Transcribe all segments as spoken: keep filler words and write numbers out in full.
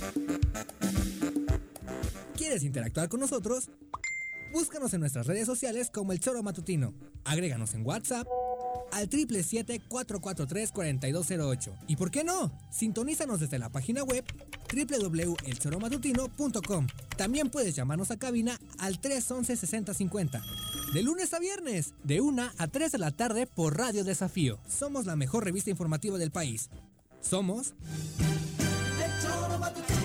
¿Quieres interactuar con nosotros? Búscanos en nuestras redes sociales como El Choro Matutino. Agréganos en WhatsApp al triple siete cuatro cuatro tres cuatro dos cero ocho. ¿Y por qué no? Sintonízanos desde la página web doble u doble u doble u punto el choro matutino punto com. También puedes llamarnos a cabina al tres once sesenta cincuenta. De lunes a viernes, de una a tres de la tarde por Radio Desafío. Somos la mejor revista informativa del país. Somos... El Choro Matutino.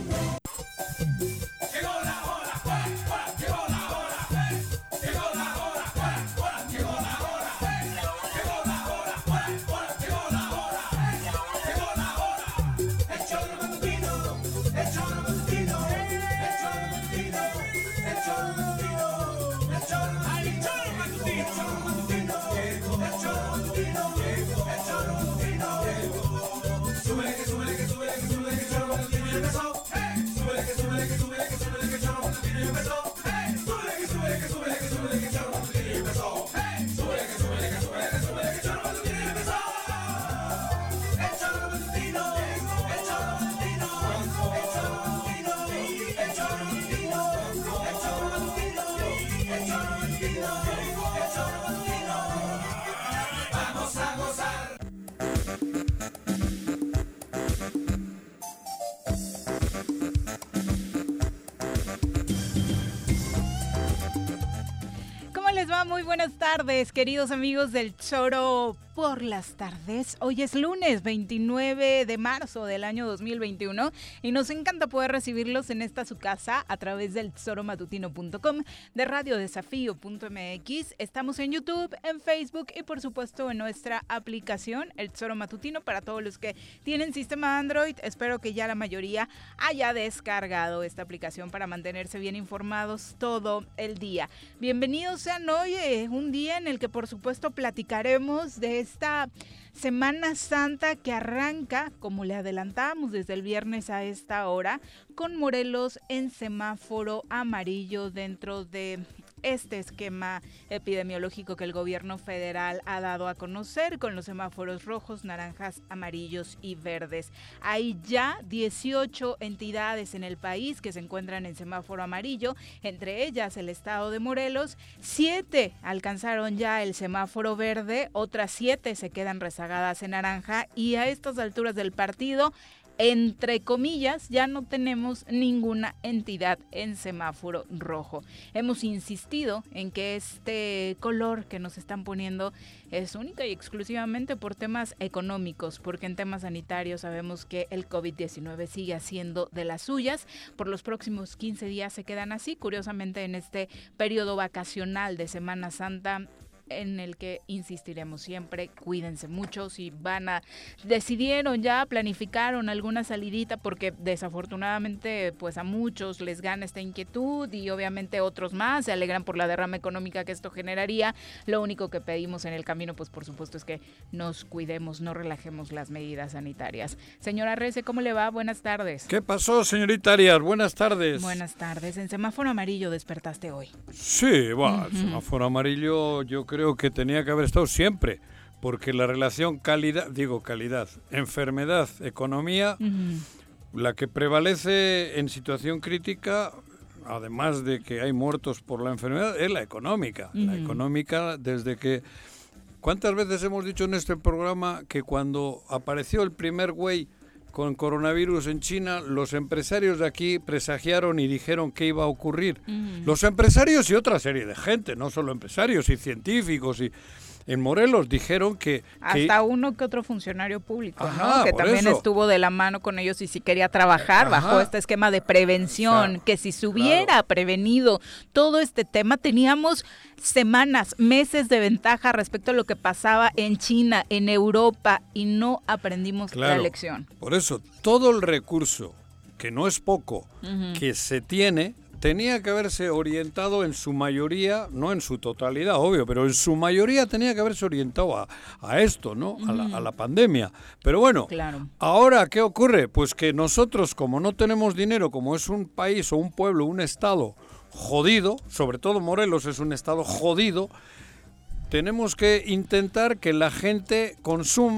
Muy buenas tardes, queridos amigos del Choro por las tardes. Hoy es lunes veintinueve de marzo del año dos mil veintiuno y nos encanta poder recibirlos en esta su casa a través del choro matutino punto com, de radio desafío punto m x. Estamos en YouTube, en Facebook y por supuesto en nuestra aplicación El Choro Matutino para todos los que tienen sistema Android. Espero que ya la mayoría haya descargado esta aplicación para mantenerse bien informados todo el día. Bienvenidos sean hoy, eh, un día en el que por supuesto platicaremos de esta Semana Santa que arranca, como le adelantábamos desde el viernes a esta hora, con Morelos en semáforo amarillo dentro de este esquema epidemiológico que el gobierno federal ha dado a conocer, con los semáforos rojos, naranjas, amarillos y verdes. Hay ya dieciocho entidades en el país que se encuentran en semáforo amarillo, entre ellas el estado de Morelos. Siete alcanzaron ya el semáforo verde, otras siete se quedan rezagadas en naranja y a estas alturas del partido, entre comillas, ya no tenemos ninguna entidad en semáforo rojo. Hemos insistido en que este color que nos están poniendo es única y exclusivamente por temas económicos, porque en temas sanitarios sabemos que el covid diecinueve sigue haciendo de las suyas. Por los próximos quince días se quedan así, curiosamente en este periodo vacacional de Semana Santa, en el que insistiremos siempre, cuídense mucho. Si van a, decidieron ya, planificaron alguna salidita, porque desafortunadamente pues a muchos les gana esta inquietud y obviamente otros más se alegran por la derrama económica que esto generaría. Lo único que pedimos en el camino pues por supuesto es que nos cuidemos, no relajemos las medidas sanitarias. Señora Rece, ¿cómo le va? Buenas tardes. ¿Qué pasó, señorita Arias? Buenas tardes. Buenas tardes. En semáforo amarillo despertaste hoy. Sí, va, uh-huh. El semáforo amarillo yo creo Creo que tenía que haber estado siempre, porque la relación calidad, digo calidad, enfermedad, economía, uh-huh. la que prevalece en situación crítica, además de que hay muertos por la enfermedad, es la económica. Uh-huh. La económica, desde que... ¿Cuántas veces hemos dicho en este programa que cuando apareció el primer güey con coronavirus en China, los empresarios de aquí presagiaron y dijeron que iba a ocurrir? Uh-huh. Los empresarios y otra serie de gente, no solo empresarios y científicos y en Morelos dijeron que... Hasta que... uno que otro funcionario público, Ajá, ¿no? Que también eso. estuvo de la mano con ellos y si quería trabajar Ajá. bajo este esquema de prevención, o sea, que si se hubiera claro. prevenido todo este tema, teníamos semanas, meses de ventaja respecto a lo que pasaba en China, en Europa, y no aprendimos claro. la lección. Por eso, todo el recurso, que no es poco, uh-huh. que se tiene... tenía que haberse orientado en su mayoría, no en su totalidad, obvio, pero en su mayoría tenía que haberse orientado a, a esto, ¿no? A la, a la pandemia. Pero bueno, claro. Ahora, ¿qué ocurre? Pues que nosotros, como no tenemos dinero, como es un país o un pueblo, un estado jodido, sobre todo Morelos es un estado jodido, tenemos que intentar que la gente consuma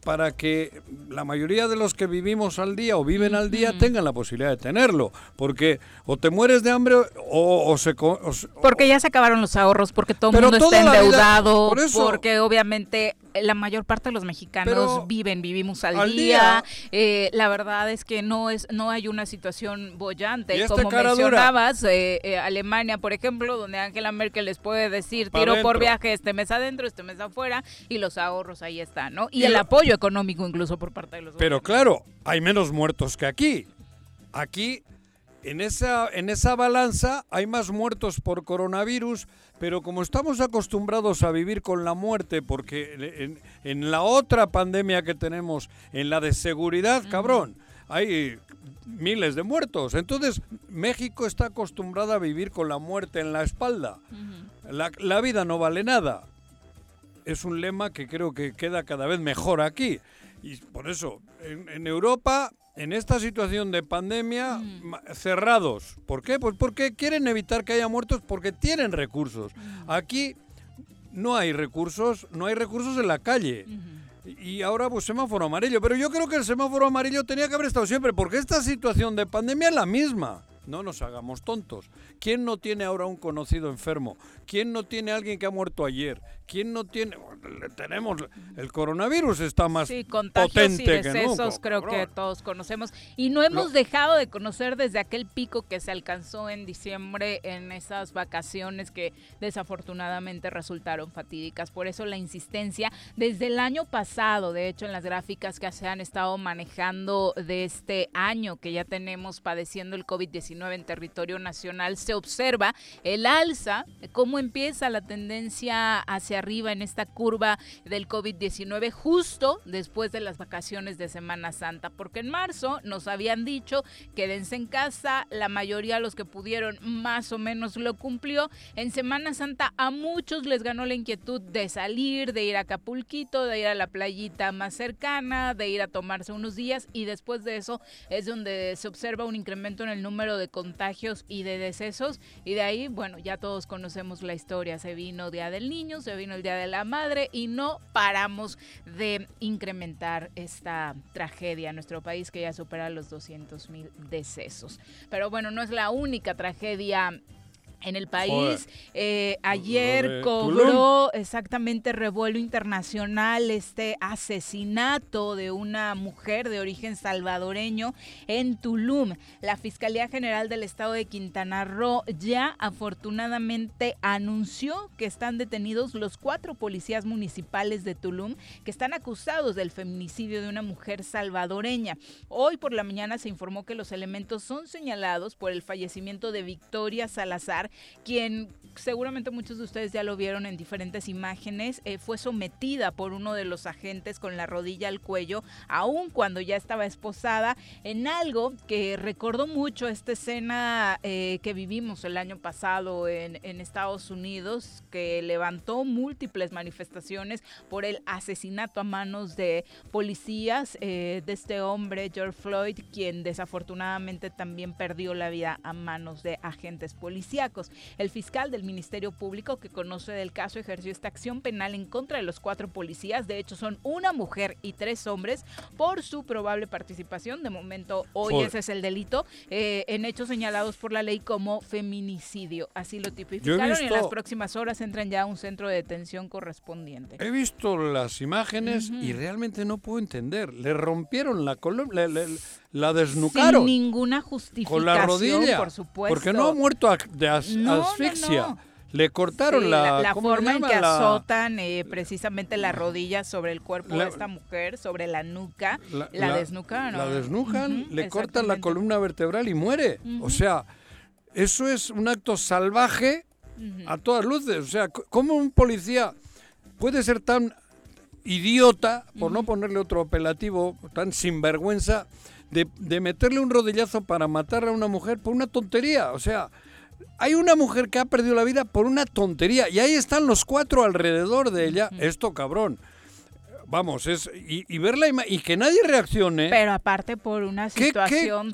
para que la mayoría de los que vivimos al día o viven al día tengan la posibilidad de tenerlo, porque o te mueres de hambre o, o se... O, porque ya se acabaron los ahorros, porque todo el mundo está endeudado, vida, por eso, porque obviamente la mayor parte de los mexicanos viven, vivimos al, al día, día. Eh, la verdad es que no es no hay una situación bollante, como mencionabas, eh, eh, Alemania, por ejemplo, donde Angela Merkel les puede decir tiro adentro. Por viaje este mes adentro, este mes afuera, y los ahorros ahí están, ¿no? Y, y el lo, apoyo económico incluso por parte de los Pero gobiernos. Claro, hay menos muertos que aquí. Aquí, en esa, en esa balanza, hay más muertos por coronavirus, pero como estamos acostumbrados a vivir con la muerte, porque en, en la otra pandemia que tenemos, en la de seguridad, uh-huh. cabrón, hay miles de muertos. Entonces, México está acostumbrado a vivir con la muerte en la espalda. Uh-huh. La, la vida no vale nada. Es un lema que creo que queda cada vez mejor aquí. Y por eso, en, en Europa, en esta situación de pandemia, mm. cerrados. ¿Por qué? Pues porque quieren evitar que haya muertos, porque tienen recursos. Mm. Aquí no hay recursos, no hay recursos en la calle. Mm-hmm. Y ahora, pues, semáforo amarillo. Pero yo creo que el semáforo amarillo tenía que haber estado siempre, porque esta situación de pandemia es la misma. No nos hagamos tontos. ¿Quién no tiene ahora un conocido enfermo? ¿Quién no tiene a alguien que ha muerto ayer? ¿Quién no tiene...? Tenemos... El coronavirus está más sí, contagios potente y decesos, que nunca. Creo cabrón. que todos conocemos. Y no hemos Lo... dejado de conocer desde aquel pico que se alcanzó en diciembre en esas vacaciones que desafortunadamente resultaron fatídicas. Por eso la insistencia desde el año pasado, de hecho en las gráficas que se han estado manejando de este año que ya tenemos padeciendo el COVID diecinueve en territorio nacional, se observa el alza, cómo empieza la tendencia hacia arriba en esta curva del COVID diecinueve justo después de las vacaciones de Semana Santa, porque en marzo nos habían dicho quédense en casa, la mayoría de los que pudieron más o menos lo cumplió. En Semana Santa a muchos les ganó la inquietud de salir, de ir a Acapulquito, de ir a la playita más cercana, de ir a tomarse unos días, y después de eso es donde se observa un incremento en el número de contagios y de decesos, y de ahí, bueno, ya todos conocemos la historia, se vino Día del Niño, se vino el Día de la Madre y no paramos de incrementar esta tragedia en nuestro país que ya supera los doscientos mil decesos. Pero bueno, no es la única tragedia en el país. Eh, ayer cobró Tulum. exactamente revuelo internacional este asesinato de una mujer de origen salvadoreño en Tulum. La Fiscalía General del Estado de Quintana Roo ya afortunadamente anunció que están detenidos los cuatro policías municipales de Tulum que están acusados del feminicidio de una mujer salvadoreña. Hoy por la mañana se informó que los elementos son señalados por el fallecimiento de Victoria Salazar, quien seguramente muchos de ustedes ya lo vieron en diferentes imágenes, eh, fue sometida por uno de los agentes con la rodilla al cuello, aun cuando ya estaba esposada, en algo que recordó mucho esta escena eh, que vivimos el año pasado en, en Estados Unidos, que levantó múltiples manifestaciones por el asesinato a manos de policías eh, de este hombre, George Floyd, quien desafortunadamente también perdió la vida a manos de agentes policíacos. El fiscal del Ministerio Público que conoce del caso ejerció esta acción penal en contra de los cuatro policías. De hecho, son una mujer y tres hombres por su probable participación. De momento, hoy por... ese es el delito, eh, en hechos señalados por la ley como feminicidio. Así lo tipificaron visto... y en las próximas horas entran ya a un centro de detención correspondiente. He visto las imágenes uh-huh. y realmente no puedo entender. Le rompieron la columna, le, le, la desnucaron. Sin ninguna justificación, con la rodilla, por supuesto. Porque no ha muerto de as, no, asfixia. No, no. Le cortaron sí, la... La, la forma en que la... azotan eh, precisamente la rodilla sobre el cuerpo la, de esta mujer, sobre la nuca, la, la, la desnucan. La desnucan, uh-huh, le cortan la columna vertebral y muere. Uh-huh. O sea, eso es un acto salvaje uh-huh. a todas luces. O sea, ¿cómo un policía puede ser tan idiota, por uh-huh. no ponerle otro apelativo, tan sinvergüenza, de, de meterle un rodillazo para matar a una mujer por una tontería? O sea... Hay una mujer que ha perdido la vida por una tontería y ahí están los cuatro alrededor de ella. Uh-huh. Esto, cabrón. Vamos, es y, y verla y que nadie reaccione. Pero aparte por una situación ¿Qué, qué? total.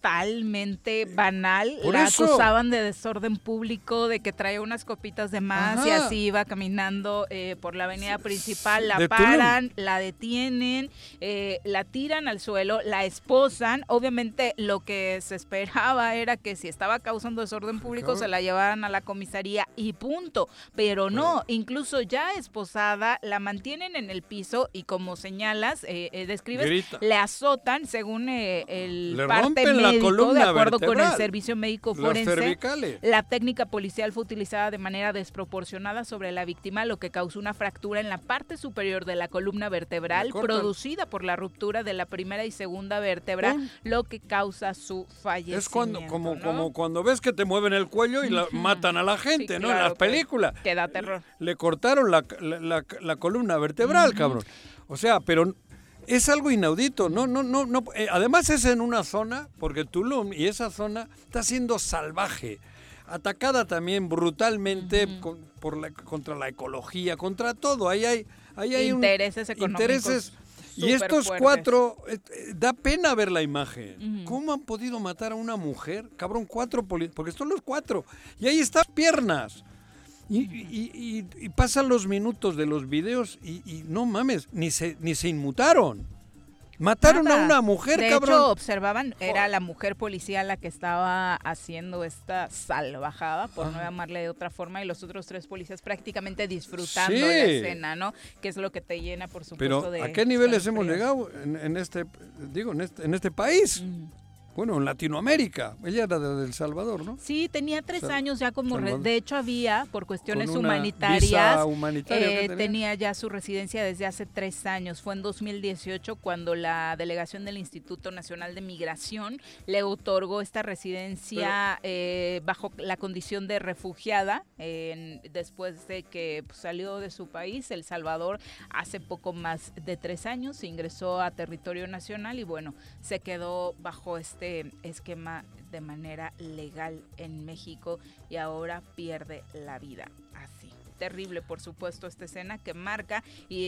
totalmente banal. Por la eso. acusaban de desorden público, de que traía unas copitas de más. Ajá. Y así iba caminando eh, por la avenida principal, la de paran, Tulum. la detienen, eh, la tiran al suelo, la esposan. Obviamente lo que se esperaba era que si estaba causando desorden público se la llevaran a la comisaría y punto, pero no, incluso ya esposada, la mantienen en el piso y como señalas, eh, eh, describes, Grita. le azotan según eh, el le parte médico, de acuerdo vertebral. con el servicio médico forense. Las cervicales. La técnica policial fue utilizada de manera desproporcionada sobre la víctima, lo que causó una fractura en la parte superior de la columna vertebral, producida por la ruptura de la primera y segunda vértebra, ¿Eh? lo que causa su fallecimiento. Es cuando, como, ¿no? como cuando ves que te mueven el cuello y la, uh-huh. matan a la gente, sí, ¿no? Claro, en las películas. Que da terror. Le, le cortaron la, la, la, la columna vertebral, uh-huh. cabrón. O sea, pero es algo inaudito, no, no, no, no. Eh, además es en una zona, porque Tulum y esa zona está siendo salvaje, atacada también brutalmente uh-huh. con, por la, contra la ecología, contra todo. Ahí hay, ahí hay intereses un, económicos. Intereses. Y estos fuertes. cuatro, eh, eh, da pena ver la imagen. Uh-huh. ¿Cómo han podido matar a una mujer? Cabrón, cuatro policías, porque son los cuatro. Y ahí están piernas. Y, y, y, y pasan los minutos de los videos y, y no mames, ni se, ni se inmutaron. Mataron Nada. a una mujer, de cabrón. De hecho, observaban, era la mujer policía la que estaba haciendo esta salvajada, por Ajá. no llamarle de otra forma, y los otros tres policías prácticamente disfrutando sí. la escena, ¿no? Que es lo que te llena, por supuesto, Pero, de... Pero, ¿a qué niveles hemos llegado en, en este, digo, en este, en este país? Uh-huh. Bueno, en Latinoamérica. Ella era de El Salvador, ¿no? Sí, tenía tres Sal- años ya como... Re- de hecho, había, por cuestiones Con una humanitarias, visa humanitaria eh, tenía? tenía ya su residencia desde hace tres años. Fue en dos mil dieciocho cuando la delegación del Instituto Nacional de Migración le otorgó esta residencia Pero, eh, bajo la condición de refugiada, eh, en, después de que pues, salió de su país, El Salvador, hace poco más de tres años, ingresó a territorio nacional y bueno, se quedó bajo este esquema de manera legal en México y ahora pierde la vida así. Terrible, por supuesto, esta escena que marca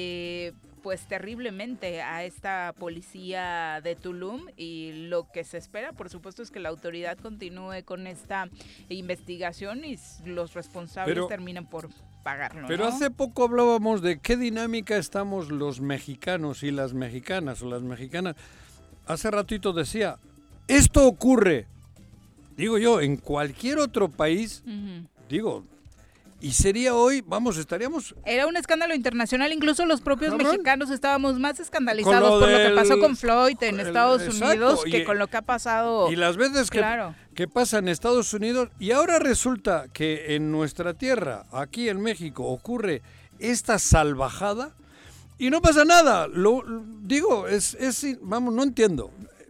y pues terriblemente a esta policía de Tulum, y lo que se espera, por supuesto, es que la autoridad continúe con esta investigación y los responsables pero, terminen por pagarlo. Pero ¿no? hace poco hablábamos de qué dinámica estamos los mexicanos y las mexicanas o las mexicanas. Hace ratito decía, esto ocurre, digo yo, en cualquier otro país, uh-huh. digo, y sería hoy, vamos, estaríamos... Era un escándalo internacional, incluso los propios ¿Cabrón? mexicanos estábamos más escandalizados lo por del, lo que pasó con Floyd en el, Estados exacto, Unidos que y, con lo que ha pasado... Y las veces que, claro. que pasa en Estados Unidos, y ahora resulta que en nuestra tierra, aquí en México, ocurre esta salvajada, y no pasa nada, lo, lo digo, es, es, vamos, no entiendo.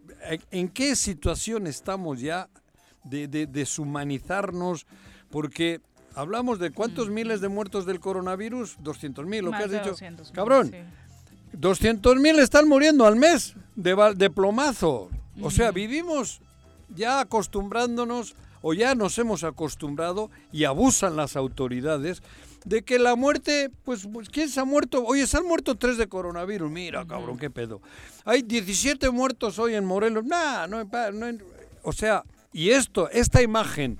¿En qué situación estamos ya de, de deshumanizarnos? Porque hablamos de cuántos mm. miles de muertos del coronavirus, doscientos mil, lo Más que has de dicho. doscientos mil, Cabrón, sí. doscientos mil están muriendo al mes de, de plomazo. O sea, mm. vivimos ya acostumbrándonos, o ya nos hemos acostumbrado, y abusan las autoridades, de que la muerte, pues, pues ¿quién se ha muerto? Oye, se han muerto tres de coronavirus, mira, uh-huh. cabrón, qué pedo. Hay diecisiete muertos hoy en Morelos, nah, no, no, o sea, y esto, esta imagen,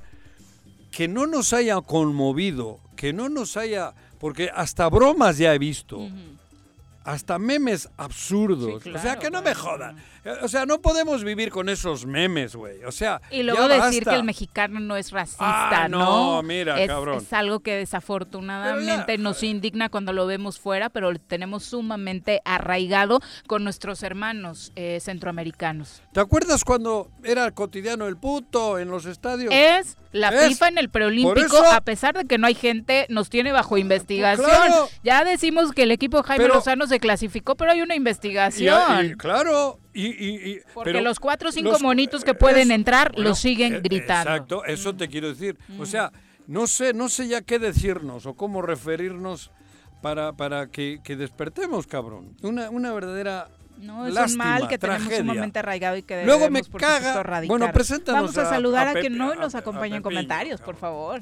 que no nos haya conmovido, que no nos haya, porque hasta bromas ya he visto, uh-huh. hasta memes absurdos, sí, claro, o sea, que no bueno. me jodan. O sea, no podemos vivir con esos memes, güey. O sea, y luego ya decir basta. que el mexicano no es racista, ah, no, ¿no? mira, es, cabrón. Es algo que desafortunadamente nos indigna cuando lo vemos fuera, pero lo tenemos sumamente arraigado con nuestros hermanos eh, centroamericanos. ¿Te acuerdas cuando era cotidiano el puto en los estadios? Es la ¿Es? FIFA en el preolímpico, a pesar de que no hay gente, nos tiene bajo investigación. Claro. Ya decimos que el equipo de Jaime pero, Lozano se clasificó, pero hay una investigación. Y, y, claro. Y, y, y, Porque pero los cuatro o cinco los, monitos que pueden eso, entrar bueno, los siguen eh, gritando. Exacto, eso te quiero decir. Mm. O sea, no sé, no sé ya qué decirnos o cómo referirnos para, para que, que despertemos, cabrón. Una, una verdadera No, es lástima, un mal que tragedia. tenemos sumamente arraigado y que debemos, Luego me por caga. supuesto, erradicar. Bueno, preséntanos Vamos a saludar a, a, Pepe, quien no a, nos acompaña a en Pepillo, comentarios, cabrón. por favor.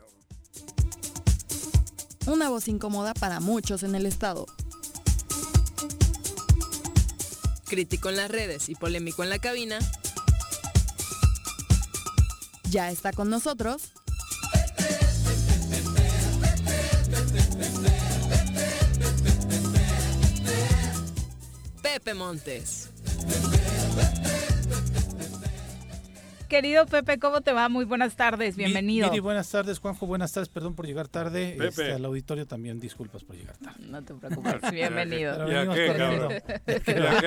Sí, Una voz incómoda para muchos en el estado. Crítico en las redes y polémico en la cabina. Ya está con nosotros Pepe Montes. Querido Pepe, ¿cómo te va? Muy buenas tardes, bienvenido. Miri, buenas tardes, Juanjo, buenas tardes, perdón por llegar tarde. Pepe. Este, al auditorio también, disculpas por llegar tarde. No te preocupes, bienvenido. Pero ¿Ya venimos qué, corriendo. cabrón? ¿Ya qué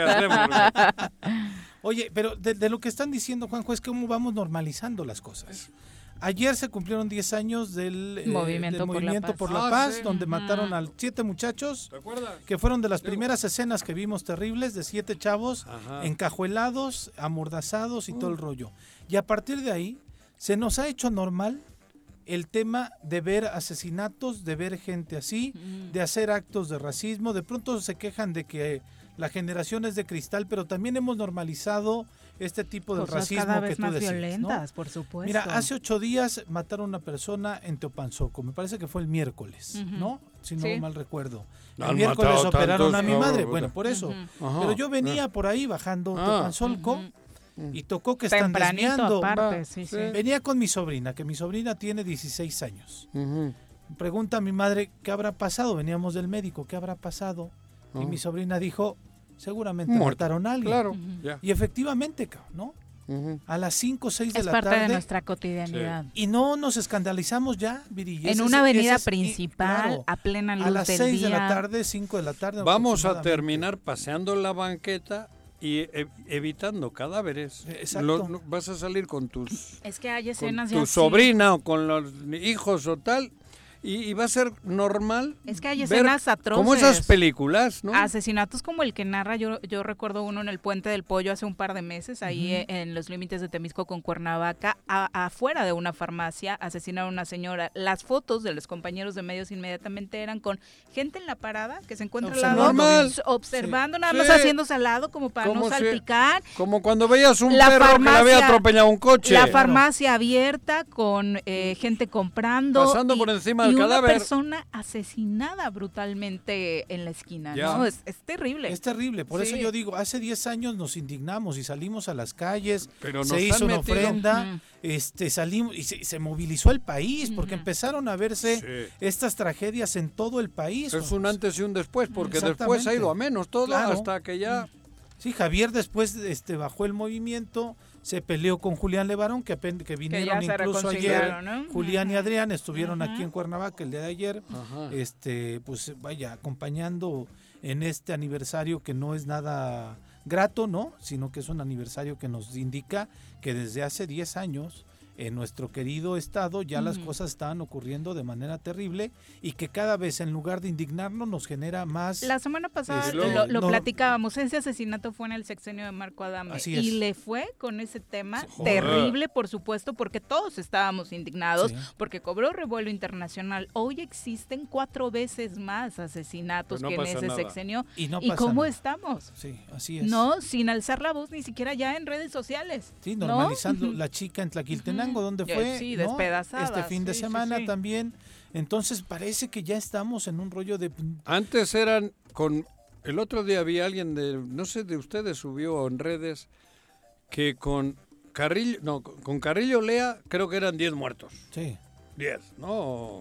hacemos? Oye, pero de, de lo que están diciendo, Juanjo, es cómo vamos normalizando las cosas. Ayer se cumplieron diez años del eh, Movimiento del por la Movimiento Paz. por la Ah, Paz, sí. donde Ujú. mataron a siete muchachos, ¿Te acuerdas? que fueron de las Digo. primeras escenas que vimos terribles, de siete chavos Ajá. encajuelados, amordazados y todo Uh. el rollo. Y a partir de ahí, se nos ha hecho normal el tema de ver asesinatos, de ver gente así, Mm. de hacer actos de racismo. De pronto se quejan de que la generación es de cristal, pero también hemos normalizado este tipo de Cosas racismo cada que vez tú más decías, ¿no? violentas, por supuesto. Mira, hace ocho días mataron a una persona en Teopanzoco, me parece que fue el miércoles, Ujú. ¿no? Si no Sí. mal recuerdo. El Han miércoles matado operaron tantos, a mi cabrón, madre, puta. bueno, por eso. Ujú. Ajá. Pero yo venía por ahí bajando Ah. Teopanzolco Ujú. y tocó que están Tempranito desviando. aparte, Va, sí, sí. sí. Venía con mi sobrina, que mi sobrina tiene dieciséis años. Ujú. Pregunta a mi madre, ¿qué habrá pasado? Veníamos del médico, ¿qué habrá pasado? Y Ah. mi sobrina dijo, seguramente Muerto. mataron a alguien. Claro, Ujú. ya. Y efectivamente, cabrón, ¿no? Ujú. A las cinco o seis de Es la parte tarde. de nuestra cotidianidad. Y no nos escandalizamos ya, Viri. En Ese una es- avenida ese es- y, principal, claro, a plena luz a las del seis día. de la tarde, cinco de la tarde. Vamos a aproximadamente. terminar paseando en la banqueta y e- evitando cadáveres. Eh, exacto. Lo- no- vas a salir con tus Es que hay con escenas tu ya así. sobrina o con los hijos o tal y, y va a ser normal. Es que hay ver escenas atroces. como esas películas, ¿no? Asesinatos como el que narra, yo, yo recuerdo uno en el Puente del Pollo hace un par de meses, ahí Ujú. eh, en los límites de Temisco con Cuernavaca, a- afuera de una farmacia, asesinaron a una señora. Las fotos de los compañeros de medios inmediatamente eran con gente en la parada que se encuentra al lado, Observando. Normal. s- observando, nada Sí. más haciéndose al lado como para no Como si- salpicar. Como cuando veías un La perro que le farmacia- había atropellado un coche. La farmacia abierta con eh, gente comprando. Pasando y- por encima y del una cadáver. persona asesinada brutalmente en la esquina, Ya. ¿no? Es, es terrible. Es terrible, por Sí. eso yo digo, hace diez años nos indignamos y salimos a las calles, Pero nos se hizo han una metido. ofrenda, Ujú. este, salimos y se, se movilizó el país porque Ujú. empezaron a verse Sí. estas tragedias en todo el país. Es un antes y un después, porque después Exactamente. ha ido a menos todo Claro. hasta que ya... Sí, Javier después este, bajó el movimiento, se peleó con Julián Levarón, que, apen- que vinieron ya se incluso ayer. reconciliaron, ¿no? Julián y Ujú. Adrián estuvieron Ujú. aquí en Cuernavaca el día de ayer, Ajá. este, pues vaya, acompañando en este aniversario que no es nada grato, ¿no? Sino que es un aniversario que nos indica que desde hace diez años en nuestro querido estado ya las Ujú. cosas estaban ocurriendo de manera terrible y que cada vez en lugar de indignarnos nos genera más... La semana pasada Este, lo, lo no- platicábamos, ese asesinato fue en el sexenio de Marco Adame Así y es. le fue con ese tema Joder. terrible, por supuesto, porque todos estábamos indignados, Sí. porque cobró revuelo internacional. Hoy existen cuatro veces más asesinatos Pues no que en pasa ese nada. sexenio. Y no ¿Y pasa cómo nada. estamos? Sí, así es. No, sin alzar la voz ni siquiera ya en redes sociales. Sí, ¿no? normalizando la chica en Tlaquiltenango, ¿dónde Ya, fue? sí, ¿no? despedazada, Este fin de sí, sí, semana sí. también. Entonces parece que ya estamos en un rollo de... Antes eran con... El otro día vi a alguien de... No sé, de ustedes subió en redes que con Carrillo... No, con Carrillo Lea creo que eran diez muertos. Sí, diez, ¿no?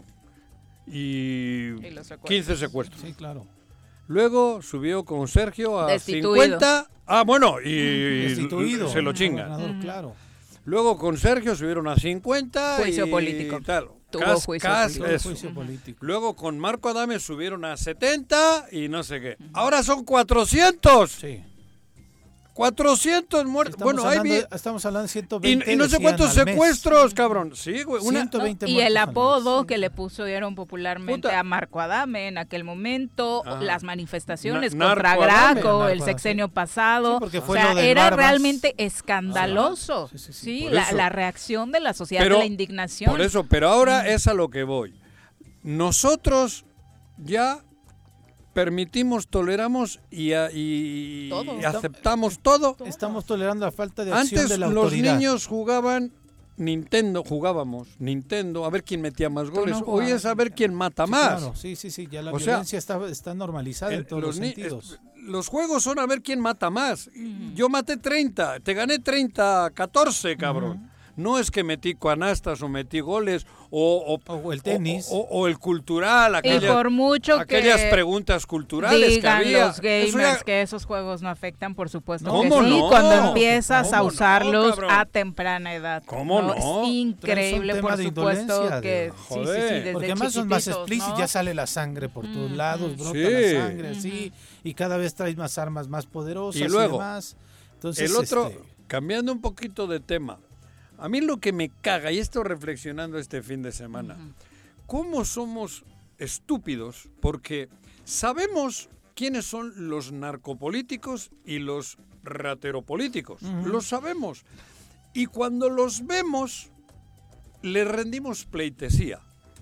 Y, Y los secuestros. quince secuestros. sí, claro. Luego subió con Sergio a Destituido. cincuenta. Ah, bueno, y Destituido. se lo el chingan. gobernador, Ujú. claro. Luego con Sergio subieron a cincuenta. Juicio y político. Tal. Tuvo Cas- juicio cas- político. Todo eso. juicio político. Luego con Marco Adame subieron a setenta y no sé qué. Ahora son cuatrocientos. Sí. cuatrocientos muertos. Estamos, Bueno, ahí hablando, vi. de- estamos hablando de ciento Y, veinte. y no sé decían, cuántos al mes. secuestros, cabrón. Sí, güey. Una, ciento veinte Y el muertos al mes. apodo que le pusieron popularmente Puta. a Marco Adame en aquel momento, Ajá. las manifestaciones Na- contra Narco Adame. Graco Narco el Adame. sexenio pasado, Sí, porque o fue sea, lo del era Barbas. realmente escandaloso, Sí, sí, sí, sí, por la, eso. la reacción de la sociedad, Pero- de la indignación. Por eso, pero ahora es a lo que voy. Nosotros ya permitimos, toleramos y, a- y- Todo. y aceptamos todo. Estamos tolerando la falta de acción Antes de la los autoridad. niños jugaban Nintendo, jugábamos Nintendo, a ver quién metía más goles. no Hoy jugabas es a ver quién mata Sí, más. claro, sí, sí, sí, ya la O sea, violencia está, está normalizada Eh, en todos los, los ni- sentidos. es- los juegos son a ver quién mata más. Yo maté treinta, te gané treinta, catorce, cabrón. no es que metí canastas o metí goles o, o, o el tenis o, o, o el cultural, aquella, y por mucho aquellas que preguntas culturales digan que había. los gamers ya... que esos juegos no afectan, por supuesto ¿Cómo que sí, no? cuando empiezas ¿Cómo a usarlos no, a temprana edad. ¿Cómo no? Es increíble, por supuesto de... que sí, sí, sí, desde porque además son más explícitos, ¿no? Ya sale la sangre por todos mm, lados, brota sí. la sangre así, y cada vez traes más armas más poderosas y, luego, y demás. Entonces, el otro, este... cambiando un poquito de tema, a mí lo que me caga, y esto reflexionando este fin de semana, uh-huh. ¿cómo somos estúpidos? Porque sabemos quiénes son los narcopolíticos y los rateropolíticos, uh-huh. lo sabemos. Y cuando los vemos, les rendimos pleitesía.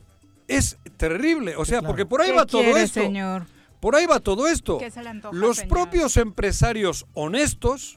Es terrible, o sea, claro. porque por ahí va todo quiere, esto. Señor? Por ahí va todo esto. ¿Qué se le antoja, los señor? propios empresarios honestos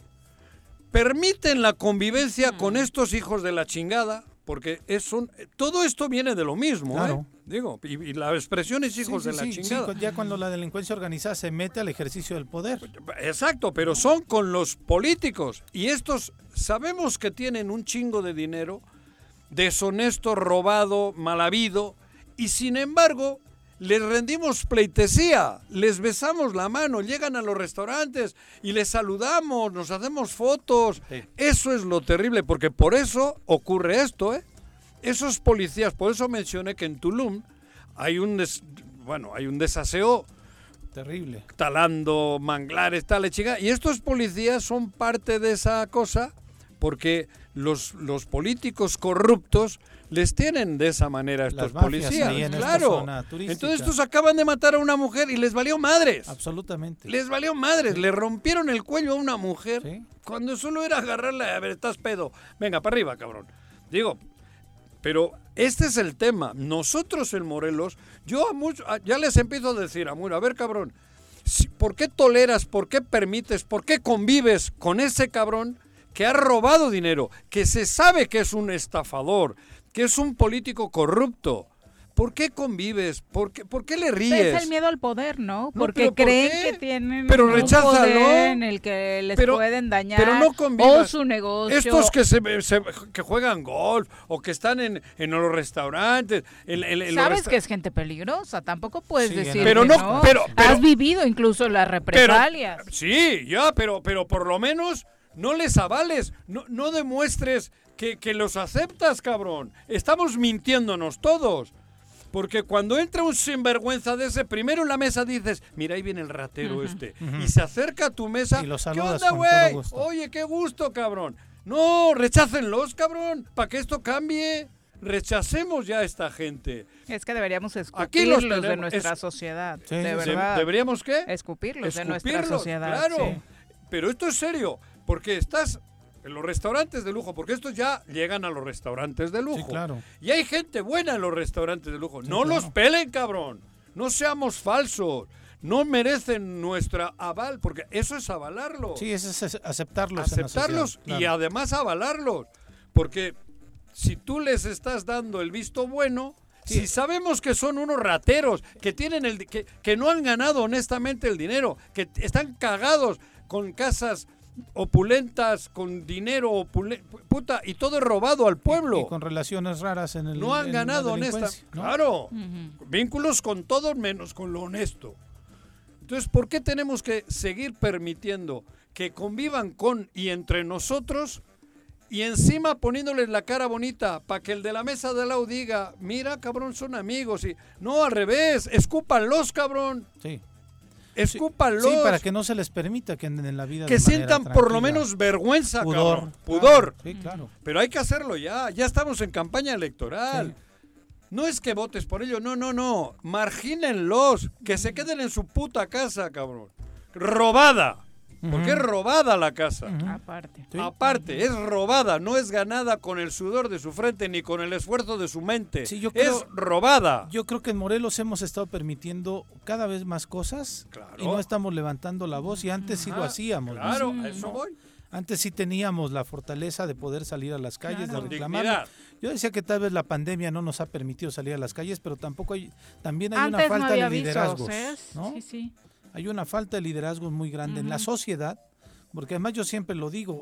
permiten la convivencia mm. con estos hijos de la chingada, porque es un, todo esto viene de lo mismo, claro. ¿eh? Digo, y, y la expresión es hijos sí, sí, de la sí, chingada. Sí, ya cuando la delincuencia organizada se mete al ejercicio del poder. Exacto, pero son con los políticos, y estos sabemos que tienen un chingo de dinero, deshonesto, robado, mal habido, y sin embargo les rendimos pleitesía, les besamos la mano, llegan a los restaurantes y les saludamos, nos hacemos fotos. Sí. Eso es lo terrible, porque por eso ocurre esto, ¿eh? Esos policías, por eso mencioné que en Tulum hay un des, bueno, hay un desaseo terrible, talando manglares, tal, chica, y estos policías son parte de esa cosa, porque los, los políticos corruptos les tienen de esa manera a estos policías, claro. Entonces estos acaban de matar a una mujer y les valió madres. Absolutamente. Les valió madres, sí. Le rompieron el cuello a una mujer, ¿sí? Cuando solo era agarrarla, a ver, estás pedo, venga, para arriba, cabrón. Digo, pero este es el tema. Nosotros en Morelos, yo a muchos, ya les empiezo a decir, Amur, a ver, cabrón, ¿por qué toleras, por qué permites, por qué convives con ese cabrón que ha robado dinero, que se sabe que es un estafador, que es un político corrupto? ¿Por qué convives? ¿Por qué, por qué le ríes? Es el miedo al poder, ¿no? No, Porque ¿por creen qué? que tienen pero un poder en el que les pero, pueden dañar pero no convivas. o su negocio. Estos que se, se que juegan golf o que están en, en los restaurantes. En, en, en ¿Sabes los que es gente peligrosa? Tampoco puedes sí, decir pero que no, no. Pero, pero, Has vivido incluso las represalias. Pero, sí, ya, pero, pero por lo menos no les avales, no, no demuestres que, que los aceptas, cabrón. Estamos mintiéndonos todos. Porque cuando entra un sinvergüenza de ese, primero en la mesa dices, mira, ahí viene el ratero uh-huh, este. Uh-huh. Y se acerca a tu mesa. Y lo ¿Qué onda, güey? Oye, qué gusto, cabrón. No, rechácenlos, cabrón, para que esto cambie. Rechacemos ya a esta gente. Es que deberíamos escupirlos tenemos, de nuestra es, sociedad. Sí, de sí, verdad. ¿Deberíamos qué? Escupirlos, escupirlos de nuestra sociedad. Claro, sí. Pero esto es serio, porque estás en los restaurantes de lujo, porque estos ya llegan a los restaurantes de lujo. Sí, claro. Y hay gente buena en los restaurantes de lujo. Sí, no claro. los pelen, cabrón. No seamos falsos. No merecen nuestra aval, porque eso es avalarlos. Sí, eso es aceptarlos. Aceptarlos en la y claro. además avalarlos. Porque si tú les estás dando el visto bueno, sí. si sabemos que son unos rateros, que tienen el que, que no han ganado honestamente el dinero, que están cagados con casas opulentas, con dinero opulento, puta, y todo es robado al pueblo. Y, y con relaciones raras en el No han en ganado honesta, ¿no? Claro, uh-huh. Vínculos con todo menos con lo honesto. Entonces, ¿por qué tenemos que seguir permitiendo que convivan con y entre nosotros y encima poniéndoles la cara bonita para que el de la mesa de al lado diga, mira, cabrón, son amigos? Y no, al revés, escúpanlos, cabrón. Sí. Escúpanlos. Sí, para que no se les permita que anden en la vida que de sientan manera por lo menos vergüenza, pudor, cabrón. Pudor. Claro, sí, claro. Pero hay que hacerlo ya. Ya estamos en campaña electoral. Sí. No es que votes por ellos, no, no, no. Margínenlos. Que se queden en su puta casa, cabrón. Robada. Uh-huh. Porque es robada la casa. Uh-huh. Aparte. Sí. Aparte, es robada. No es ganada con el sudor de su frente ni con el esfuerzo de su mente. Sí, yo creo, es robada. Yo creo que en Morelos hemos estado permitiendo cada vez más cosas. Claro. Y no estamos levantando la voz. Y antes sí Ajá, lo hacíamos. Claro, ¿no? a eso voy. Antes sí teníamos la fortaleza de poder salir a las calles, claro. de reclamar. Yo decía que tal vez la pandemia no nos ha permitido salir a las calles, pero tampoco hay, también hay Antes una falta no había de liderazgos, visos, ¿eh? ¿no? Sí, sí. Hay una falta de liderazgos muy grande uh-huh. en la sociedad, porque además yo siempre lo digo,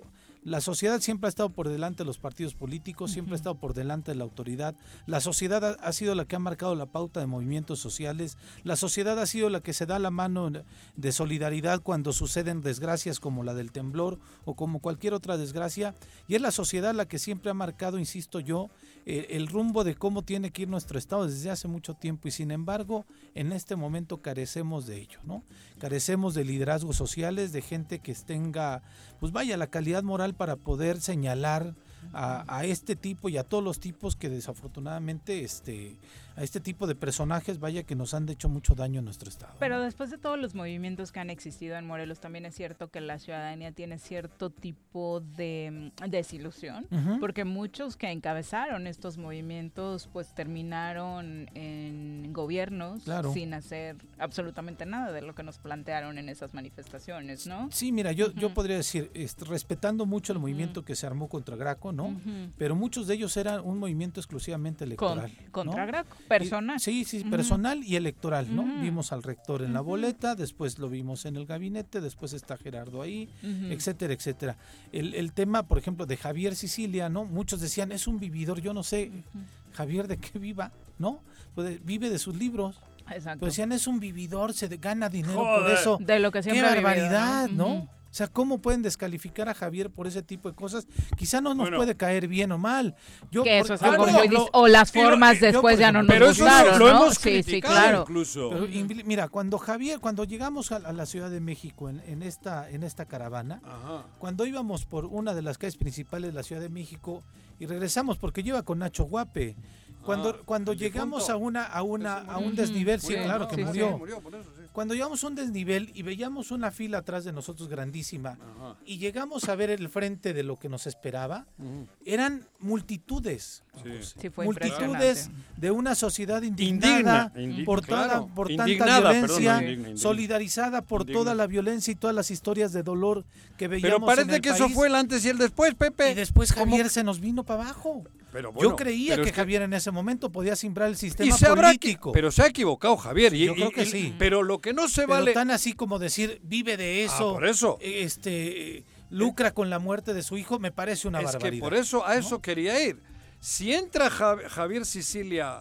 La sociedad siempre ha estado por delante de los partidos políticos, siempre uh-huh. ha estado por delante de la autoridad. La sociedad ha, ha sido la que ha marcado la pauta de movimientos sociales. La sociedad ha sido la que se da la mano de solidaridad cuando suceden desgracias como la del temblor o como cualquier otra desgracia. Y es la sociedad la que siempre ha marcado, insisto yo, eh, el rumbo de cómo tiene que ir nuestro Estado desde hace mucho tiempo. Y sin embargo, en este momento carecemos de ello, ¿no? Carecemos de liderazgos sociales, de gente que tenga, pues vaya, la calidad moral para poder señalar a, a este tipo y a todos los tipos que desafortunadamente este a este tipo de personajes, vaya, que nos han hecho mucho daño en nuestro estado. Pero después de todos los movimientos que han existido en Morelos, también es cierto que la ciudadanía tiene cierto tipo de desilusión, uh-huh. porque muchos que encabezaron estos movimientos pues terminaron en gobiernos claro. sin hacer absolutamente nada de lo que nos plantearon en esas manifestaciones, ¿no? Sí, mira, yo, uh-huh. yo podría decir, este, respetando mucho el movimiento uh-huh. que se armó contra Graco, ¿no? Uh-huh. Pero muchos de ellos eran un movimiento exclusivamente electoral. Con, contra ¿no? Graco. Personal. Y, sí, sí, uh-huh. personal y electoral, ¿no? Uh-huh. Vimos al rector en uh-huh. la boleta, después lo vimos en el gabinete, después está Gerardo ahí, uh-huh. etcétera, etcétera. El, el tema, por ejemplo, de Javier Sicilia, ¿no? Muchos decían, es un vividor, yo no sé, uh-huh. Javier, ¿de qué viva? ¿No? Pues vive de sus libros. Exacto. Pues decían, es un vividor, se de, gana dinero Joder. por eso. De lo que siempre ¡Qué barbaridad!, vivido, ¿no? ¿no? Uh-huh. O sea, ¿cómo pueden descalificar a Javier por ese tipo de cosas? Quizá no nos bueno, puede caer bien o mal. Yo, que por, eso es yo, algo por muy ejemplo, dis- o las formas yo, después yo, ya no nos pero gustaron, eso lo, lo ¿no? hemos sí, sí, criticado claro. incluso. Pero, mira, cuando Javier, cuando llegamos a, a la Ciudad de México en, en esta en esta caravana, Ajá. cuando íbamos por una de las calles principales de la Ciudad de México y regresamos porque yo iba con Nacho Guape. Cuando ah, cuando llegamos a una a una a un desnivel, sí, murió, claro no, que sí, murió. Sí, murió por eso, sí. Cuando llegamos a un desnivel y veíamos una fila atrás de nosotros grandísima Ajá. y llegamos a ver el frente de lo que nos esperaba, uh-huh. eran multitudes, sí. Sí, fue multitudes de una sociedad indignada Indigna, indi- por toda claro. por indignada, tanta violencia, perdón, indigna, indigna. solidarizada por indigna. toda la violencia y todas las historias de dolor que veíamos. Pero parece en el que país. eso fue el antes y el después, Pepe. Y después Javier ¿Cómo? se nos vino para abajo. Pero bueno, yo creía pero que es que Javier en ese momento podía simbrar el sistema y se político. Habrá, pero se ha equivocado Javier. Sí, y, yo creo y, que y, sí. Pero lo que no se pero vale... tan así como decir, vive de eso, ah, por eso. este lucra con la muerte de su hijo, me parece una es barbaridad. Que por eso, a eso ¿no? quería ir. Si entra Javier Sicilia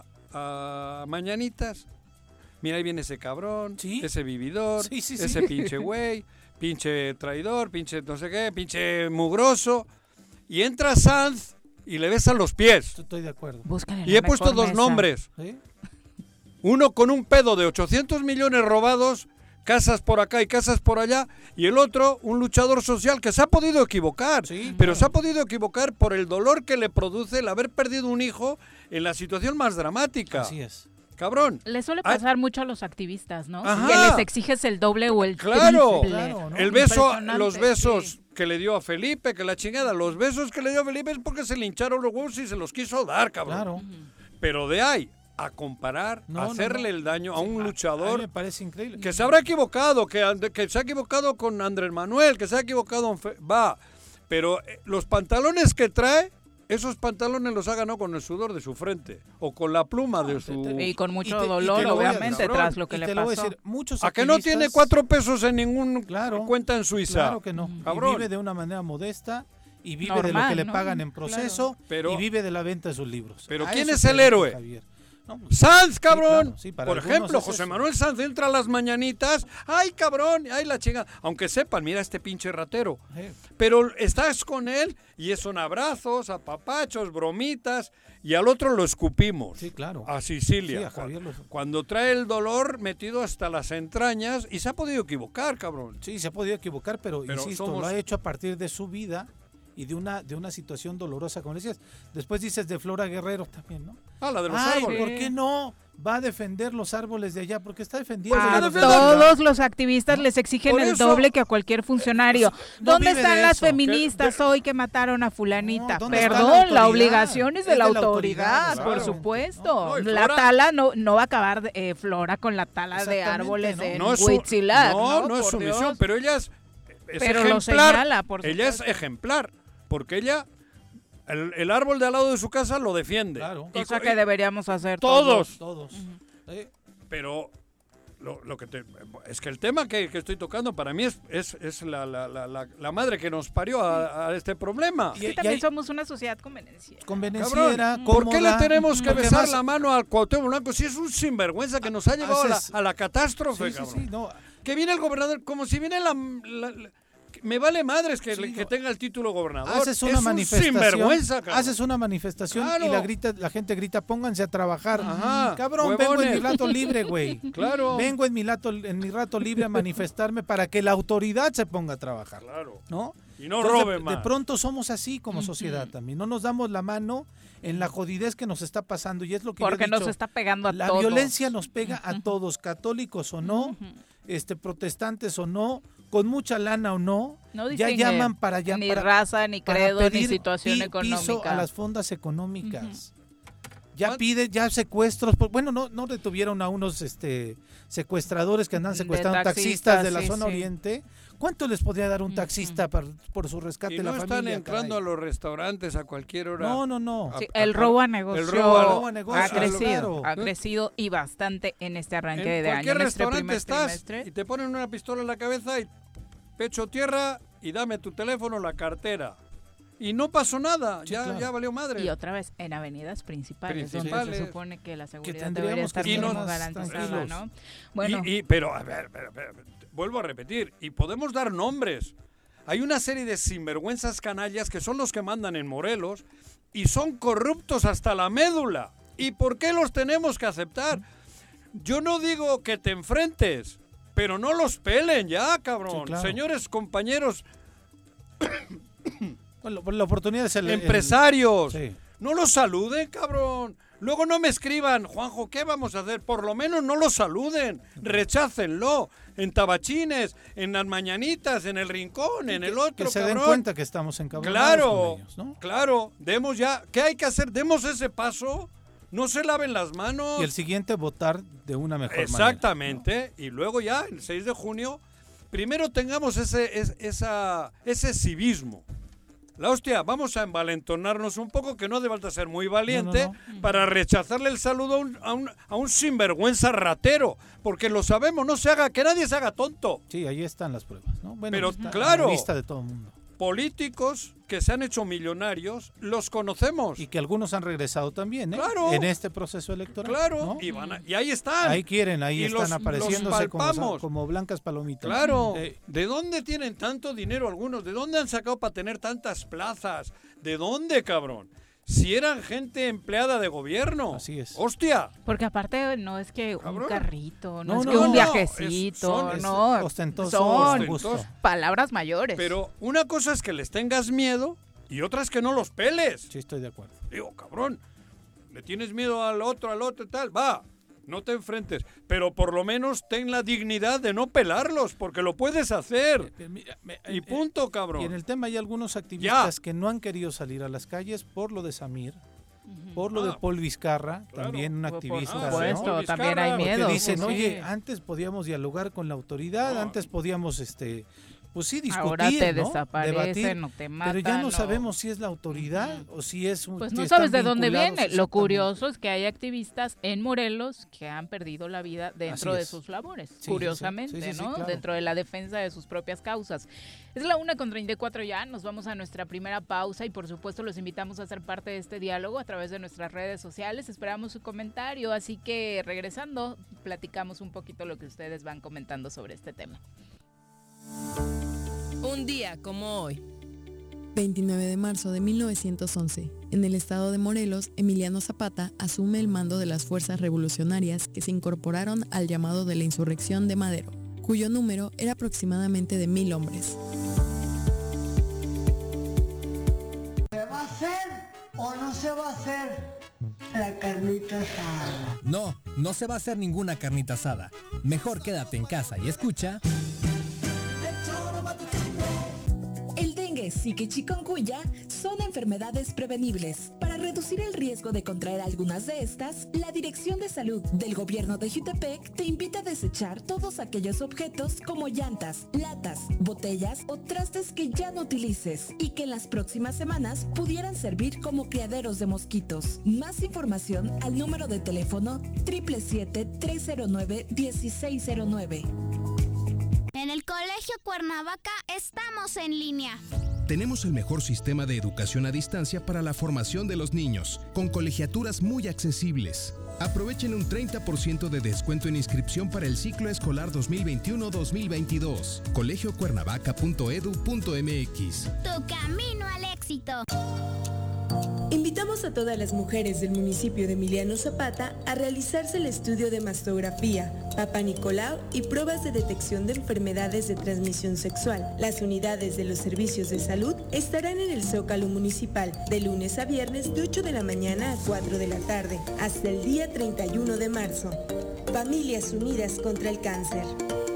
a Mañanitas, mira, ahí viene ese cabrón, ¿Sí? ese vividor, sí, sí, ese sí. pinche güey, pinche traidor, pinche no sé qué, pinche mugroso, y entra Sanz y le besan los pies. Estoy de acuerdo. Búscale y he puesto dos mesa. nombres. ¿Sí? Uno con un pedo de ochocientos millones robados, casas por acá y casas por allá, y el otro, un luchador social que se ha podido equivocar, sí, pero claro. se ha podido equivocar por el dolor que le produce el haber perdido un hijo en la situación más dramática. Así es. Cabrón. Le suele pasar ah, mucho a los activistas, ¿no? Ajá. Que les exiges el doble o el claro, triple. Claro, ¿no? El beso, los besos sí. que le dio a Felipe, que la chingada, los besos que le dio a Felipe es porque se le hincharon los huevos y se los quiso dar, cabrón. Claro. Pero de ahí a comparar, no, a hacerle no, no. el daño a sí, un a, luchador a mí me parece increíble. Que se habrá equivocado, que, que se ha equivocado con Andrés Manuel, que se ha equivocado, en fe, va, pero eh, los pantalones que trae, esos pantalones los ha ganado con el sudor de su frente o con la pluma no, de su... Te, te, y con mucho y te, dolor, y te obviamente, tras lo que y le te pasó. Lo voy a decir, muchos ¿A que no tiene cuatro pesos en ningún claro, cuenta en Suiza? Claro que no. Cabrón. Y vive de una manera modesta y vive normal, de lo que le ¿no? pagan en proceso claro. pero, y vive de la venta de sus libros. Pero a ¿quién eso es el héroe? Javier. No, pues, Sanz, cabrón. Sí, claro, sí, por ejemplo, José eso. Manuel Sanz entra a las mañanitas. ¡Ay, cabrón! ¡Ay, la chinga! Aunque sepan, mira este pinche ratero. Sí. Pero estás con él y son abrazos, apapachos, bromitas. Y al otro lo escupimos. Sí, claro. A Sicilia. Sí, a Javier lo... Cuando trae el dolor metido hasta las entrañas y se ha podido equivocar, cabrón. Sí, se ha podido equivocar, pero, pero insisto, somos... lo ha hecho a partir de su vida y de una de una situación dolorosa, como decías. Después dices de Flora Guerrero también, ¿no? Ah, la de los Ay, árboles. ¿por qué no va a defender los árboles de allá? Porque está defendiendo. A los todos los activistas ¿no? les exigen Por el eso, doble que a cualquier funcionario. no ¿Dónde están las eso? feministas hoy que mataron a fulanita? No, Perdón, la, la obligación es de, es la, de la autoridad, autoridad, por claro. supuesto. No, no, la Flora, tala no, no va a acabar de, eh, Flora con la tala de árboles ¿no? en no es su, Huitzilac. No, no, no es su Dios. misión, pero ella es, es pero ejemplar. Lo señala, por ella es ejemplar, porque ella... El, el árbol de al lado de su casa lo defiende. Claro. Cosa y, que deberíamos hacer todos. Todos. todos. Uh-huh. ¿Sí? Pero lo, lo que te, es que el tema que, que estoy tocando para mí es, es, es la, la, la, la, la madre que nos parió a, a este problema. Es que también hay, somos una sociedad convenenciera. Convenenciera, Cabrón, ¿por qué le tenemos que besar más... la mano al Cuauhtémoc Blanco si es un sinvergüenza que nos ha llevado haces... a, la, a la catástrofe, sí, cabrón? Sí, sí, no. Que viene el gobernador, como si viene la... la, la me vale madres que, sí, que no. tenga el título gobernador. Haces una es manifestación, un sinvergüenza, cabrón. Haces una manifestación claro. y la grita, la gente grita, pónganse a trabajar. Ajá, cabrón, huevones. vengo en mi rato libre, güey. Claro. Vengo en mi rato, en mi rato libre a manifestarme para que la autoridad se ponga a trabajar. Claro. ¿No? Y no robe más. De pronto somos así como sociedad también. No nos damos la mano en la jodidez que nos está pasando y es lo que Porque yo he dicho, nos está pegando a la todos. La violencia nos pega a todos, católicos o no, este protestantes o no, con mucha lana o no, no ya llaman para allá ni para, raza, ni credo, pedir ni situación pi, económica. Piso a las fondas económicas. Uh-huh. Ya piden ya secuestros, bueno, no no detuvieron a unos este secuestradores que andan secuestrando de taxistas, taxistas de la sí, zona sí. oriente. ¿Cuánto les podría dar un taxista uh-huh. por, por su rescate y de no la están familia? entrando caray. a los restaurantes a cualquier hora. No, no, no. Sí, a, el robo a negocio, el robo a, robo a negocio ha crecido, claro. ha crecido y bastante en este arranque en de año. En cualquier restaurante este estás y te ponen una pistola en la cabeza y pecho tierra y dame tu teléfono, la cartera. Y no pasó nada, sí, ya, claro. ya valió madre. Y otra vez en avenidas principales, principales donde se supone que la seguridad que debería estar y no, garantizada, ¿no? Bueno. Y, y, pero, a ver, a ver, a ver, vuelvo a repetir, y podemos dar nombres. Hay una serie de sinvergüenzas canallas que son los que mandan en Morelos y son corruptos hasta la médula. ¿Y por qué los tenemos que aceptar? Yo no digo que te enfrentes, pero no los pelen ya, cabrón. Sí, claro. Señores compañeros... Bueno, la oportunidad es el... Empresarios. El... Sí. No los saluden, cabrón. Luego no me escriban, Juanjo, ¿qué vamos a hacer? Por lo menos no los saluden. Rechácenlo. En tabachines, en las mañanitas, en el rincón, en que, el otro, que se cabrón. den cuenta que estamos encabronados claro, con ellos, ¿no? Claro, demos ya. ¿Qué hay que hacer? Demos ese paso. No se laven las manos. Y el siguiente, votar de una mejor Exactamente. manera. ¿No? Y luego ya, el seis de junio, primero tengamos ese, es, esa, ese civismo. La hostia, vamos a envalentonarnos un poco, que no hace falta ser muy valiente, no, no, no. para rechazarle el saludo a un, a, un, a un sinvergüenza ratero, porque lo sabemos, no se haga, que nadie se haga tonto. Sí, ahí están las pruebas, ¿no? Bueno, pero está claro, a la vista de todo el mundo. Políticos que se han hecho millonarios, los conocemos. Y que algunos han regresado también, ¿eh? Claro. En este proceso electoral. Claro, ¿no? y, van a, y ahí están. Ahí quieren, ahí y están los, apareciéndose los como, como blancas palomitas. Claro. Eh, ¿De dónde tienen tanto dinero algunos? ¿De dónde han sacado para tener tantas plazas? ¿De dónde, cabrón? Si eran gente empleada de gobierno. Así es. ¡Hostia! Porque aparte no es que Cabrón. un carrito, no, No, es no, que un no, viajecito, es- son- no. es ostentoso, son ostentoso. palabras mayores. Pero una cosa es que les tengas miedo y otra es que no los peles. Sí, estoy de acuerdo. Digo, cabrón, le tienes miedo al otro, al otro y tal. Va, no te enfrentes. Pero por lo menos ten la dignidad de no pelarlos, porque lo puedes hacer. Eh, mira, me- Y eh, punto, cabrón. Y en el tema hay algunos activistas Ya. que no han querido salir a las calles por lo de Samir, Ujú. por lo Ah. de Paul Vizcarra, Claro. también un Por activista. Ah, supuesto, ¿no? ¿no? también hay Porque miedo. Que dicen, pues, oye, sí. antes podíamos dialogar con la autoridad, No. antes podíamos, este, pues sí, discutir, Ahora te ¿no? desaparecen Debatir, o te matan. pero ya no o- sabemos si es la autoridad o si es un... Pues si no están sabes de dónde vinculados, viene. Lo exactamente. curioso es que hay activistas en Morelos que han perdido la vida dentro Así de es. sus labores, sí, curiosamente, sí, sí, sí, ¿no? claro. Dentro de la defensa de sus propias causas. Es la una con treinta y cuatro ya, nos vamos a nuestra primera pausa y por supuesto los invitamos a ser parte de este diálogo a través de nuestras redes sociales. Esperamos su comentario, así que regresando, platicamos un poquito lo que ustedes van comentando sobre este tema. Un día como hoy. veintinueve de marzo de mil novecientos once, en el estado de Morelos, Emiliano Zapata asume el mando de las fuerzas revolucionarias que se incorporaron al llamado de la insurrección de Madero, cuyo número era aproximadamente de mil hombres. ¿Se va a hacer o no se va a hacer la carnita asada? No, no se va a hacer ninguna carnita asada. Mejor quédate en casa y escucha. El dengue dengue, zika y chikungunya son enfermedades prevenibles. Para reducir el riesgo de contraer algunas de estas, la Dirección de Salud del Gobierno de Jutepec te invita a desechar todos aquellos objetos como llantas, latas, botellas o trastes que ya no utilices y que en las próximas semanas pudieran servir como criaderos de mosquitos. Más información al número de teléfono siete siete siete, tres cero nueve, uno seis cero nueve. En el Colegio Cuernavaca estamos en línea. Tenemos el mejor sistema de educación a distancia para la formación de los niños, con colegiaturas muy accesibles. Aprovechen un treinta por ciento de descuento en inscripción para el ciclo escolar dos mil veintiuno dos mil veintidós. colegio cuernavaca punto edu punto m x. Tu camino al éxito. Invitamos a todas las mujeres del municipio de Emiliano Zapata a realizarse el estudio de mastografía, Papa Nicolau y pruebas de detección de enfermedades de transmisión sexual. Las unidades de los servicios de salud estarán en el Zócalo Municipal de lunes a viernes de ocho de la mañana a cuatro de la tarde, hasta el día treinta y uno de marzo. Familias Unidas contra el Cáncer.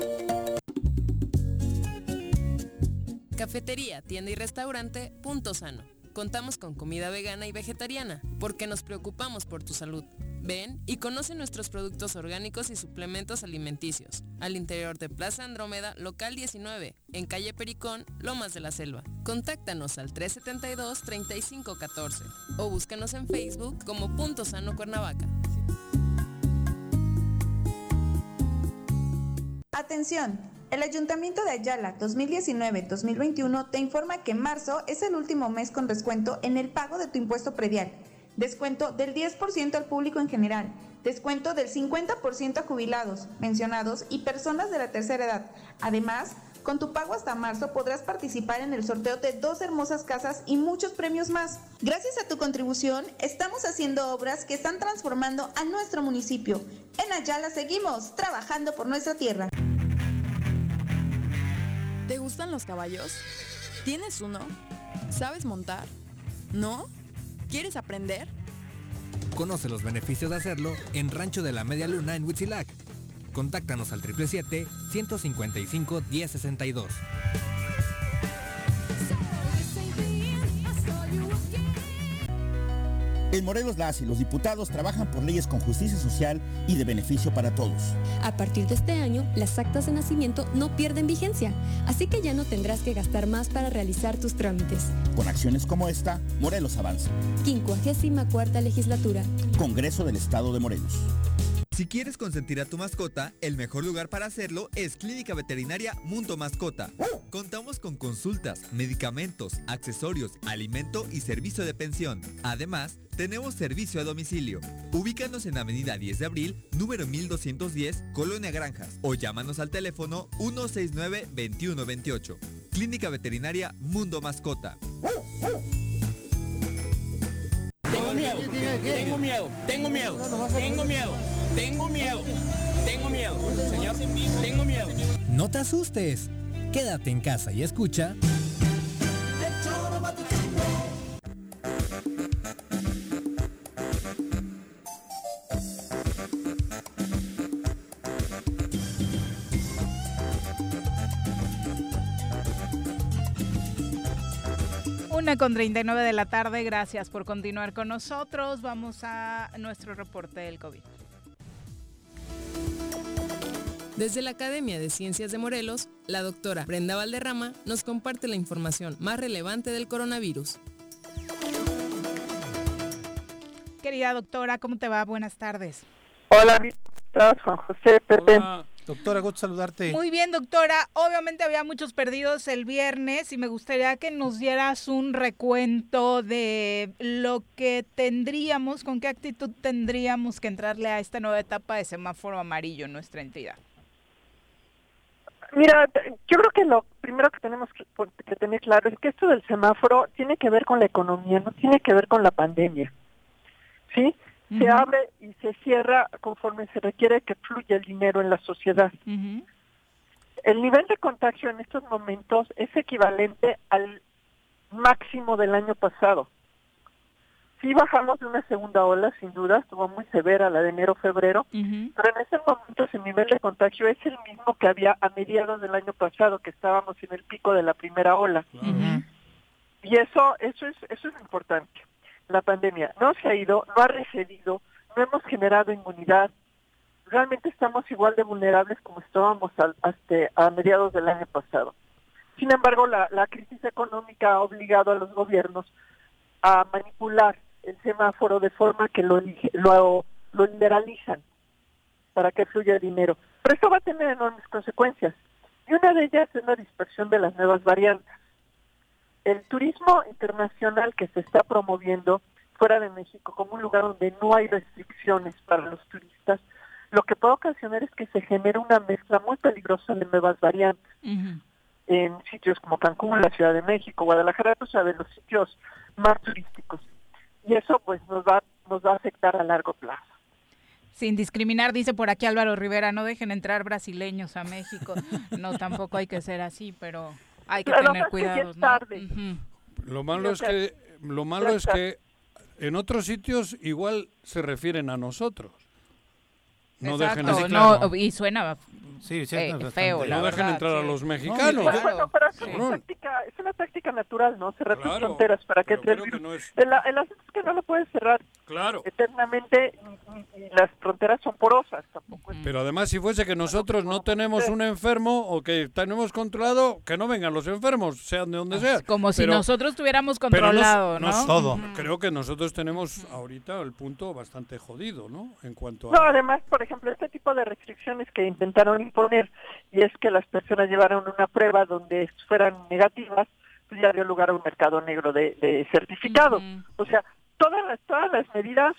Cafetería, tienda y restaurante Punto Sano. Contamos con comida vegana y vegetariana, porque nos preocupamos por tu salud. Ven y conoce nuestros productos orgánicos y suplementos alimenticios, al interior de Plaza Andrómeda, local diecinueve, en calle Pericón, Lomas de la Selva. Contáctanos al tres setenta y dos, treinta y cinco catorce o búscanos en Facebook como Punto Sano Cuernavaca. Atención, el Ayuntamiento de Ayala dos mil diecinueve dos mil veintiuno te informa que marzo es el último mes con descuento en el pago de tu impuesto predial, descuento del diez por ciento al público en general, descuento del cincuenta por ciento a jubilados, pensionados y personas de la tercera edad. Además, con tu pago hasta marzo podrás participar en el sorteo de dos hermosas casas y muchos premios más. Gracias a tu contribución, estamos haciendo obras que están transformando a nuestro municipio. En Ayala seguimos trabajando por nuestra tierra. ¿Te gustan los caballos? ¿Tienes uno? ¿Sabes montar? ¿No? ¿Quieres aprender? Conoce los beneficios de hacerlo en Rancho de la Media Luna en Huitzilac. Contáctanos al siete siete siete, ciento cincuenta y cinco, diez sesenta y dos. En Morelos, las y los diputados trabajan por leyes con justicia social y de beneficio para todos. A partir de este año, las actas de nacimiento no pierden vigencia, así que ya no tendrás que gastar más para realizar tus trámites. Con acciones como esta, Morelos avanza. quincuagésima cuarta legislatura. Congreso del Estado de Morelos. Si quieres consentir a tu mascota, el mejor lugar para hacerlo es Clínica Veterinaria Mundo Mascota. Contamos con consultas, medicamentos, accesorios, alimento y servicio de pensión. Además, tenemos servicio a domicilio. Ubícanos en Avenida diez de abril, número mil doscientos diez, Colonia Granjas, o llámanos al teléfono uno seis nueve, veintiuno veintiocho. Clínica Veterinaria Mundo Mascota. Tengo miedo, tengo miedo, tengo miedo, tengo miedo, tengo miedo, tengo miedo, señor, tengo miedo. No te asustes, quédate en casa y escucha. Una con treinta y nueve de la tarde, gracias por continuar con nosotros. Vamos a nuestro reporte del COVID. Desde la Academia de Ciencias de Morelos, la doctora Brenda Valderrama nos comparte la información más relevante del coronavirus. Querida doctora, ¿cómo te va? Buenas tardes. Hola, ¿estás Juan José, Pepe? Hola. Doctora, gusto saludarte. Muy bien, doctora. Obviamente había muchos perdidos el viernes y me gustaría que nos dieras un recuento de lo que tendríamos, con qué actitud tendríamos que entrarle a esta nueva etapa de semáforo amarillo en nuestra entidad. Mira, yo creo que lo primero que tenemos que, que tener claro es que esto del semáforo tiene que ver con la economía, no tiene que ver con la pandemia, ¿sí? Se uh-huh. abre y se cierra conforme se requiere que fluya el dinero en la sociedad. Uh-huh. El nivel de contagio en estos momentos es equivalente al máximo del año pasado. Sí bajamos de una segunda ola, sin duda, estuvo muy severa la de enero-febrero, uh-huh. pero en ese momento el nivel de contagio es el mismo que había a mediados del año pasado, que estábamos en el pico de la primera ola. Uh-huh. Y eso, eso es, eso es importante. La pandemia no se ha ido, no ha recedido, no hemos generado inmunidad. Realmente estamos igual de vulnerables como estábamos al, hasta a mediados del año pasado. Sin embargo, la, la crisis económica ha obligado a los gobiernos a manipular el semáforo de forma que lo, lo, lo liberalizan para que fluya el dinero. Pero esto va a tener enormes consecuencias. Y una de ellas es la dispersión de las nuevas variantes. El turismo internacional que se está promoviendo fuera de México como un lugar donde no hay restricciones para los turistas, lo que puede ocasionar es que se genere una mezcla muy peligrosa de nuevas variantes. Uh-huh. En sitios como Cancún, la Ciudad de México, Guadalajara, tú sabes, los sitios más turísticos. Y eso pues nos va, nos va a afectar a largo plazo. Sin discriminar, dice por aquí Álvaro Rivera, no dejen entrar brasileños a México. No, tampoco hay que ser así, pero hay que claro, tener cuidado. Es tarde. ¿No? Uh-huh. Lo malo es que lo malo es que en otros sitios igual se refieren a nosotros. No Exacto, dejen así, no, claro. Y suena sí, sí, eh, feo. No dejen verdad, entrar sí. a los mexicanos. No, claro. Bueno, pero es, una táctica, es una táctica natural, ¿no? Cerrar tus claro, fronteras para que entre el virus. No es... el, el asunto es que no lo puedes cerrar claro. eternamente y, y las fronteras son porosas tampoco. Mm. Pero además, si fuese que nosotros no tenemos un enfermo o que tenemos controlado, que no vengan los enfermos, sean de donde sea. Como pero, si nosotros tuviéramos controlado, nos, ¿no? Nos, todo. Creo que nosotros tenemos ahorita el punto bastante jodido, ¿no? En cuanto a... No, además, por ejemplo, este tipo de restricciones que intentaron imponer, y es que las personas llevaron una prueba donde fueran negativas, pues ya dio lugar a un mercado negro de, de certificados. Uh-huh. O sea, todas las, todas las medidas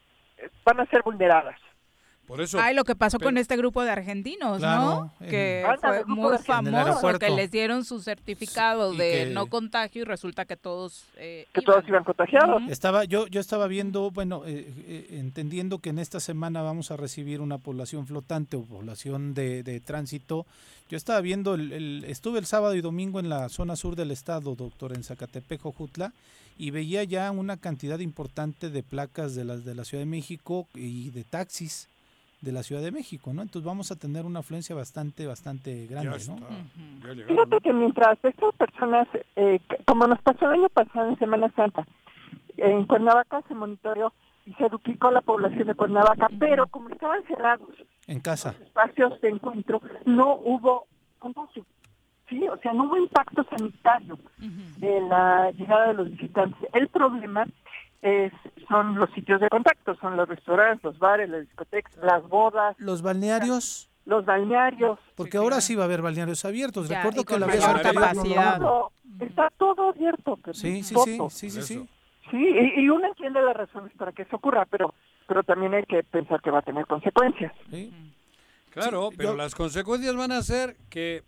van a ser vulneradas. Por eso, Ay, lo que pasó pero, con este grupo de argentinos, claro, ¿no? Que en, fue muy famoso, que les dieron su certificado sí, de que, no contagio y resulta que todos eh, que iban. todos iban contagiados. Uh-huh. Estaba yo yo estaba viendo, bueno, eh, eh, entendiendo que en esta semana vamos a recibir una población flotante o población de, de tránsito. Yo estaba viendo, el, el, estuve el sábado y domingo en la zona sur del estado, doctor, en Zacatepec, Jojutla, y veía ya una cantidad importante de placas de las de la Ciudad de México y de taxis de la Ciudad de México, ¿no? Entonces vamos a tener una afluencia bastante, bastante grande, ya ¿no? Uh-huh. Ya llegaron, Fíjate ¿no? que mientras estas personas, eh, como nos pasó el año pasado en Semana Santa, en Cuernavaca se monitoreó y se duplicó la población de Cuernavaca, uh-huh. pero como estaban cerrados en casa, los espacios de encuentro, no hubo contagio, ¿sí? O sea, no hubo impacto sanitario uh-huh. de la llegada de los visitantes. El problema Es, son los sitios de contacto, son los restaurantes, los bares, las discotecas, las bodas. ¿Los balnearios? Los balnearios. Porque sí, ahora claro. sí va a haber balnearios abiertos. Ya, Recuerdo que la vez anterior todo, está todo abierto. Sí, sí, todo. sí, sí, sí, sí. Sí, y, y uno entiende las razones para que eso ocurra, pero pero también hay que pensar que va a tener consecuencias. ¿Sí? Claro, sí, pero yo... las consecuencias van a ser que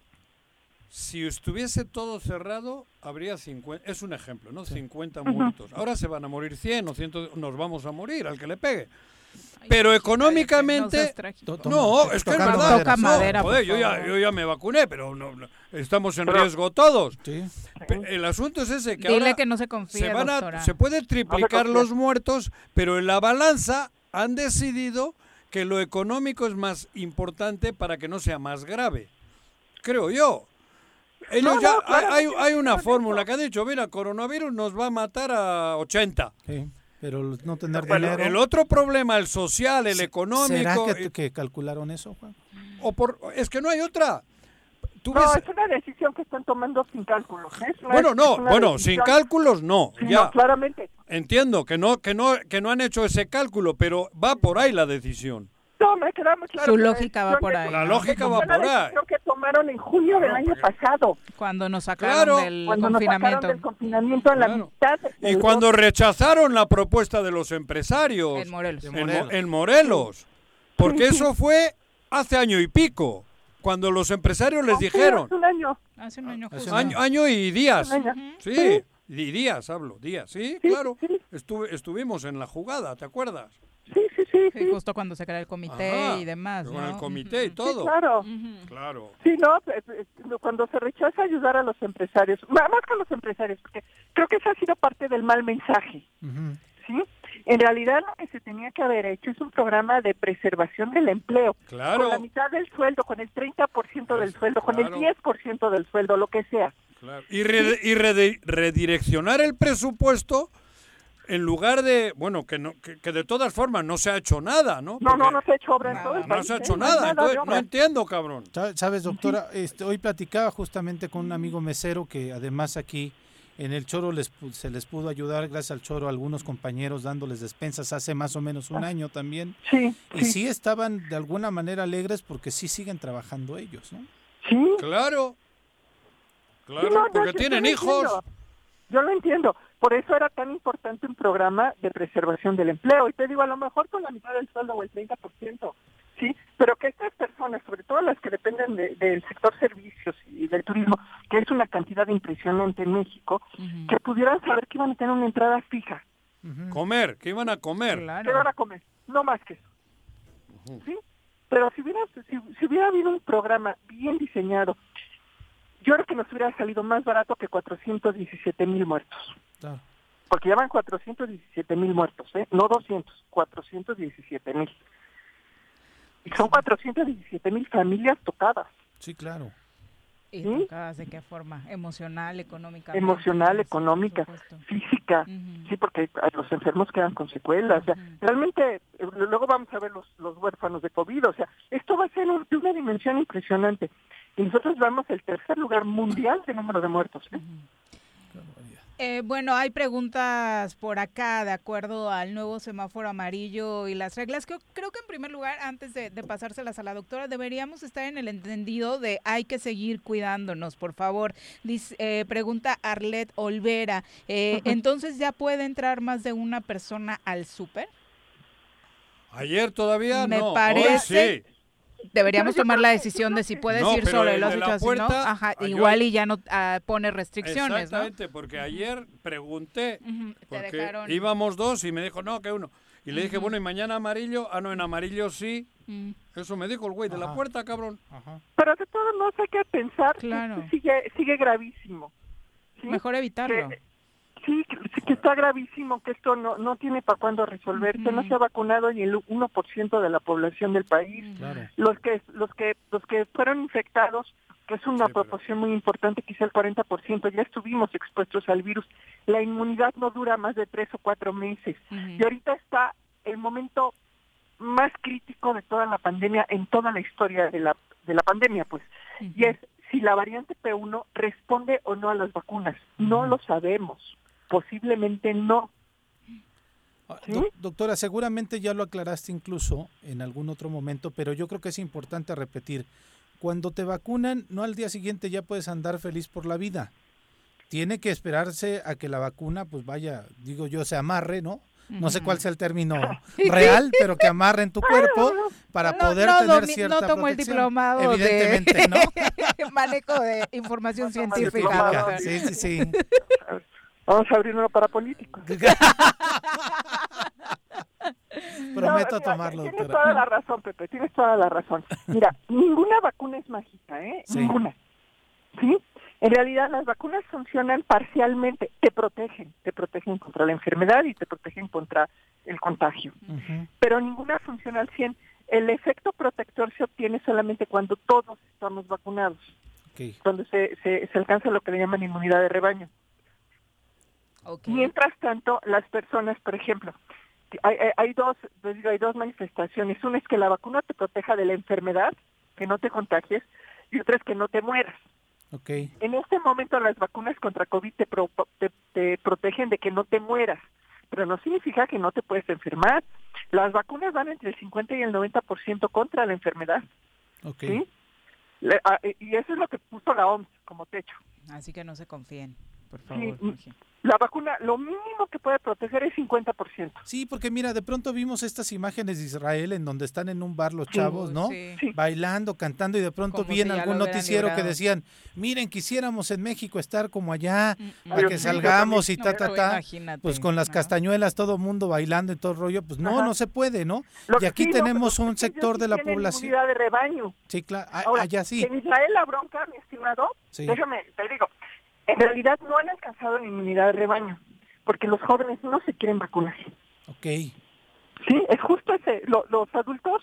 si estuviese todo cerrado, habría cincuenta, es un ejemplo, ¿no? Sí. cincuenta muertos. Uh-huh. Ahora se van a morir cien o ciento, nos vamos a morir al que le pegue. Pero Ay, económicamente, no, no, es que es verdad. Toca madera, no, joder, yo ya, yo ya me vacuné, pero no, no, estamos en pero, riesgo todos. Sí. El asunto es ese, que Dile ahora que no se confía, se, van a, se puede triplicar no los muertos, pero en la balanza han decidido que lo económico es más importante para que no sea más grave. Creo yo. Ellos no, ya, no, claro, hay, hay, hay una fórmula que ha dicho, mira, coronavirus nos va a matar a ochenta. Sí, pero no tener bueno, dinero. El otro problema, el social, el económico. ¿Será que, que calcularon eso, Juan? O por, es que no hay otra. ¿Tú no, ves? Es una decisión que están tomando sin cálculos. ¿eh? No bueno, es, no, es bueno, decisión... sin cálculos no, sí, ya. No, claramente. Entiendo que no, que no, que no han hecho ese cálculo, pero va por ahí la decisión. No, me queda muy claro. Su lógica va por ahí. La lógica va por ahí. Creo que tomaron en junio del año pasado. Cuando nos sacaron claro, del cuando confinamiento. Nos sacaron del confinamiento a la claro. mitad. Y cuando dos. rechazaron la propuesta de los empresarios. En Morelos. En, en, en Morelos. Sí. Porque sí, sí. eso fue hace año y pico. Cuando los empresarios les hace, dijeron. Hace un año. Hace un año. Hace año, año y días. Año. Sí. sí. Y días, hablo. Días. Sí, sí claro. Sí. Estuve, estuvimos en la jugada, ¿te acuerdas? Sí, sí, sí, sí. Justo cuando se crea el comité Ajá, y demás, con ¿no? el comité y todo. Sí, claro. Uh-huh. Claro. Sí, no, cuando se rechaza ayudar a los empresarios, más que a los empresarios, porque creo que esa ha sido parte del mal mensaje, uh-huh. ¿sí? En realidad lo que se tenía que haber hecho es un programa de preservación del empleo. Claro. Con la mitad del sueldo, con el treinta por ciento del sueldo, claro. con el diez por ciento del sueldo, lo que sea. Claro. Y, re, y re, redireccionar el presupuesto en lugar de, bueno, que, no, que, que de todas formas no se ha hecho nada, ¿no? No, no, no se ha hecho obra en todo el país. No se ha hecho ¿eh? nada, nada entonces no entiendo, cabrón. Sabes, doctora, este, hoy platicaba justamente con un amigo mesero que además aquí en el Choro les, se les pudo ayudar, gracias al Choro, a algunos compañeros dándoles despensas hace más o menos un año también. Sí. Y sí, sí estaban de alguna manera alegres porque sí siguen trabajando ellos, ¿no? Sí. Claro. Claro, sí, no, porque yo, tienen yo hijos. Entiendo. Yo lo entiendo. Por eso era tan importante un programa de preservación del empleo. Y te digo, a lo mejor con la mitad del sueldo o el treinta por ciento, ¿sí? Pero que estas personas, sobre todo las que dependen de, del sector servicios y del turismo, que es una cantidad impresionante en México, uh-huh. que pudieran saber que iban a tener una entrada fija. Uh-huh. Comer, que iban a comer. Claro. Que iban a comer, no más que eso. Uh-huh. ¿Sí? Pero si hubiera, si, si hubiera habido un programa bien diseñado, yo creo que nos hubiera salido más barato que cuatrocientos diecisiete mil muertos. Claro. Porque ya van cuatrocientos diecisiete mil muertos, ¿eh? No doscientos, cuatrocientos diecisiete mil. Y son cuatrocientos diecisiete mil familias tocadas. Sí, claro. ¿Y ¿sí? tocadas de qué forma? ¿Emocional, económica? Emocional, económica, física. Uh-huh. Sí, porque los enfermos quedan con secuelas. Uh-huh. O sea, realmente, luego vamos a ver los, los huérfanos de COVID. O sea, esto va a ser un, de una dimensión impresionante. Y nosotros vamos el tercer lugar mundial de número de muertos. ¿eh? Uh-huh. Eh, bueno, hay preguntas por acá de acuerdo al nuevo semáforo amarillo y las reglas. Creo, creo que en primer lugar, antes de, de pasárselas a la doctora, deberíamos estar en el entendido de hay que seguir cuidándonos, por favor. Dice, eh, pregunta Arlet Olvera, eh, uh-huh. ¿entonces ya puede entrar más de una persona al súper? Ayer todavía Me no, parece... hoy sí. Deberíamos tomar la decisión de si puedes no, ir solo, lo has de dicho así, puerta, ¿no? Ajá, yo, igual y ya no uh, pone restricciones, exactamente, ¿no? porque ayer pregunté, uh-huh, porque dejaron... íbamos dos y me dijo, no, que uno. Y le uh-huh. dije, bueno, ¿y mañana amarillo? Ah, no, en amarillo sí. Uh-huh. Eso me dijo el güey de la puerta, cabrón. Ajá. Pero de todos modos hay que pensar claro. que sigue, sigue gravísimo. ¿sí? Mejor evitarlo. Que, sí, que, que está gravísimo, que esto no no tiene para cuándo resolverse. Uh-huh. No se ha vacunado ni el uno por ciento de la población del país. Claro. Los que los que los que fueron infectados, que es una sí, proporción pero... muy importante, quizá el cuarenta por ciento, ya estuvimos expuestos al virus. La inmunidad no dura más de tres o cuatro meses. Uh-huh. Y ahorita está el momento más crítico de toda la pandemia, en toda la historia de la de la pandemia, pues. Uh-huh. Y es si la variante P uno responde o no a las vacunas. Uh-huh. No lo sabemos. Posiblemente no. ¿Sí? Do- doctora, seguramente ya lo aclaraste incluso en algún otro momento, pero yo creo que es importante repetir. Cuando te vacunan, no al día siguiente ya puedes andar feliz por la vida. Tiene que esperarse a que la vacuna, pues vaya, digo yo, se amarre, ¿no? No sé cuál sea el término real, pero que amarre en tu cuerpo para no, poder no, tener domi- cierta no tomo protección. el diplomado Evidentemente, de... ¿no? manejo de información no científica. Sí, sí, sí. Vamos a abrir uno para políticos. Prometo no, mira, tomarlo, tienes doctora. toda la razón, Pepe, tienes toda la razón. Mira, ninguna vacuna es mágica, ¿eh? Sí. Ninguna. ¿Sí? En realidad las vacunas funcionan parcialmente, te protegen, te protegen contra la enfermedad y te protegen contra el contagio. Uh-huh. Pero ninguna funciona al cien. El efecto protector se obtiene solamente cuando todos estamos vacunados. Okay. Cuando se, se, se alcanza lo que le llaman inmunidad de rebaño. Okay. Mientras tanto, las personas, por ejemplo, hay, hay, hay dos hay dos manifestaciones. Una es que la vacuna te proteja de la enfermedad, que no te contagies, y otra es que no te mueras. Okay. En este momento las vacunas contra COVID te, pro, te, te protegen de que no te mueras, pero no significa que no te puedes enfermar. Las vacunas van entre el cincuenta y el noventa por ciento contra la enfermedad. Okay. ¿Sí? Le, a, y eso es lo que puso la O M S como techo. Así que no se confíen, por favor. Sí, la vacuna, lo mínimo que puede proteger es cincuenta por ciento. Sí, porque mira, de pronto vimos estas imágenes de Israel en donde están en un bar los chavos, sí, ¿no? Sí. Bailando, cantando, y de pronto como vi en si algún noticiero que decían, miren, quisiéramos en México estar como allá, mm, para que salgamos y ta, ta, ta, pues con las ¿no? castañuelas, todo mundo bailando y todo el rollo, pues no, Ajá. no se puede, ¿no? Lo y aquí sí, tenemos no, un sector de la población. Inmunidad de rebaño. Sí, claro, Ahora, allá sí. En Israel la bronca, mi estimado, sí. déjame, te digo, en realidad no han alcanzado la inmunidad de rebaño, porque los jóvenes no se quieren vacunar. Ok. Sí, es justo ese. Lo, los adultos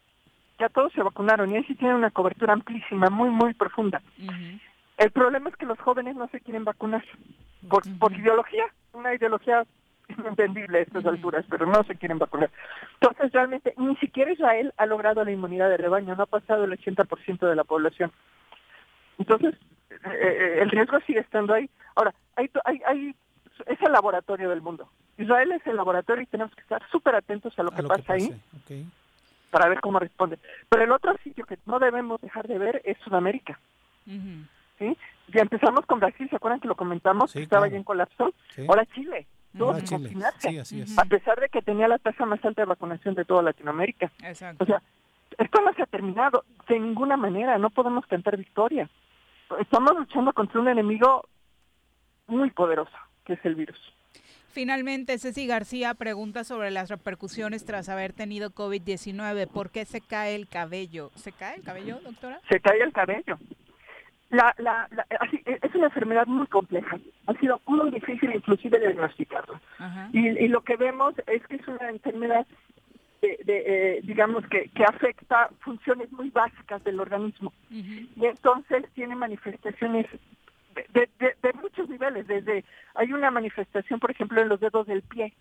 ya todos se vacunaron y ahí sí tienen una cobertura amplísima, muy, muy profunda. Uh-huh. El problema es que los jóvenes no se quieren vacunar por, uh-huh. por ideología, una ideología inentendible a estas uh-huh. alturas, pero no se quieren vacunar. Entonces, realmente, ni siquiera Israel ha logrado la inmunidad de rebaño, no ha pasado el ochenta por ciento de la población. Entonces, eh, el riesgo sigue estando ahí. Ahora, hay, hay, hay, es el laboratorio del mundo. Israel es el laboratorio y tenemos que estar súper atentos a lo, a que, lo pasa que pasa ahí okay. para ver cómo responde. Pero el otro sitio que no debemos dejar de ver es Sudamérica. Uh-huh. ¿Sí? Ya empezamos con Brasil, ¿se acuerdan que lo comentamos? Sí, que estaba claro. ya en colapso. Sí. Ahora Chile. Tuvo que confinarse, sí, así es. A pesar de que tenía la tasa más alta de vacunación de toda Latinoamérica. Exacto. O sea, esto no se ha terminado de ninguna manera, no podemos cantar victoria. Estamos luchando contra un enemigo muy poderoso, que es el virus. Finalmente, Ceci García pregunta sobre las repercusiones tras haber tenido COVID diecinueve. ¿Por qué se cae el cabello? ¿Se cae el cabello, doctora? Se cae el cabello. La, la, la, así, es una enfermedad muy compleja. Ha sido muy difícil inclusive diagnosticarla. Y, y lo que vemos es que es una enfermedad, de, de, eh, digamos, que, que afecta funciones muy básicas del organismo. Uh-huh. Y entonces tiene manifestaciones de, de, de, de muchos niveles. Desde hay una manifestación, por ejemplo, en los dedos del pie.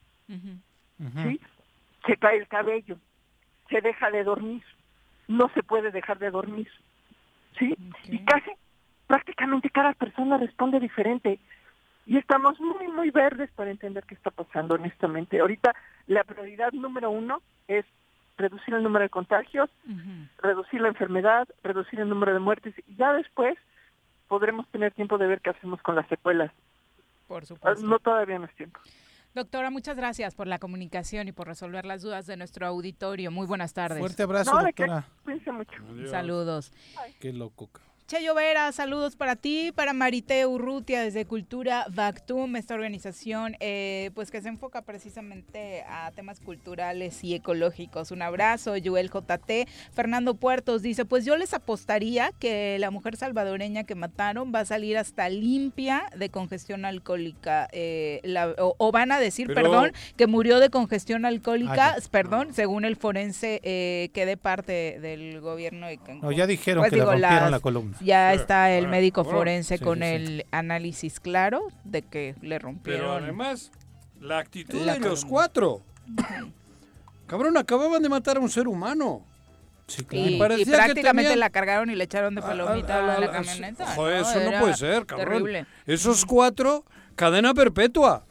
Uh-huh. ¿Sí? Se cae el cabello, se deja de dormir, no se puede dejar de dormir. Sí, okay. Y casi, prácticamente cada persona responde diferente. Y estamos muy, muy verdes para entender qué está pasando, honestamente. Ahorita la prioridad número uno es reducir el número de contagios, uh-huh. reducir la enfermedad, reducir el número de muertes. Y ya después podremos tener tiempo de ver qué hacemos con las secuelas. Por supuesto. No, todavía no es tiempo. Doctora, muchas gracias por la comunicación y por resolver las dudas de nuestro auditorio. Muy buenas tardes. Fuerte abrazo, no, doctora. Cuídense mucho. Adiós. Saludos. Ay. Qué loco, cabrón. Cheyo Vera, saludos para ti, para Marité Urrutia desde Cultura Vactum, esta organización eh, pues que se enfoca precisamente a temas culturales y ecológicos. Un abrazo. Joel J T. Fernando Puertos dice, pues yo les apostaría que la mujer salvadoreña que mataron va a salir hasta limpia de congestión alcohólica, eh, la, o, o van a decir, Pero... perdón, que murió de congestión alcohólica, ah, perdón, no. según el forense eh, que de parte del gobierno de Cancún. No, ya dijeron pues que digo, le rompieron las, la columna. Ya está el médico forense sí, con sí, el sí. análisis claro de que le rompieron. Pero además, la actitud la de columna. los cuatro. Cabrón, acababan de matar a un ser humano. Sí, claro. Y, y prácticamente tenían... la cargaron y le echaron de palomita a, a, a, a la camioneta. Joder, ¿no? eso Era no puede ser, cabrón. Terrible. Esos cuatro, cadena perpetua.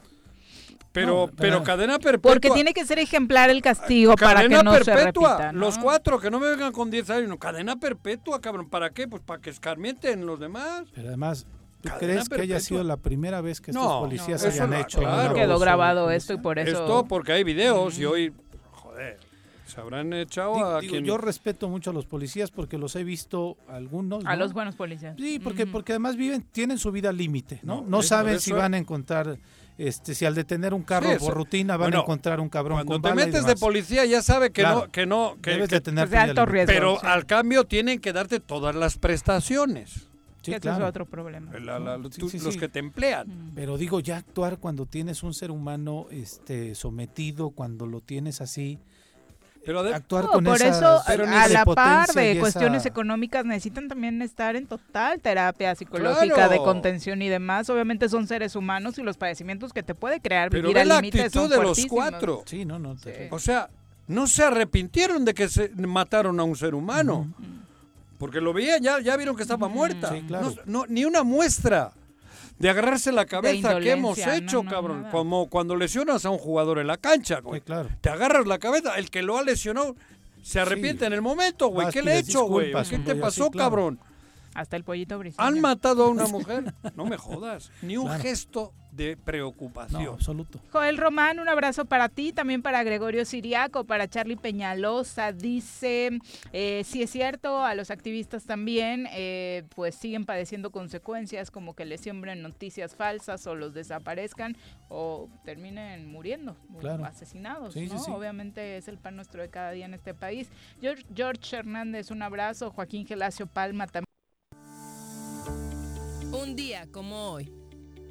Pero, no, pero cadena perpetua. Porque tiene que ser ejemplar el castigo cadena para que no perpetua. se repita, ¿no? Los cuatro, que no me vengan con diez años. No, cadena perpetua, cabrón. ¿Para qué? Pues para que escarmienten los demás. Pero además, ¿tú cadena crees perpetua? que haya sido la primera vez que estos no, policías no, hayan no, hecho? Claro. Quedó grabado esto y por eso... Esto porque hay videos mm. y hoy... Joder... Se habrán echado digo, a digo, quien... Yo respeto mucho a los policías porque los he visto algunos. A ¿no? los buenos policías. Sí, porque, mm. porque además viven, tienen su vida límite, ¿no? No, no saben eso... si van a encontrar, este, si al detener un carro sí, por rutina van bueno, a encontrar un cabrón cuando con te bala metes de policía ya sabe que claro, no, que no, que, debes que, de tener de alto riesgo. Pero sí. al cambio tienen que darte todas las prestaciones. Sí, ese claro. es otro problema. La, la, la, sí, tú, sí, los sí. que te emplean. Mm. Pero digo, ya actuar cuando tienes un ser humano, este, sometido, cuando lo tienes así. Pero de, actuar no, con por esa, eso a la par de esa... cuestiones económicas necesitan también estar en total terapia psicológica claro. de contención y demás. Obviamente son seres humanos y los padecimientos que te puede crear pero vivir al Pero límite son de los fuertísimos. cuatro. Sí, no, no. Sí. O sea, no se arrepintieron de que se mataron a un ser humano. Uh-huh. Porque lo veían, ya, ya vieron que estaba uh-huh. muerta. Sí, claro. no, no, ni una muestra de agarrarse la cabeza que hemos hecho, no, no, cabrón. Nada. Como cuando lesionas a un jugador en la cancha, güey. Sí, claro. Te agarras la cabeza, el que lo ha lesionado se arrepiente sí. en el momento, güey. ¿Qué le he hecho, güey? ¿Qué te pasó, sí, claro. cabrón? Hasta el pollito briseño. ¿Han matado a una mujer? No me jodas. Ni un claro. gesto de preocupación. No, absoluto. Joel Román, un abrazo para ti, también para Gregorio Siriaco, para Charlie Peñalosa. Dice, eh, si es cierto, a los activistas también, eh, pues siguen padeciendo consecuencias como que les siembren noticias falsas o los desaparezcan o terminen muriendo, claro. o asesinados, sí, ¿no? Sí, sí. Obviamente es el pan nuestro de cada día en este país. George, George Hernández, un abrazo. Joaquín Gelacio Palma también. Un día como hoy.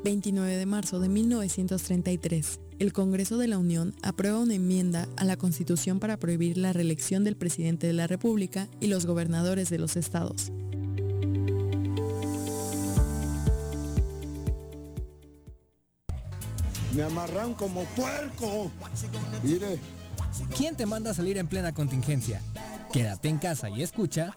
veintinueve de marzo de mil novecientos treinta y tres. El Congreso de la Unión aprueba una enmienda a la Constitución para prohibir la reelección del presidente de la República y los gobernadores de los estados. Me amarran como puerco. Mire. ¿Quién te manda a salir en plena contingencia? Quédate en casa y escucha.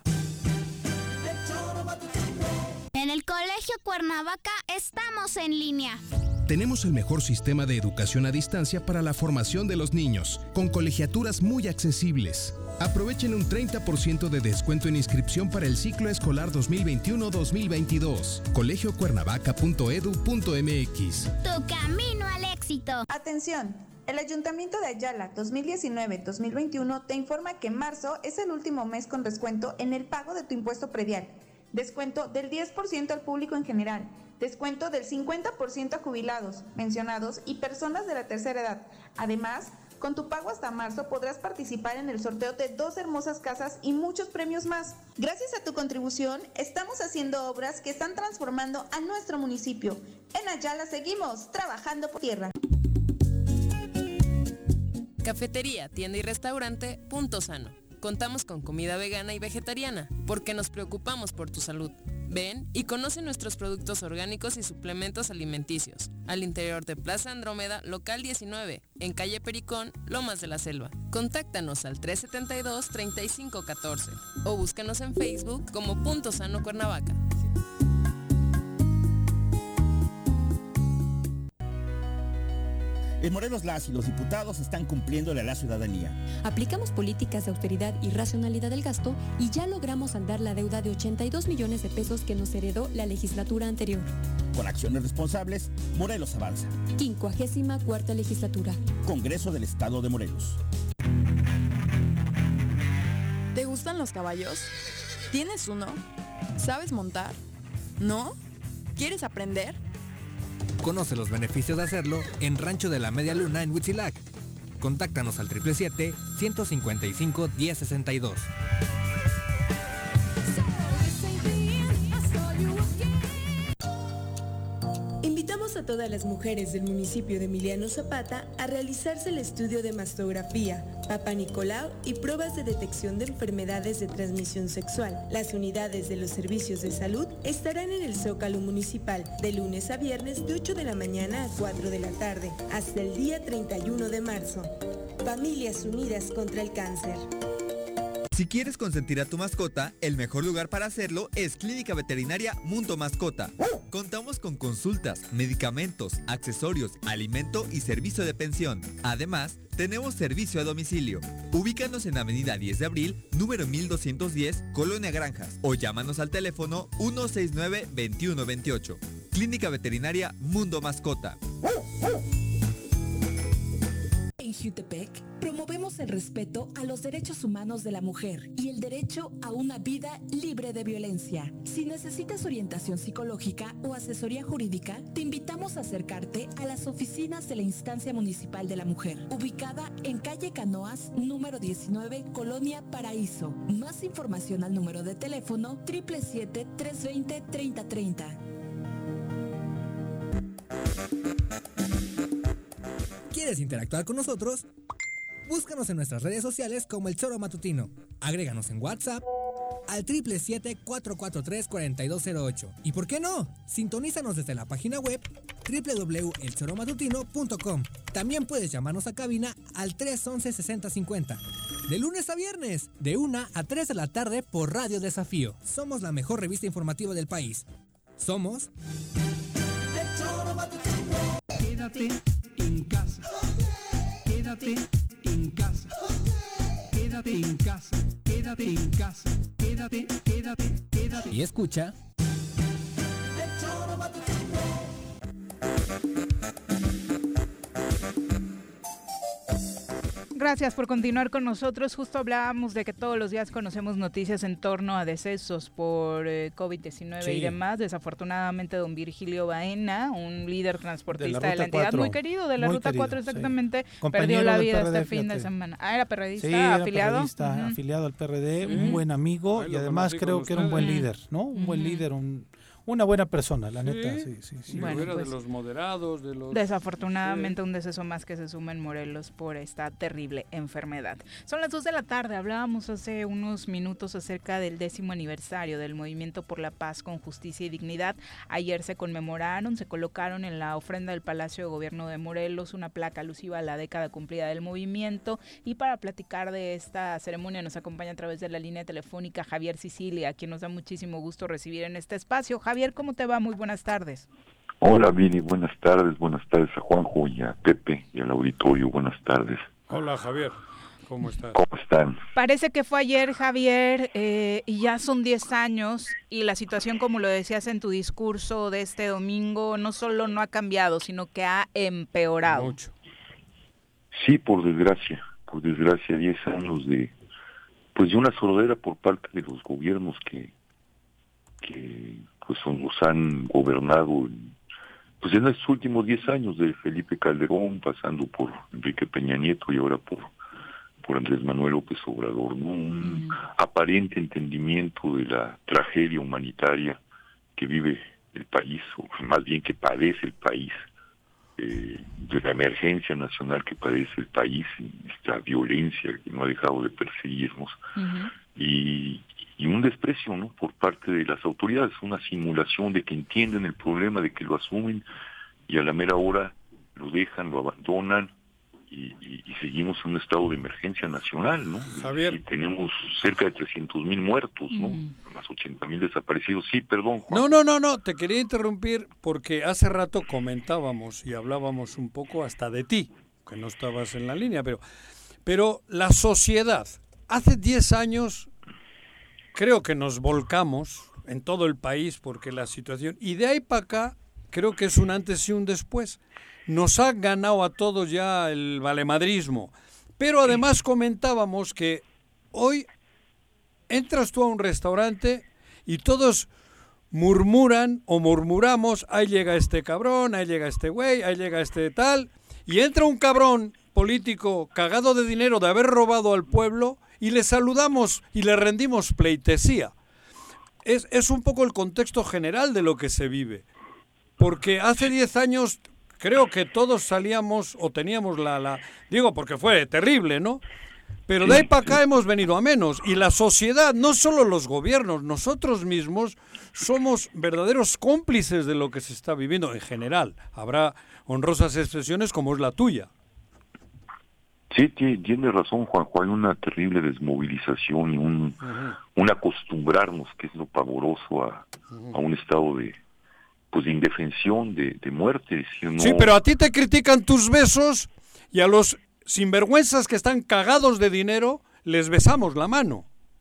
En el Colegio Cuernavaca estamos en línea. Tenemos el mejor sistema de educación a distancia para la formación de los niños, con colegiaturas muy accesibles. Aprovechen un treinta por ciento de descuento en inscripción para el ciclo escolar dos mil veintiuno dos mil veintidós. colegio cuernavaca punto edu punto mx. Tu camino al éxito. Atención. El Ayuntamiento de Ayala dos mil diecinueve dos mil veintiuno te informa que marzo es el último mes con descuento en el pago de tu impuesto predial. Descuento del diez por ciento al público en general. Descuento del cincuenta por ciento a jubilados, pensionados y personas de la tercera edad. Además, con tu pago hasta marzo podrás participar en el sorteo de dos hermosas casas y muchos premios más. Gracias a tu contribución, estamos haciendo obras que están transformando a nuestro municipio. En Ayala seguimos trabajando por tierra. Cafetería, tienda y restaurante Punto Sano. Contamos con comida vegana y vegetariana, porque nos preocupamos por tu salud. Ven y conoce nuestros productos orgánicos y suplementos alimenticios, al interior de Plaza Andrómeda, local diecinueve, en calle Pericón, Lomas de la Selva. Contáctanos al tres setenta y dos, treinta y cinco catorce o búscanos en Facebook como Punto Sano Cuernavaca. En Morelos, las y los diputados están cumpliéndole a la ciudadanía. Aplicamos políticas de austeridad y racionalidad del gasto y ya logramos saldar la deuda de ochenta y dos millones de pesos que nos heredó la legislatura anterior. Con acciones responsables, Morelos avanza. quincuagésima cuarta legislatura. Congreso del Estado de Morelos. ¿Te gustan los caballos? ¿Tienes uno? ¿Sabes montar? ¿No? ¿Quieres aprender? Conoce los beneficios de hacerlo en Rancho de la Media Luna en Huitzilac. Contáctanos al siete siete siete, ciento cincuenta y cinco, diez sesenta y dos. Invitamos a todas las mujeres del municipio de Emiliano Zapata a realizarse el estudio de mastografía, Papa Nicolau y pruebas de detección de enfermedades de transmisión sexual. Las unidades de los servicios de salud estarán en el Zócalo Municipal de lunes a viernes de ocho de la mañana a cuatro de la tarde, hasta el día treinta y uno de marzo. Familias Unidas contra el Cáncer. Si quieres consentir a tu mascota, el mejor lugar para hacerlo es Clínica Veterinaria Mundo Mascota. Contamos con consultas, medicamentos, accesorios, alimento y servicio de pensión. Además, tenemos servicio a domicilio. Ubícanos en Avenida diez de abril, número mil doscientos diez, Colonia Granjas, o llámanos al teléfono uno seis nueve, veintiuno veintiocho. Clínica Veterinaria Mundo Mascota. En Jutepec promovemos el respeto a los derechos humanos de la mujer y el derecho a una vida libre de violencia. Si necesitas orientación psicológica o asesoría jurídica, te invitamos a acercarte a las oficinas de la Instancia Municipal de la Mujer, ubicada en calle Canoas, número diecinueve, Colonia Paraíso. Más información al número de teléfono siete siete siete, tres dos cero, treinta treinta. ¿Quieres interactuar con nosotros? Búscanos en nuestras redes sociales como El Choro Matutino. Agréganos en WhatsApp al siete siete siete, cuatro cuatro tres, cuatro dos cero ocho. ¿Y por qué no? Sintonízanos desde la página web doble u doble u doble u punto el choro matutino punto com. También puedes llamarnos a cabina al tres once, sesenta cincuenta. De lunes a viernes, de una a tres de la tarde por Radio Desafío. Somos la mejor revista informativa del país. Somos... El Choro Matutino. Quédate en casa. Quédate en casa. Quédate en casa. Quédate en casa. Quédate, quédate, quédate. Y escucha. El Choro Matutino. Gracias por continuar con nosotros. Justo hablábamos de que todos los días conocemos noticias en torno a decesos por eh, COVID diecinueve sí. y demás. Desafortunadamente, don Virgilio Baena, un líder transportista de la, de la entidad cuatro. Muy querido, de la muy Ruta querido, cuatro exactamente, sí. perdió la vida este fin fíjate. de semana. Ah, era perredista, sí, era afiliado. Perredista, uh-huh. afiliado al P R D, uh-huh. un buen amigo. Ay, y además creo que era un buen líder, ¿no? Un uh-huh. buen líder, un... una buena persona, la Sí. neta, sí, sí, sí. Bueno, Era pues, de los moderados, de los... Desafortunadamente un deceso más que se suma en Morelos por esta terrible enfermedad. Son las dos de la tarde, hablábamos hace unos minutos acerca del décimo aniversario del Movimiento por la Paz con Justicia y Dignidad. Ayer se conmemoraron, se colocaron en la ofrenda del Palacio de Gobierno de Morelos una placa alusiva a la década cumplida del movimiento, y para platicar de esta ceremonia nos acompaña a través de la línea telefónica Javier Sicilia, a quien nos da muchísimo gusto recibir en este espacio. Javier, ¿cómo te va? Muy buenas tardes. Hola Viri, buenas tardes, buenas tardes a Juanjo y a Pepe y al auditorio, buenas tardes. Hola Javier, ¿cómo estás? ¿Cómo están? Parece que fue ayer, Javier, eh, y ya son diez años, y la situación, como lo decías en tu discurso de este domingo, no solo no ha cambiado, sino que ha empeorado. Mucho. Sí, por desgracia, por desgracia, diez años de, pues de una sordera por parte de los gobiernos que, que pues son, los han gobernado en, pues en estos últimos diez años, de Felipe Calderón, pasando por Enrique Peña Nieto y ahora por, por Andrés Manuel López Obrador, ¿no? Un mm. aparente entendimiento de la tragedia humanitaria que vive el país, o más bien que padece el país, eh, de la emergencia nacional que padece el país, y esta violencia que no ha dejado de perseguirnos, uh-huh. y, y un desprecio, ¿no?, por parte de las autoridades, una simulación de que entienden el problema, de que lo asumen, y a la mera hora lo dejan, lo abandonan, y, y, y seguimos en un estado de emergencia nacional, ¿no? Javier. Y tenemos cerca de trescientos mil muertos, ¿no? Mm. Más ochenta mil desaparecidos. Sí, perdón, Juan. No, no, no, no, te quería interrumpir porque hace rato comentábamos y hablábamos un poco hasta de ti, que no estabas en la línea, pero, pero la sociedad, hace diez años creo que nos volcamos en todo el país porque la situación, y de ahí para acá creo que es un antes y un después. Nos ha ganado a todos ya el valemadrismo. Pero además comentábamos que hoy entras tú a un restaurante y todos murmuran o murmuramos, ahí llega este cabrón, ahí llega este güey, ahí llega este tal, y entra un cabrón político cagado de dinero de haber robado al pueblo y le saludamos y le rendimos pleitesía. Es, es un poco el contexto general de lo que se vive. Porque hace diez años... creo que todos salíamos o teníamos la, la... Digo, porque fue terrible, ¿no? Pero de ahí para acá hemos venido a menos. Y la sociedad, no solo los gobiernos, nosotros mismos somos verdaderos cómplices de lo que se está viviendo en general. Habrá honrosas expresiones como es la tuya. Sí, tiene razón, Juanjo. Hay una terrible desmovilización y un, uh-huh. un acostumbrarnos, que es lo pavoroso, a, uh-huh. a un estado de... pues de indefensión, de, de muerte. ¿Sí, no? Sí, pero a ti te critican tus besos y a los sinvergüenzas que están cagados de dinero les besamos la mano.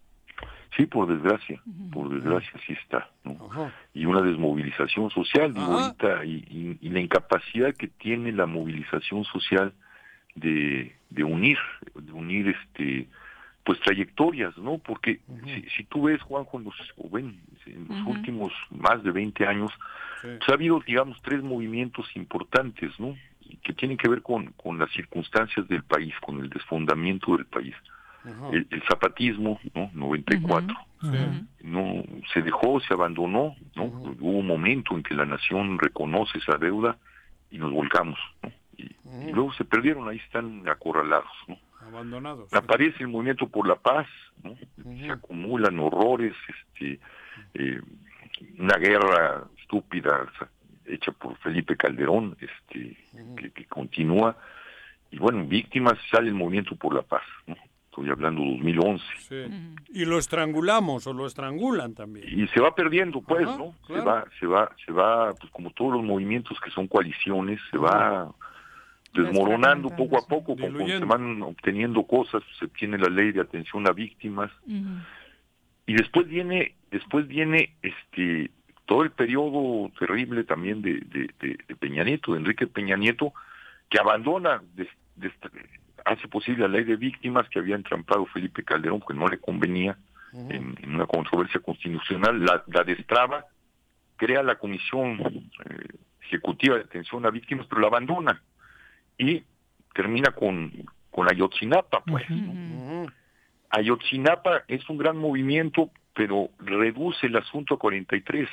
Sí, por desgracia, por desgracia sí está, ¿no? Ajá. Y una desmovilización social, digo, ahorita, y, y, y la incapacidad que tiene la movilización social de, de unir, de unir este pues trayectorias, ¿no? Porque uh-huh. si, si tú ves, Juanjo, en los, o ven, en los uh-huh. últimos más de veinte años, sí. pues ha habido, digamos, tres movimientos importantes, ¿no? Que tienen que ver con, con las circunstancias del país, con el desfondamiento del país. Uh-huh. El, el zapatismo, ¿no? noventa y cuatro. Uh-huh. Sí. No, se dejó, se abandonó, ¿no? Uh-huh. Hubo un momento en que la nación reconoce esa deuda y nos volcamos, ¿no? Y, uh-huh. y luego se perdieron, ahí están acorralados, ¿no? Abandonados. Aparece el movimiento por la paz, ¿no? Uh-huh. Se acumulan horrores, este, eh, una guerra estúpida hecha por Felipe Calderón, este, uh-huh. que, que continúa, y bueno, víctimas, sale el movimiento por la paz, ¿no? Estoy hablando de dos mil once. Sí. Uh-huh. Y lo estrangulamos, o lo estrangulan también. Y se va perdiendo, pues, uh-huh, ¿no? Claro. Se va, se va, se va, pues como todos los movimientos que son coaliciones, se uh-huh. va desmoronando poco a poco, conforme se van obteniendo cosas, se tiene la ley de atención a víctimas, uh-huh. y después viene, después viene este todo el periodo terrible también de, de, de, de Peña Nieto, de Enrique Peña Nieto, que abandona, de, de, hace posible la ley de víctimas que había entrampado Felipe Calderón, que no le convenía, uh-huh. en, en una controversia constitucional, la, la destraba, crea la Comisión eh, Ejecutiva de Atención a Víctimas, pero la abandona. Y termina con, con Ayotzinapa, pues. Uh-huh. ¿no? Ayotzinapa es un gran movimiento, pero reduce el asunto a cuarenta y tres.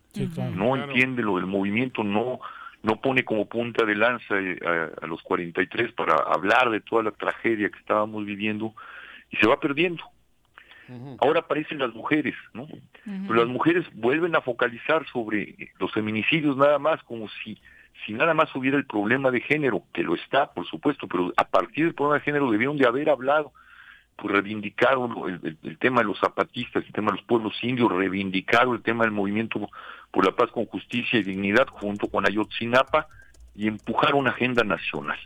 Sí, claro. No Claro. entiende lo del movimiento, no no pone como punta de lanza eh, a, a los cuarenta y tres para hablar de toda la tragedia que estábamos viviendo y se va perdiendo. Ujú. Ahora aparecen las mujeres, ¿no? Ujú. Pero las mujeres vuelven a focalizar sobre los feminicidios nada más, como si si nada más hubiera el problema de género, que lo está, por supuesto, pero a partir del problema de género debieron de haber hablado, pues reivindicaron el, el, el tema de los zapatistas, el tema de los pueblos indios, reivindicaron el tema del movimiento por la paz con justicia y dignidad junto con Ayotzinapa y empujar una agenda nacional.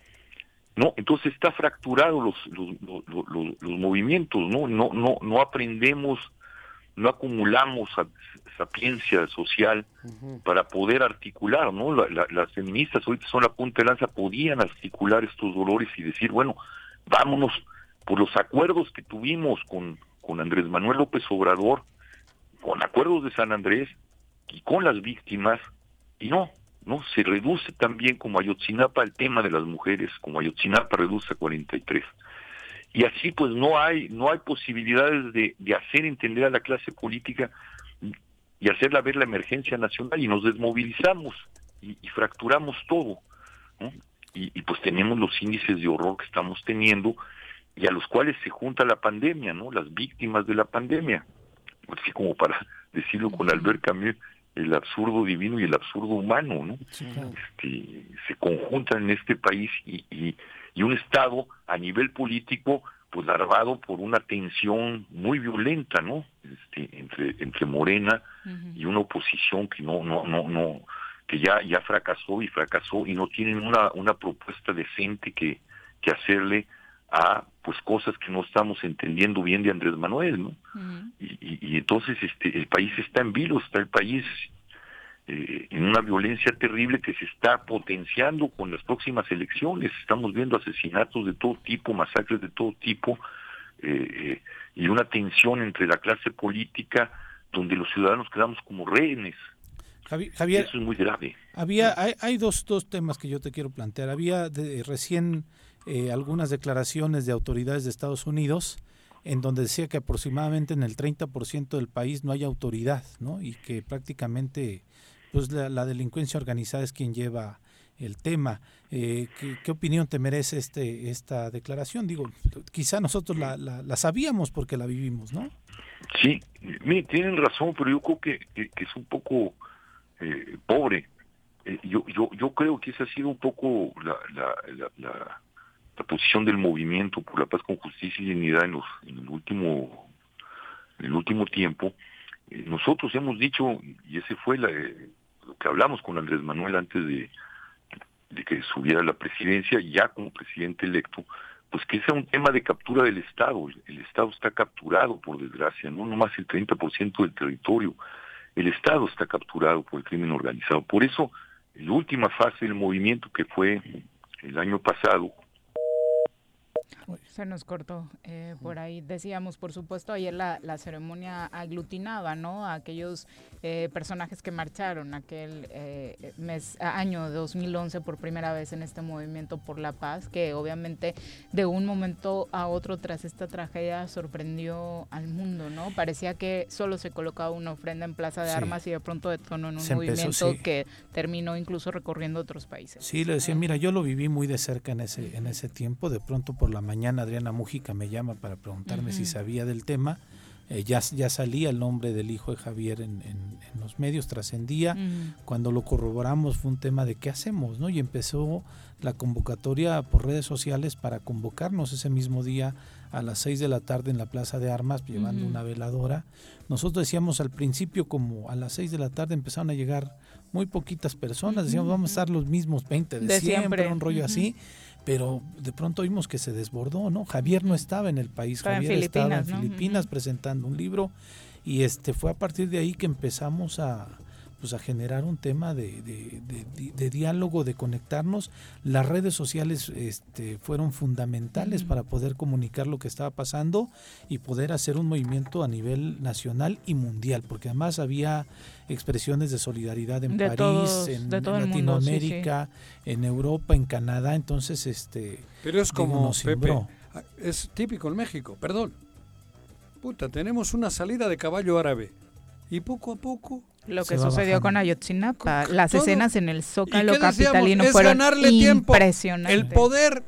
No, entonces está fracturado los los, los, los, los movimientos, no no no no aprendemos, no acumulamos sapiencia social Ujú. para poder articular, ¿no? La, la, las feministas ahorita son la punta de lanza, podían articular estos dolores y decir, bueno, vámonos por los acuerdos que tuvimos con con Andrés Manuel López Obrador, con acuerdos de San Andrés y con las víctimas, y no, no, se reduce también como Ayotzinapa el tema de las mujeres, como Ayotzinapa reduce a cuarenta y tres. Y así pues no hay no hay posibilidades de, de hacer entender a la clase política y hacerla ver la emergencia nacional, y nos desmovilizamos y, y fracturamos todo, ¿no? Y, y pues tenemos los índices de horror que estamos teniendo y a los cuales se junta la pandemia, ¿no? Las víctimas de la pandemia, así como para decirlo con Albert Camus, el absurdo divino y el absurdo humano, ¿no? Sí, claro. Este, se conjuntan en este país y, y, y un Estado a nivel político pues larvado por una tensión muy violenta, ¿no? Este, entre entre Morena uh-huh. y una oposición que no no no no que ya ya fracasó y fracasó y no tienen una una propuesta decente que que hacerle a pues cosas que no estamos entendiendo bien de Andrés Manuel, ¿no? Uh-huh. Y, y, y entonces este el país está en vilo, está el país eh, en una violencia terrible que se está potenciando con las próximas elecciones. Estamos viendo asesinatos de todo tipo, masacres de todo tipo, eh, eh, y una tensión entre la clase política donde los ciudadanos quedamos como rehenes. Javi, Javier, eso es muy grave. Había, hay, hay dos, dos temas que yo te quiero plantear. Había de, recién eh, algunas declaraciones de autoridades de Estados Unidos en donde decía que aproximadamente en el treinta por ciento del país no hay autoridad, ¿no? Y que prácticamente pues la, la delincuencia organizada es quien lleva el tema. Eh, ¿qué, ¿Qué opinión te merece este esta declaración? Digo, quizá nosotros la, la, la sabíamos porque la vivimos, ¿no? Sí, mire, tienen razón, pero yo creo que, que, que es un poco eh, pobre. Eh, yo yo yo creo que esa ha sido un poco la la, la, la la posición del movimiento por la paz con justicia y dignidad en los en el último en el último tiempo. Eh, nosotros hemos dicho, y ese fue la, eh, lo que hablamos con Andrés Manuel antes de, de que subiera a la presidencia, ya como presidente electo, pues que ese es un tema de captura del Estado. El, el Estado está capturado, por desgracia, no nomás el treinta por ciento del territorio. El Estado está capturado por el crimen organizado. Por eso, en la última fase del movimiento, que fue el año pasado, se nos cortó eh, por ahí. Decíamos, por supuesto, ayer la, la ceremonia aglutinaba, ¿no?, a aquellos eh, personajes que marcharon aquel eh, mes, año dos mil once por primera vez en este movimiento por la paz, que obviamente de un momento a otro tras esta tragedia sorprendió al mundo, ¿no? Parecía que solo se colocaba una ofrenda en Plaza de sí. Armas y de pronto detonó en un se movimiento empezó, sí. que terminó incluso recorriendo otros países. Sí, le decía, mira, yo lo viví muy de cerca en ese, en ese tiempo. De pronto por la mañana Adriana Mújica me llama para preguntarme uh-huh. si sabía del tema. Eh, ya, ya salía el nombre del hijo de Javier en, en, en los medios, trascendía. Uh-huh. Cuando lo corroboramos fue un tema de qué hacemos, ¿no? Y empezó la convocatoria por redes sociales para convocarnos ese mismo día a las seis de la tarde en la Plaza de Armas, llevando uh-huh. una veladora. Nosotros decíamos al principio, como a las seis de la tarde empezaron a llegar muy poquitas personas, decíamos uh-huh. vamos a estar los mismos veinte de, de siempre, siempre, un rollo uh-huh. así. Pero de pronto vimos que se desbordó, ¿no? Javier no estaba en el país, estaba Javier en estaba en ¿no? Filipinas uh-huh. presentando un libro, y este fue a partir de ahí que empezamos a pues a generar un tema de, de, de, de, de diálogo, de conectarnos. Las redes sociales este, fueron fundamentales uh-huh. para poder comunicar lo que estaba pasando y poder hacer un movimiento a nivel nacional y mundial, porque además había expresiones de solidaridad en de París, todos, en, en Latinoamérica, mundo, sí, sí. en Europa, en Canadá. Entonces, este pero es como, Pepe, es típico en México, perdón. Puta, tenemos una salida de caballo árabe. Y poco a poco... Lo que sucedió con Ayotzinapa, las todo. escenas en el Zócalo ¿Y qué decíamos? capitalino Es fueron ganarle tiempo. impresionantes. El poder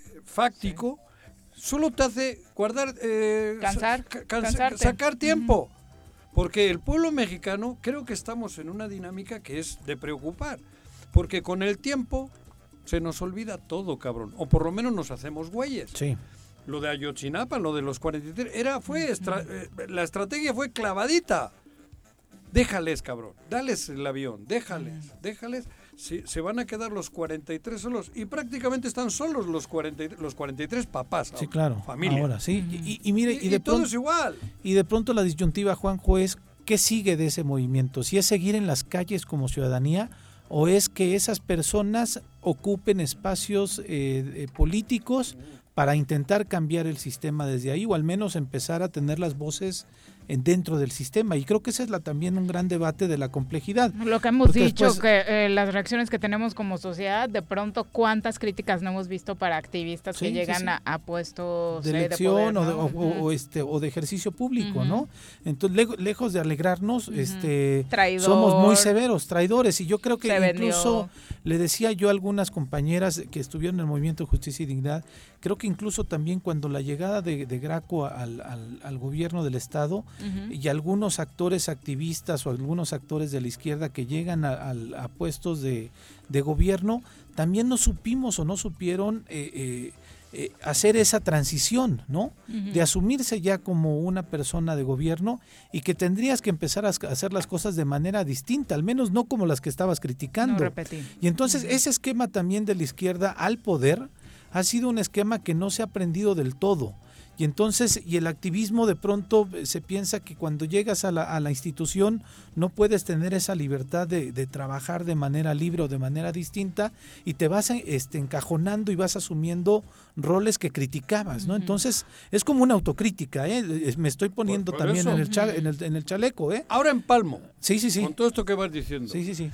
fáctico sí. solo te hace guardar, eh, Cansar, sa- cansa- cansarte. sacar tiempo. Uh-huh. Porque el pueblo mexicano, creo que estamos en una dinámica que es de preocupar. Porque con el tiempo se nos olvida todo, cabrón. O por lo menos nos hacemos güeyes. Sí. Lo de Ayotzinapa, lo de los cuarenta y tres, era, fue estra- eh, la estrategia fue clavadita. Déjales, cabrón, dales el avión, déjales, déjales, se, se van a quedar los cuarenta y tres solos y prácticamente están solos los cuarenta, los cuarenta y tres papás. Sí, ahora, claro. Familia. Ahora, sí. Y, y mire, y, Y- de y todo pronto, es igual. Y de pronto la disyuntiva, Juanjo, es ¿qué sigue de ese movimiento? ¿Si es seguir en las calles como ciudadanía o es que esas personas ocupen espacios eh, eh, políticos para intentar cambiar el sistema desde ahí o al menos empezar a tener las voces en- dentro del sistema? Y creo que ese es la, también un gran debate de la complejidad. Lo que hemos Porque dicho, después- que eh, las reacciones que tenemos como sociedad, de pronto cuántas críticas no hemos visto para activistas Sí, que sí, llegan sí. A, a puestos de eh, de elección poder, o, de, ¿no? o- o- o este o de ejercicio público, ¿no? Entonces le- lejos de alegrarnos, este Traidor. somos muy severos, traidores, y yo creo que Se incluso vendió. le decía yo a algunas compañeras que estuvieron en el movimiento Justicia y Dignidad, creo que incluso también cuando la llegada de, de Graco al, al, al gobierno del estado Ujú. y algunos actores activistas o algunos actores de la izquierda que llegan a, a- a puestos de, de gobierno, también no supimos o no supieron eh, eh, eh, hacer esa transición, ¿no? Ujú. De asumirse ya como una persona de gobierno y que tendrías que empezar a hacer las cosas de manera distinta, al menos no como las que estabas criticando. No repetir. Y entonces ese esquema también de la izquierda al poder ha sido un esquema que no se ha aprendido del todo. Y entonces, y el activismo de pronto eh, se piensa que cuando llegas a la, a la institución no puedes tener esa libertad de, de trabajar de manera libre o de manera distinta y te vas este, encajonando y vas asumiendo roles que criticabas, ¿no? Entonces es como una autocrítica, ¿eh? Eh, Me estoy poniendo Por- por también eso. en el, cha- en, el, en el chaleco, ¿eh? Ahora empalmo. Sí, sí, sí. Con todo esto que vas diciendo. Sí, sí, sí.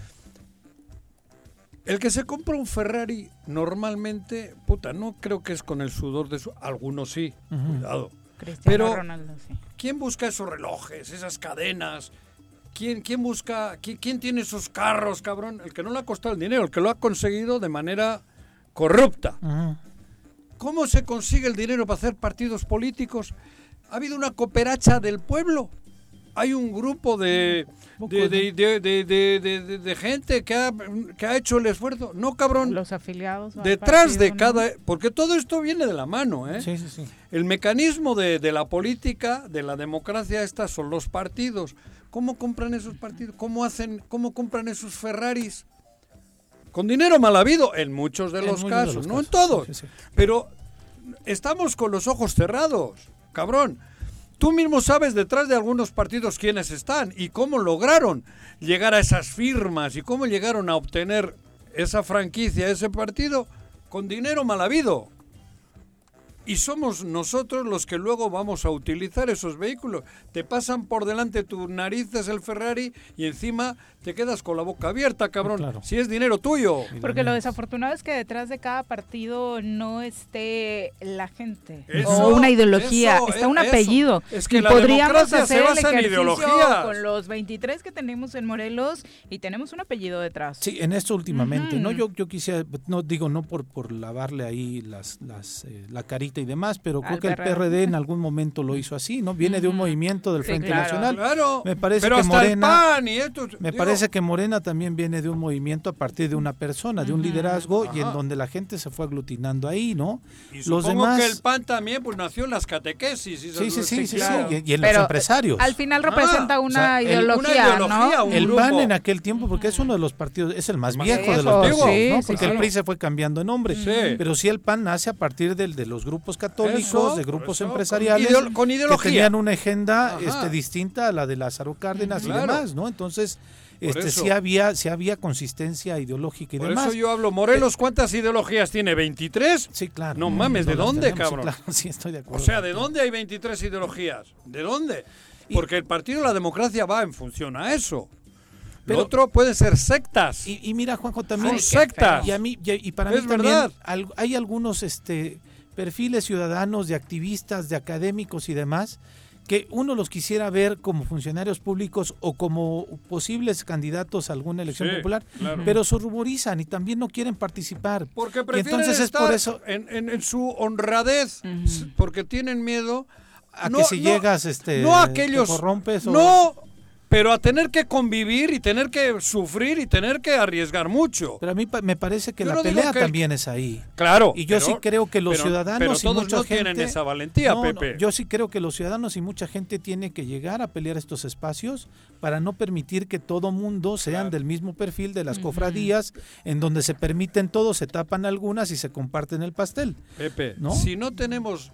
El que se compra un Ferrari normalmente, puta, no creo que es con el sudor de su... Algunos sí, Ujú. cuidado. Cristiano Pero, Ronaldo, sí. ¿quién busca esos relojes, esas cadenas? ¿Quién, quién busca, quién, quién tiene esos carros, cabrón? El que no le ha costado el dinero, el que lo ha conseguido de manera corrupta. Ajá. ¿Cómo se consigue el dinero para hacer partidos políticos? Ha habido una cooperacha del pueblo. Hay un grupo de, de, de, de, de, de- de- de- de gente que ha, que ha hecho el esfuerzo. No, cabrón. Los afiliados. al Detrás de partido, ¿no? cada... Porque todo esto viene de la mano, ¿eh? Sí, sí, sí. El mecanismo de, de la política, de la democracia, estas son los partidos. ¿Cómo compran esos partidos? ¿Cómo hacen, cómo compran esos Ferraris? Con dinero mal habido, en muchos de En los muchos de casos, los no casos, en todos. sí, sí. Pero estamos con los ojos cerrados, cabrón. Tú mismo sabes detrás de algunos partidos quiénes están y cómo lograron llegar a esas firmas y cómo llegaron a obtener esa franquicia, ese partido, con dinero mal habido. Y somos nosotros los que luego vamos a utilizar esos vehículos. Te pasan por delante tus narices el Ferrari y encima te quedas con la boca abierta, cabrón. Claro. Si es dinero tuyo. Porque lo desafortunado es que detrás de cada partido no esté la gente Eso, o una ideología, eso, está un eso. apellido. Es que y la podríamos democracia se hacer el basa en ejercicio ideologías. con los veintitrés que tenemos en Morelos y tenemos un apellido detrás. Sí, en esto últimamente, Ujú. ¿no? Yo yo quisiera, no digo no por por lavarle ahí las las eh, la carita y demás, pero creo Al que el P P R D. R D en algún momento lo hizo así, ¿no? Viene de un movimiento del Sí, Frente claro. Nacional. Claro. Me parece Pero que hasta Morena el P A N y esto, Me digo, parece que Morena también viene de un movimiento a partir de una persona, de un Ujú. liderazgo y en Ajá. donde la gente se fue aglutinando ahí, ¿no? Y Los supongo demás que el P A N también pues nació en las catequesis. Y Sí, sí, sí, sí, sí, claro. y, y en Pero, los empresarios. Al final representa Ah, una, o sea, el- ideología, una ideología, ¿no? un El grupo. P A N en aquel tiempo, porque es uno de los partidos, es el más Más viejo de los viejo, partidos, sí, ¿no? sí, Porque sí. el P R I se fue cambiando de nombre. Sí. Pero sí el P A N nace a partir del, de los grupos católicos, Eso, de grupos eso, con empresariales, ideo- con que ideología. tenían una agenda Ajá. este, distinta a la de Lázaro Cárdenas Claro. y demás, ¿no? Entonces, Por este eso. sí había, sí había consistencia ideológica y Por demás. eso yo hablo. Morelos, ¿cuántas ideologías tiene? ¿veintitrés? Sí, claro. No mames, ¿de las dónde, tenemos, sí, cabrón? claro, sí, estoy de O acuerdo. sea, ¿de dónde hay veintitrés ideologías? ¿De dónde? Porque el Partido de la Democracia va en función a eso. Pero- Lo otro pueden ser sectas. Y, y mira, Juanjo, también... Son sectas. Y, a mí, y, y para Es mí también verdad. al- hay algunos este, perfiles ciudadanos, de activistas, de académicos y demás, que uno los quisiera ver como funcionarios públicos o como posibles candidatos a alguna elección Sí, popular, claro. pero se ruborizan y también no quieren participar. Porque Y prefieren entonces es estar por eso en, en, en su honradez, uh-huh. porque tienen miedo a no, que si no, llegas, este, no a aquellos, te corrompes o... no, pero a tener que convivir y tener que sufrir y tener que arriesgar mucho. Pero a mí pa- me parece que Yo la no digo pelea que- también es ahí. Claro. Y yo pero- sí creo que los pero- ciudadanos pero y todos mucha no gente tienen esa valentía, No, no, Pepe. yo sí creo que los ciudadanos y mucha gente tiene que llegar a pelear estos espacios para no permitir que todo mundo sean del mismo perfil de las Ujú. cofradías, en donde se permiten todos, se tapan algunas y se comparten el pastel. Pepe, ¿no? si no tenemos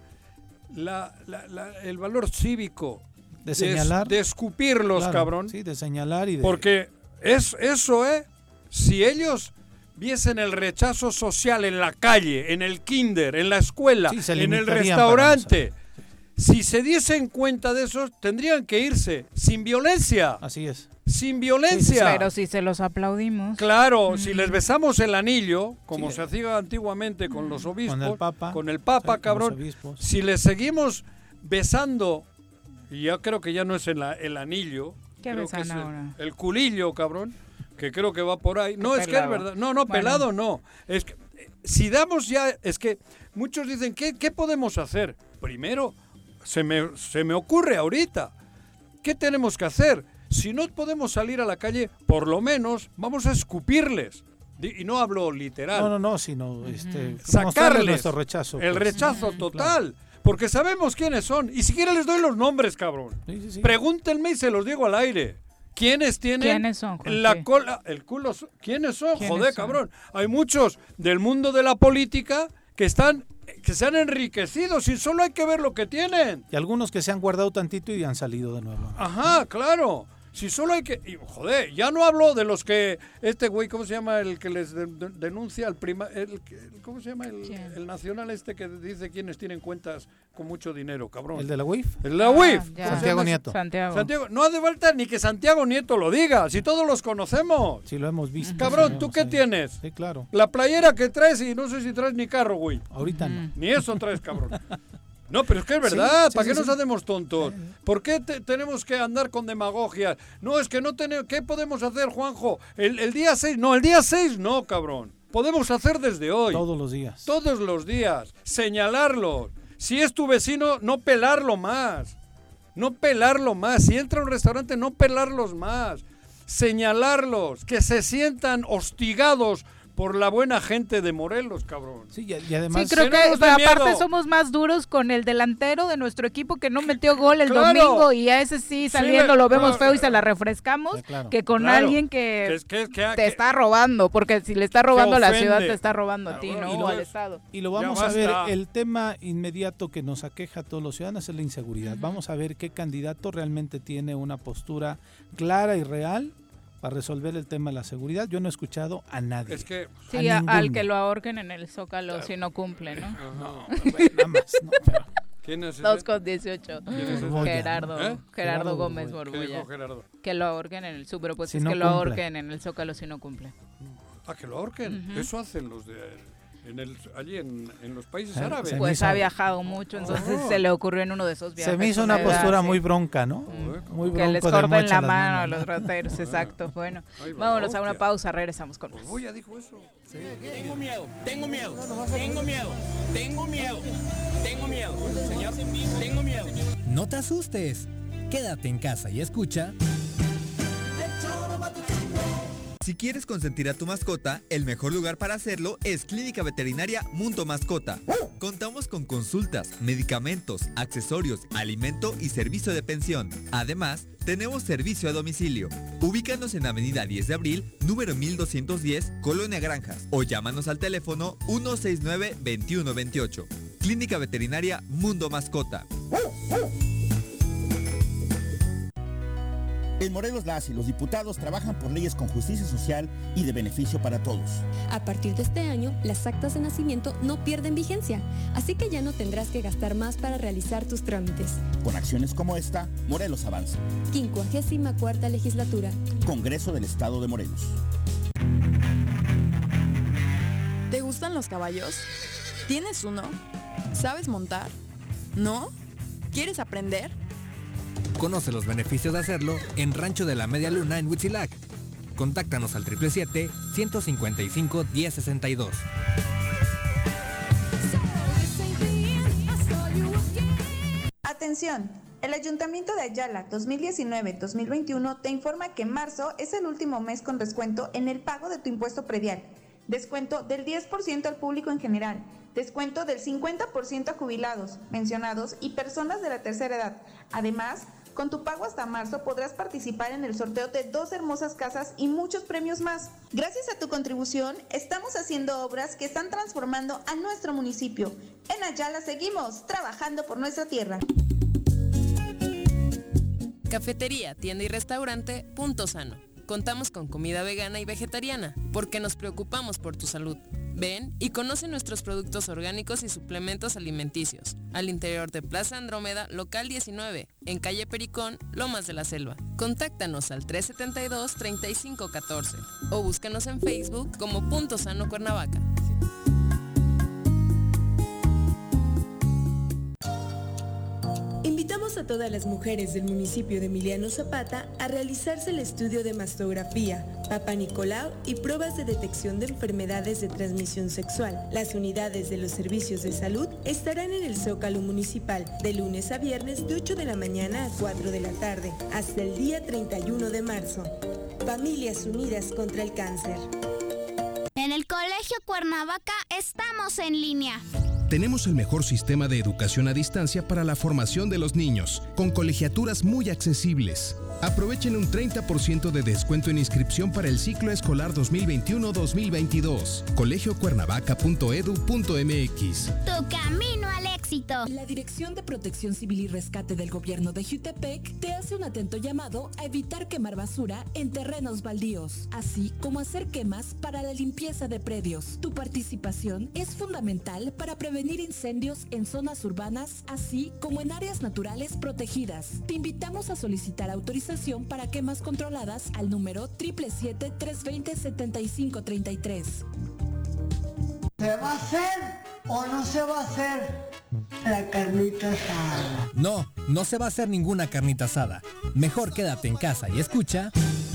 la, la- la- el valor cívico De señalar. de escupirlos, Claro, cabrón. Sí, de señalar y de... Porque es eso, ¿eh? Si ellos viesen el rechazo social en la calle, en el kinder, en la escuela, Sí, se en el limitarían restaurante, si se diesen cuenta de eso, tendrían que irse sin violencia. Así es. Sin violencia. Pero si se los aplaudimos. Claro, Mm. si les besamos el anillo, como Sí. se hacía antiguamente con los obispos, Con el Papa. con el Papa, Sí, con los cabrón, obispos. si les seguimos besando, y yo creo que ya no es el, el anillo, ¿Qué creo besan que es el- ahora? El, culillo, cabrón, que creo que va por ahí. No, Qué es que es pelado. verdad. No, no, Bueno. pelado no. Es que eh, si damos ya, es que muchos dicen, ¿qué, qué podemos hacer? Primero, se me, se me ocurre ahorita, ¿qué tenemos que hacer? Si no podemos salir a la calle, por lo menos vamos a escupirles. Di- Y no hablo literal. No, no, no, sino este, mostrarles Sacarles nuestro rechazo. el pues. rechazo total. Porque sabemos quiénes son. Y siquiera les doy los nombres, cabrón. Sí, sí, sí. Pregúntenme y se los digo al aire. ¿Quiénes tienen ¿Quiénes son, Juan? la Sí. cola, el culo? so- ¿Quiénes son? ¿Quiénes Joder, son? cabrón. Hay muchos del mundo de la política que están, que se han enriquecido. Si solo hay que ver lo que tienen. Y algunos que se han guardado tantito y han salido de nuevo. Ajá, claro. Si solo hay que... y, joder, ya no hablo de los que... Este güey, ¿cómo se llama? El que les de- de- denuncia al prima... El, que- el- ¿Cómo se llama? El, ¿Quién? el nacional este que dice quiénes tienen cuentas con mucho dinero, cabrón. ¿El de la U I F? El de la U I F. Ah, ya. ¿Cómo se Santiago llama? Nieto. Santiago. Santiago. No hace falta ni que Santiago Nieto lo diga, si todos los conocemos. Sí, lo hemos visto. Cabrón, sí, ¿tú sí. qué tienes? Sí, claro. La playera que traes y no sé si traes ni carro, güey. Ahorita no. Ni eso traes, cabrón. No, pero es que es verdad, Sí, sí, ¿para sí, qué nos sí. hacemos tontos? ¿Por qué te- tenemos que andar con demagogia? No, es que no tenemos... ¿Qué podemos hacer, Juanjo? El, el día seis, no, el día seis no, cabrón. Podemos hacer desde hoy. Todos los días. Todos los días. Señalarlo. Si es tu vecino, no pelarlo más. No pelarlo más. Si entra a un restaurante, no pelarlos más. Señalarlos. Que se sientan hostigados por la buena gente de Morelos, cabrón. Sí, y, y además... Sí, creo que que no nos dé aparte miedo. somos más duros con el delantero de nuestro equipo que no metió gol el Claro. domingo y a ese sí saliendo le- lo vemos claro. feo y se la refrescamos Sí, claro. que con Claro. alguien que, Que es- que es- que- te que- está robando, porque si le está robando a la ofende. ciudad te está robando a ti, Claro, ¿no? y lo O al es- Estado. Y lo Ya vamos a ver, basta. el tema inmediato que nos aqueja a todos los ciudadanos es la inseguridad. Vamos a ver qué candidato realmente tiene una postura clara y real para resolver el tema de la seguridad. Yo no he escuchado a nadie. Es que... Sí, a a- al ninguno. que lo ahorquen en el Zócalo si no cumple, ¿no? No. Bueno, nada más, no, pero- ¿Quién es ese? Dos con dieciocho. ¿Quién es ese? Borbolla, Gerardo, ¿Eh? Gerardo, Gerardo Gómez Borbolla. ¿Qué Borbolla. dijo Gerardo? Que lo ahorquen en el Super, pues Si es no que lo cumple. ahorquen en el Zócalo si no cumple. Ah, que lo ahorquen. Ujú. Eso hacen los de... En el, allí en, en los países Se- árabes. se me Pues hizo- ha viajado mucho, entonces Oh. se le ocurrió en uno de esos viajes. Se me hizo una edad, postura sí. muy bronca, ¿no? Muy Que les bronco de corten mocha la las mano a manos. los rateros, exacto. Bueno, Ay, vámonos a una hostia. pausa, regresamos con más. Borbolla dijo eso. Tengo miedo, tengo miedo, tengo miedo, tengo miedo, tengo miedo, señor, tengo miedo. No te asustes. Quédate en casa y escucha. Si quieres consentir a tu mascota, el mejor lugar para hacerlo es Clínica Veterinaria Mundo Mascota. Contamos con consultas, medicamentos, accesorios, alimento y servicio de pensión. Además, tenemos servicio a domicilio. Ubícanos en Avenida diez de abril, número mil doscientos diez, Colonia Granjas, o llámanos al teléfono uno seis nueve, veintiuno veintiocho. Clínica Veterinaria Mundo Mascota. En Morelos las y los diputados trabajan por leyes con justicia social y de beneficio para todos. A partir de este año, las actas de nacimiento no pierden vigencia, así que ya no tendrás que gastar más para realizar tus trámites. Con acciones como esta, Morelos avanza. quincuagésima cuarta legislatura. Congreso del Estado de Morelos. ¿Te gustan los caballos? ¿Tienes uno? ¿Sabes montar? ¿No? ¿Quieres aprender? Conoce los beneficios de hacerlo en Rancho de la Media Luna en Huitzilac. Contáctanos al siete siete siete, ciento cincuenta y cinco, diez sesenta y dos. Atención, el Ayuntamiento de Ayala dos mil diecinueve dos mil veintiuno te informa que marzo es el último mes con descuento en el pago de tu impuesto predial. Descuento del diez por ciento al público en general. Descuento del cincuenta por ciento a jubilados, pensionados y personas de la tercera edad. Además, con tu pago hasta marzo podrás participar en el sorteo de dos hermosas casas y muchos premios más. Gracias a tu contribución, estamos haciendo obras que están transformando a nuestro municipio. En Ayala seguimos trabajando por nuestra tierra. Cafetería, tienda y restaurante Punto Sano. Contamos con comida vegana y vegetariana, porque nos preocupamos por tu salud. Ven y conoce nuestros productos orgánicos y suplementos alimenticios, al interior de Plaza Andrómeda, local diecinueve, en calle Pericón, Lomas de la Selva. Contáctanos al tres setenta y dos, treinta y cinco catorce o búscanos en Facebook como Punto Sano Cuernavaca. Invitamos a todas las mujeres del municipio de Emiliano Zapata a realizarse el estudio de mastografía, Papa Nicolau y pruebas de detección de enfermedades de transmisión sexual. Las unidades de los servicios de salud estarán en el Zócalo Municipal de lunes a viernes de ocho de la mañana a cuatro de la tarde, hasta el día treinta y uno de marzo. Familias Unidas contra el Cáncer. En el Colegio Cuernavaca estamos en línea. Tenemos el mejor sistema de educación a distancia para la formación de los niños, con colegiaturas muy accesibles. Aprovechen un treinta por ciento de descuento en inscripción para el ciclo escolar dos mil veintiuno dos mil veintidós. colegio cuernavaca punto edu punto m x. Tu camino al éxito. La Dirección de Protección Civil y Rescate del Gobierno de Jutepec te hace un atento llamado a evitar quemar basura en terrenos baldíos, así como hacer quemas para la limpieza de predios. Tu participación es fundamental para prevenir incendios en zonas urbanas, así como en áreas naturales protegidas. Te invitamos a solicitar autorización para quemas controladas al número siete siete siete, tres dos cero, siete cinco tres tres. ¿Se va a hacer o no se va a hacer la carnita asada? No, no se va a hacer ninguna carnita asada. Mejor quédate en casa y escucha...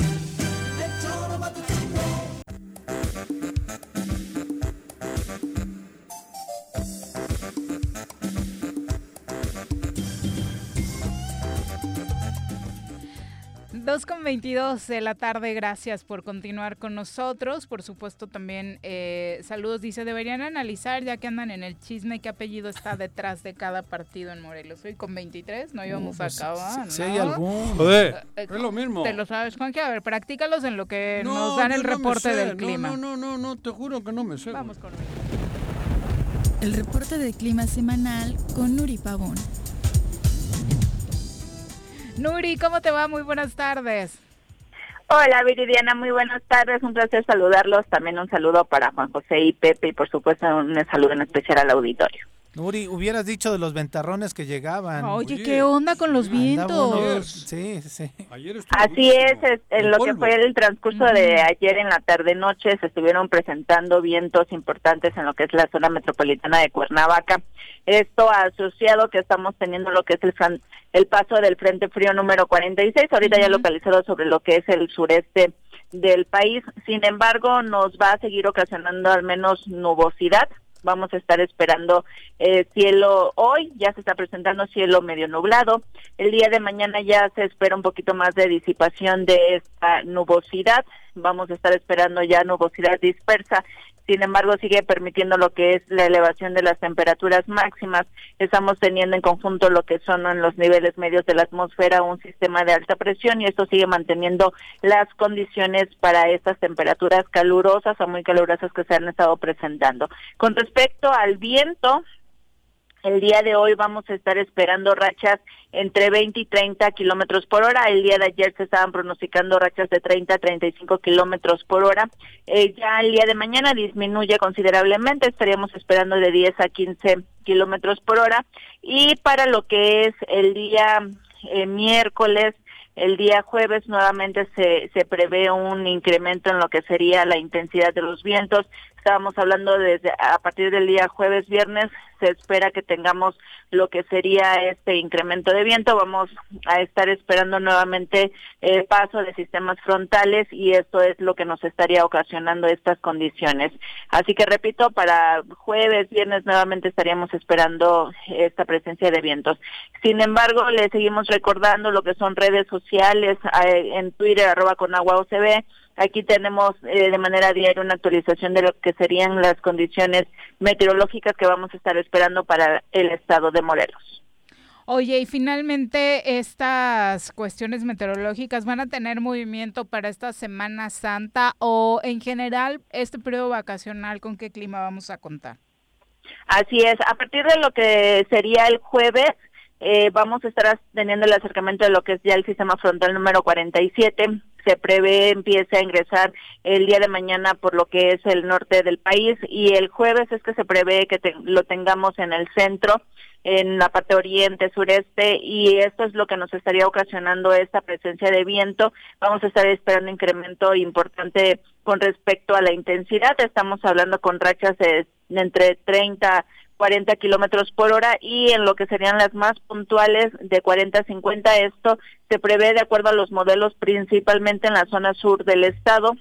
dos con veintidós de la tarde, gracias por continuar con nosotros. Por supuesto también eh, saludos, dice, deberían analizar ya que andan en el chisme qué apellido está detrás de cada partido en Morelos. Hoy con veintitrés no íbamos uh, pues, a acabar, si, si ¿no? hay algún... Joder, eh, es lo mismo. Te lo sabes, Juanqui, a ver, practícalos en lo que no, nos dan el reporte no del clima. No, no, no, no, te juro que no me sé. Vamos con el reporte del clima semanal con Nuri Pavón. Nuri, ¿cómo te va? Muy buenas tardes. Hola Viridiana, muy buenas tardes, un placer saludarlos, también un saludo para Juan José y Pepe y por supuesto un saludo en especial al auditorio. Nuri, hubieras dicho de los ventarrones que llegaban. Oye, Oye ¿qué onda con los vientos? Ayer, sí, sí. Ayer Así es, es, en lo polvo. que fue el transcurso uh-huh. de ayer en la tarde-noche se estuvieron presentando vientos importantes en lo que es la zona metropolitana de Cuernavaca. Esto asociado que estamos teniendo lo que es el, el paso del Frente Frío número cuarenta y seis, ahorita uh-huh. ya localizado sobre lo que es el sureste del país. Sin embargo, nos va a seguir ocasionando al menos nubosidad. Vamos a estar esperando eh, cielo hoy, ya se está presentando cielo medio nublado. El día de mañana ya se espera un poquito más de disipación de esta nubosidad. Vamos a estar esperando ya nubosidad dispersa. Sin embargo, sigue permitiendo lo que es la elevación de las temperaturas máximas. Estamos teniendo en conjunto lo que son en los niveles medios de la atmósfera un sistema de alta presión y esto sigue manteniendo las condiciones para estas temperaturas calurosas o muy calurosas que se han estado presentando. Con respecto al viento, el día de hoy vamos a estar esperando rachas entre veinte y treinta kilómetros por hora. El día de ayer se estaban pronosticando rachas de treinta a treinta y cinco kilómetros por hora. Eh, ya el día de mañana disminuye considerablemente, estaríamos esperando de diez a quince kilómetros por hora. Y para lo que es el día eh, miércoles, el día jueves nuevamente se, se prevé un incremento en lo que sería la intensidad de los vientos. estábamos hablando desde a partir del día jueves, viernes, se espera que tengamos lo que sería este incremento de viento. Vamos a estar esperando nuevamente el paso de sistemas frontales y esto es lo que nos estaría ocasionando estas condiciones. Así que repito, para jueves, viernes nuevamente estaríamos esperando esta presencia de vientos. Sin embargo, le seguimos recordando lo que son redes sociales, eh, en Twitter, arroba con agua O C B. Aquí tenemos eh, de manera diaria una actualización de lo que serían las condiciones meteorológicas que vamos a estar esperando para el estado de Morelos. Oye, y finalmente estas cuestiones meteorológicas van a tener movimiento para esta Semana Santa o en general este periodo vacacional, ¿con qué clima vamos a contar? Así es, a partir de lo que sería el jueves, eh, vamos a estar teniendo el acercamiento de lo que es ya el sistema frontal número cuarenta y siete. Se prevé empiece a ingresar el día de mañana por lo que es el norte del país y el jueves es que se prevé que te, lo tengamos en el centro, en la parte oriente, sureste, y esto es lo que nos estaría ocasionando esta presencia de viento. Vamos a estar esperando incremento importante con respecto a la intensidad. Estamos hablando con rachas de, de entre treinta cuarenta kilómetros por hora y en lo que serían las más puntuales de cuarenta a cincuenta. Esto se prevé de acuerdo a los modelos principalmente en la zona sur del estado,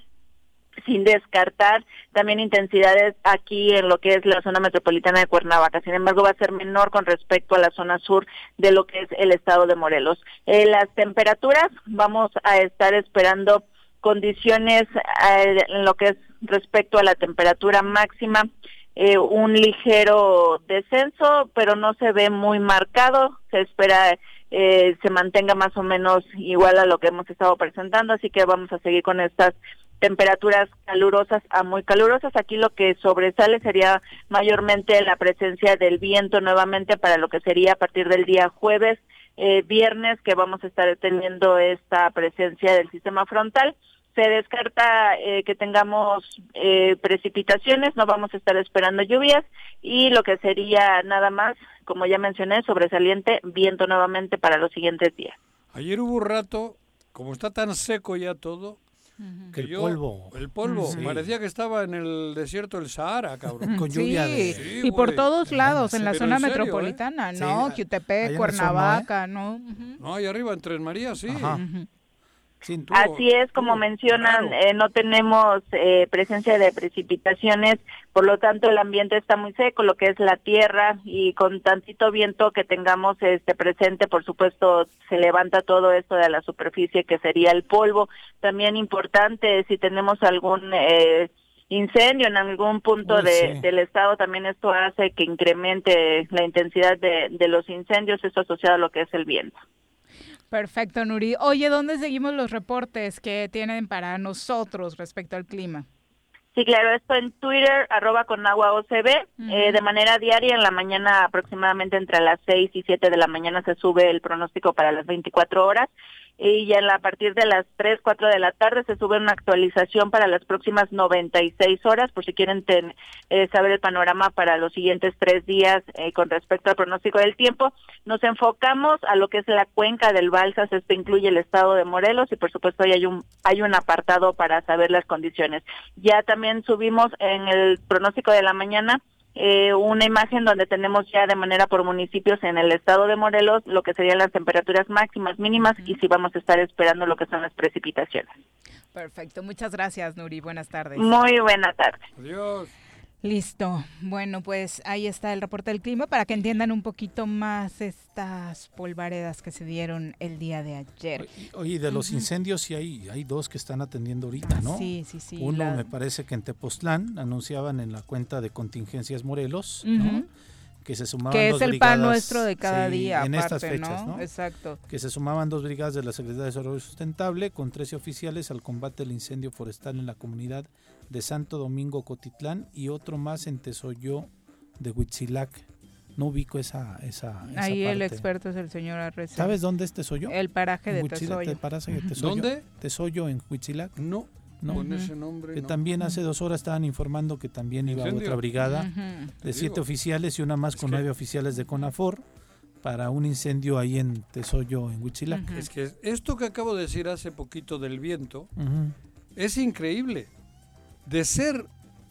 sin descartar también intensidades aquí en lo que es la zona metropolitana de Cuernavaca. Sin embargo, va a ser menor con respecto a la zona sur de lo que es el estado de Morelos. Eh, las temperaturas, vamos a estar esperando condiciones eh, en lo que es respecto a la temperatura máxima, Eh, un ligero descenso, pero no se ve muy marcado. Se espera eh, se mantenga más o menos igual a lo que hemos estado presentando, así que vamos a seguir con estas temperaturas calurosas a muy calurosas. Aquí lo que sobresale sería mayormente la presencia del viento nuevamente para lo que sería a partir del día jueves, eh, viernes, que vamos a estar teniendo esta presencia del sistema frontal. Se descarta eh, que tengamos eh, precipitaciones, no vamos a estar esperando lluvias y lo que sería nada más, como ya mencioné, sobresaliente, viento nuevamente para los siguientes días. Ayer hubo un rato, como está tan seco ya todo, uh-huh. que el yo, polvo. El polvo, sí. parecía que estaba en el desierto del Sahara, cabrón. Con lluvia sí, de... sí, y por todos lados, en la zona en serio, metropolitana, ¿eh? ¿no? Sí, Jutepec, Cuernavaca, ¿no? Uh-huh. No, ahí arriba en Tres Marías, sí. Uh-huh. Sí, tuvo, Así es, como mencionan, eh, no tenemos eh, presencia de precipitaciones, por lo tanto el ambiente está muy seco, lo que es la tierra, y con tantito viento que tengamos este presente, por supuesto, se levanta todo esto de la superficie que sería el polvo. También importante, si tenemos algún eh, incendio en algún punto Uy, de, sí. del estado, también esto hace que incremente la intensidad de, de los incendios, esto asociado a lo que es el viento. Perfecto, Nuri. Oye, ¿dónde seguimos los reportes que tienen para nosotros respecto al clima? Sí, claro, esto en Twitter, arroba con agua O C B, uh-huh. eh, de manera diaria, en la mañana aproximadamente entre las seis y siete de la mañana se sube el pronóstico para las veinticuatro horas, y ya a partir de las tres, cuatro de la tarde se sube una actualización para las próximas noventa y seis horas, por si quieren ten, eh, saber el panorama para los siguientes tres días eh, con respecto al pronóstico del tiempo. Nos enfocamos a lo que es la cuenca del Balsas, esto incluye el estado de Morelos y por supuesto ahí hay un, hay un apartado para saber las condiciones. Ya también subimos en el pronóstico de la mañana Eh, una imagen donde tenemos ya de manera por municipios en el estado de Morelos lo que serían las temperaturas máximas, mínimas uh-huh. y si vamos a estar esperando lo que son las precipitaciones. Perfecto, muchas gracias, Nuri, buenas tardes. Muy buena tarde. Adiós. Listo, bueno, pues ahí está el reporte del clima para que entiendan un poquito más estas polvaredas que se dieron el día de ayer. Oye, de los uh-huh. incendios sí hay, hay dos que están atendiendo ahorita, ¿no? Sí, sí, sí. Uno la... me parece que en Tepoztlán anunciaban en la cuenta de contingencias Morelos, uh-huh. ¿no? Que se sumaban que dos es el brigadas, pan nuestro de cada sí, día, en aparte, estas fechas, ¿no? ¿no? Exacto. Que se sumaban dos brigadas de la Secretaría de Desarrollo Sustentable con trece oficiales al combate del incendio forestal en la comunidad de Santo Domingo Cotitlán y otro más en Tesoyo de Huitzilac. No ubico esa, esa, esa Ahí parte. el experto es el señor Arreza. ¿Sabes dónde es Tesoyo? El paraje de Huitzilac, Tesoyo. El paraje de Tesoyo. ¿Dónde? Tesoyo en Huitzilac. No. No, con ese nombre que no. también hace dos horas estaban informando que también iba ¿Incendio? otra brigada uh-huh. de siete digo. oficiales y una más Es con que... nueve oficiales de CONAFOR para un incendio ahí en Tesoyo, en Huitzilac. Uh-huh. Es que esto que acabo de decir hace poquito del viento uh-huh. es increíble. De ser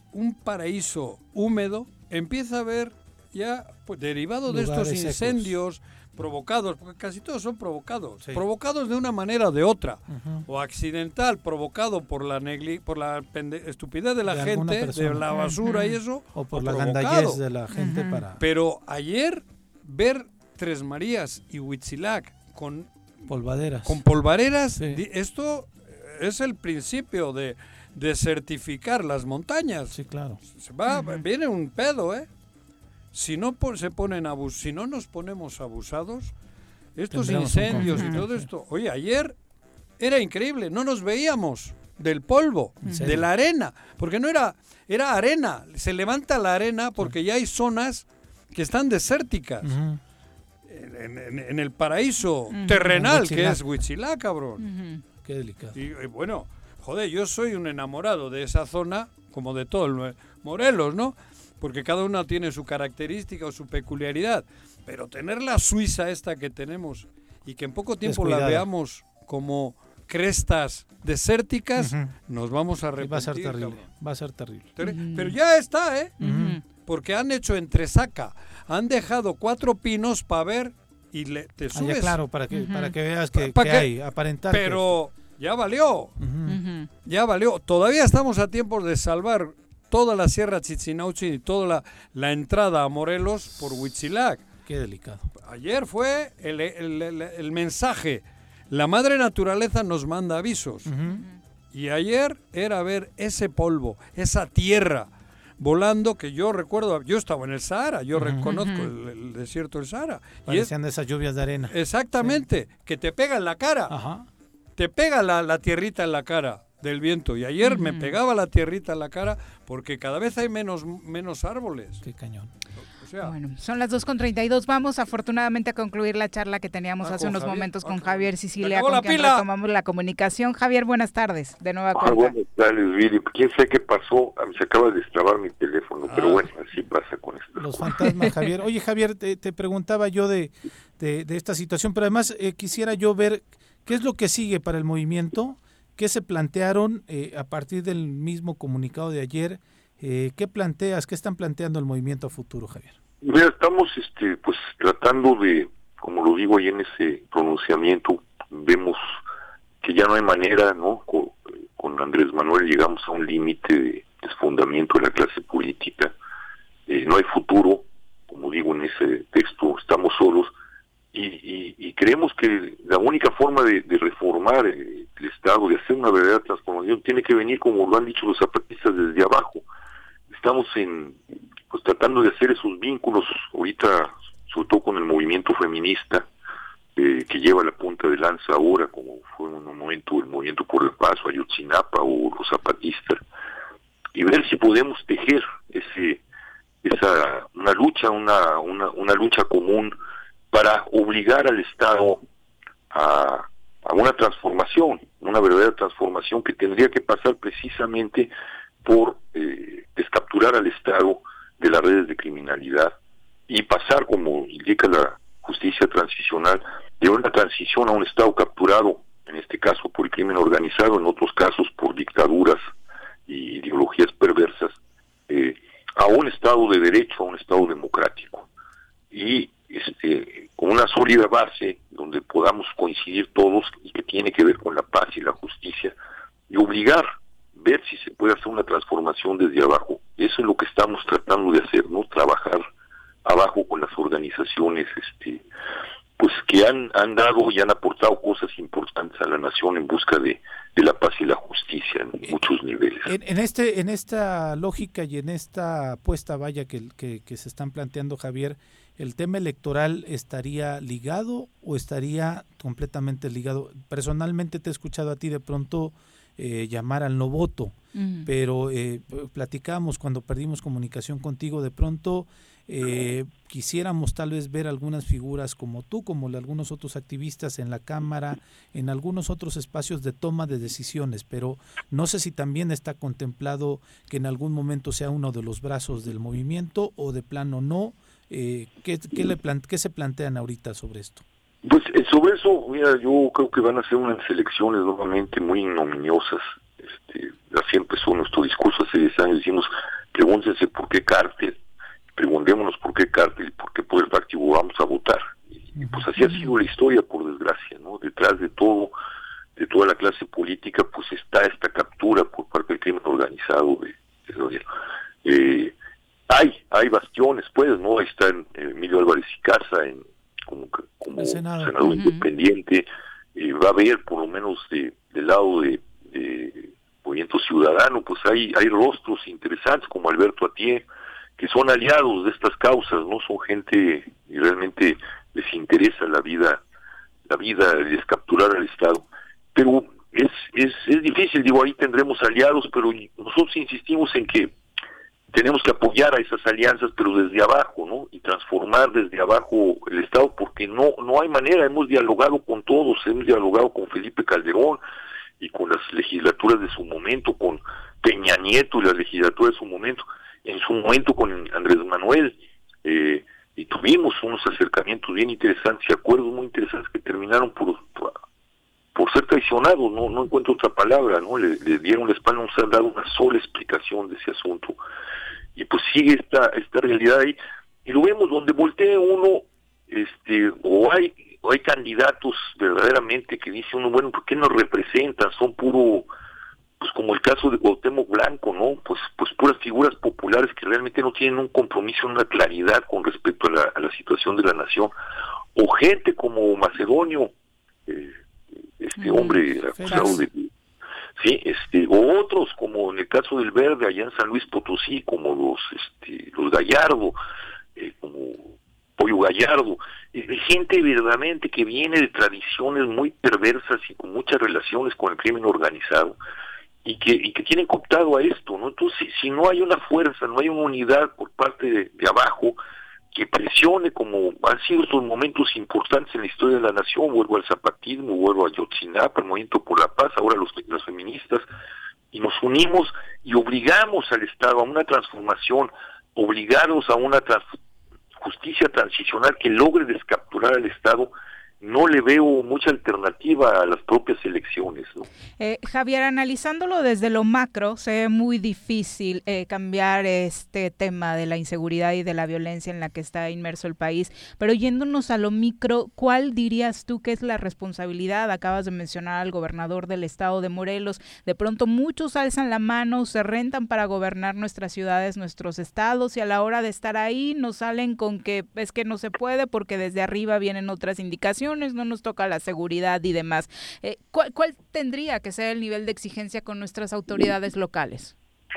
un paraíso húmedo, empieza a haber ya, pues, derivado de estos Lugares incendios secos. Provocados, porque casi todos son provocados, sí. provocados de una manera o de otra, uh-huh. o accidental, provocado por la negli, por la pende, estupidez de la de gente, de la basura uh-huh. y eso, o por o la provocado. gandallez de la gente uh-huh. para... Pero ayer ver Tres Marías y Huitzilac con polvaderas, con polvaderas, sí. esto es el principio de, de certificar las montañas. Sí, claro. Se va, uh-huh. viene un pedo, ¿eh? Si no se ponen abus, si no nos ponemos abusados, estos Tendremos incendios y todo esto. Oye, ayer era increíble, no nos veíamos del polvo, de la arena, porque no era, era arena. Se levanta la arena porque ya hay zonas que están desérticas. Uh-huh. En, en, en el paraíso uh-huh. terrenal que es Huitzilac, cabrón. Uh-huh. Qué delicado. Y, y bueno, joder, yo soy un enamorado de esa zona, como de todo el Morelos, ¿no? Porque cada una tiene su característica o su peculiaridad, pero tener la Suiza esta que tenemos y que en poco tiempo Descuidado. la veamos como crestas desérticas, uh-huh. nos vamos a arrepentir. Va a ser terrible, cabrón. va a ser terrible. Ter- uh-huh. Pero ya está, ¿eh? Uh-huh. Porque han hecho entresaca, han dejado cuatro pinos para ver y le, te subes. Ah, ya, claro, para que, uh-huh. para que veas que, pa, que, que hay, aparentar. Pero que... ya valió, uh-huh. ya valió. Todavía estamos a tiempo de salvar toda la Sierra Chichinautzin y toda la, la entrada a Morelos por Huitzilac. Qué delicado. Ayer fue el, el, el, el mensaje. La madre naturaleza nos manda avisos. Uh-huh. Y ayer era ver ese polvo, esa tierra volando que yo recuerdo. Yo estaba en el Sahara, yo uh-huh. reconozco el, el desierto del Sahara. Parecían de esas lluvias de arena. Exactamente, sí. que te pega en la cara. Ajá. Te pega la, la tierrita en la cara del viento. Y ayer uh-huh. me pegaba la tierrita en la cara porque cada vez hay menos, menos árboles. Qué cañón. O sea, bueno, son las dos con treinta y dos. Vamos afortunadamente a concluir la charla que teníamos ah, hace unos Javier, momentos con ah, Javier Sicilia, con quien pila. retomamos la comunicación. Javier, buenas tardes. De nueva cuenta. Ah, buenas tardes, Viri. ¿Quién sabe qué pasó? Se acaba de destrabar mi teléfono, ah. pero bueno, así pasa con esto. Los fantasmas, Javier. Oye, Javier, te, te preguntaba yo de, de, de esta situación, pero además eh, quisiera yo ver qué es lo que sigue para el movimiento. ¿Qué se plantearon eh, a partir del mismo comunicado de ayer? Eh, ¿Qué planteas, qué están planteando el movimiento a futuro, Javier? Mira, estamos este, pues tratando de, como lo digo ahí en ese pronunciamiento, vemos que ya no hay manera, ¿no? Con, con Andrés Manuel llegamos a un límite de desfondamiento de la clase política, eh, no hay futuro, como digo en ese texto, estamos solos. Y, y, y creemos que la única forma de, de reformar el Estado, de hacer una verdadera transformación, tiene que venir, como lo han dicho los zapatistas, desde abajo. Estamos en pues tratando de hacer esos vínculos, ahorita, sobre todo con el movimiento feminista, eh, que lleva la punta de lanza ahora, como fue en un momento el movimiento por el paso, Ayotzinapa o los zapatistas, y ver si podemos tejer ese esa una lucha, una una, una lucha común, para obligar al Estado a, a una transformación, una verdadera transformación que tendría que pasar precisamente por eh, descapturar al Estado de las redes de criminalidad y pasar, como indica la justicia transicional, de una transición a un Estado capturado, en este caso por el crimen organizado, en otros casos por dictaduras y ideologías perversas, eh, a un Estado de derecho, a un Estado democrático. Y este, con una sólida base donde podamos coincidir todos y que tiene que ver con la paz y la justicia y obligar, ver si se puede hacer una transformación desde abajo. Eso es lo que estamos tratando de hacer, ¿no? Trabajar abajo con las organizaciones este, pues que han, han dado y han aportado cosas importantes a la nación en busca de, de la paz y la justicia en muchos niveles. En, en este en esta lógica y en esta apuesta vaya que, que, que se están planteando, Javier, ¿el tema electoral estaría ligado o estaría completamente ligado? Personalmente te he escuchado a ti de pronto eh, llamar al no voto, uh-huh. pero eh, platicamos cuando perdimos comunicación contigo, de pronto eh, quisiéramos tal vez ver algunas figuras como tú, como algunos otros activistas en la Cámara, en algunos otros espacios de toma de decisiones, pero no sé si también está contemplado que en algún momento sea uno de los brazos del movimiento o de plano no. Eh, ¿qué, qué, le plan- ¿Qué se plantean ahorita sobre esto? Pues eh, sobre eso, mira, yo creo que van a ser unas elecciones nuevamente muy ignominiosas. Este, así empezó nuestro discurso hace diez años, decimos, pregúntense por qué cártel, preguntémonos por qué cártel y por qué poder fáctico vamos a votar. Y pues así ha sido la historia, por desgracia, ¿no? Detrás de todo, de toda la clase política, pues está esta captura por parte del crimen organizado de, de gobierno. Eh, hay, hay bastiones, pues, ¿no? Ahí está en, en Emilio Álvarez y Casa, en, como, como senador uh-huh. independiente. Eh, va a haber, por lo menos de, del lado de, de Movimiento Ciudadano, pues hay, hay rostros interesantes como Alberto Atié, que son aliados de estas causas, ¿no? Son gente y realmente les interesa la vida, la vida de descapturar al Estado. Pero es, es, es difícil, digo, ahí tendremos aliados, pero nosotros insistimos en que tenemos que apoyar a esas alianzas, pero desde abajo, ¿no? Y transformar desde abajo el Estado, porque no, no hay manera. Hemos dialogado con todos, hemos dialogado con Felipe Calderón y con las legislaturas de su momento, con Peña Nieto y las legislaturas de su momento, en su momento con Andrés Manuel, eh, y tuvimos unos acercamientos bien interesantes y acuerdos muy interesantes que terminaron por, por, por ser traicionados, no no encuentro otra palabra, ¿no? Le, le dieron la espalda, no se han dado una sola explicación de ese asunto. Y pues sigue esta esta realidad ahí, y lo vemos donde voltea uno, este o hay o hay candidatos verdaderamente que dice uno, bueno, ¿por qué nos representan? Son puro, pues como el caso de Cuauhtémoc Blanco, ¿no? Pues pues puras figuras populares que realmente no tienen un compromiso, una claridad con respecto a la, a la situación de la nación, o gente como Macedonio, eh, este mm, hombre acusado de... Sí, este, o otros como en el caso del Verde allá en San Luis Potosí, como los este, los Gallardo, eh, como Pollo Gallardo, eh, gente verdaderamente que viene de tradiciones muy perversas y con muchas relaciones con el crimen organizado, y que y que tienen cooptado a esto, ¿no? Entonces, si, si no hay una fuerza, no hay una unidad por parte de, de abajo que presione, como han sido estos momentos importantes en la historia de la nación, vuelvo al zapatismo, vuelvo a Ayotzinapa, el Movimiento por la Paz, ahora los, las feministas, y nos unimos y obligamos al Estado a una transformación, obligados a una trans, justicia transicional que logre descapturar al Estado. No le veo mucha alternativa a las propias elecciones, ¿no? Eh, Javier, analizándolo desde lo macro, se ve muy difícil eh, cambiar este tema de la inseguridad y de la violencia en la que está inmerso el país, pero yéndonos a lo micro, ¿cuál dirías tú que es la responsabilidad? Acabas de mencionar al gobernador del estado de Morelos. De pronto muchos alzan la mano, se rentan para gobernar nuestras ciudades, nuestros estados, y a la hora de estar ahí nos salen con que es que no se puede porque desde arriba vienen otras indicaciones, no nos toca la seguridad y demás. Eh, ¿cuál, ¿Cuál tendría que ser el nivel de exigencia con nuestras autoridades locales?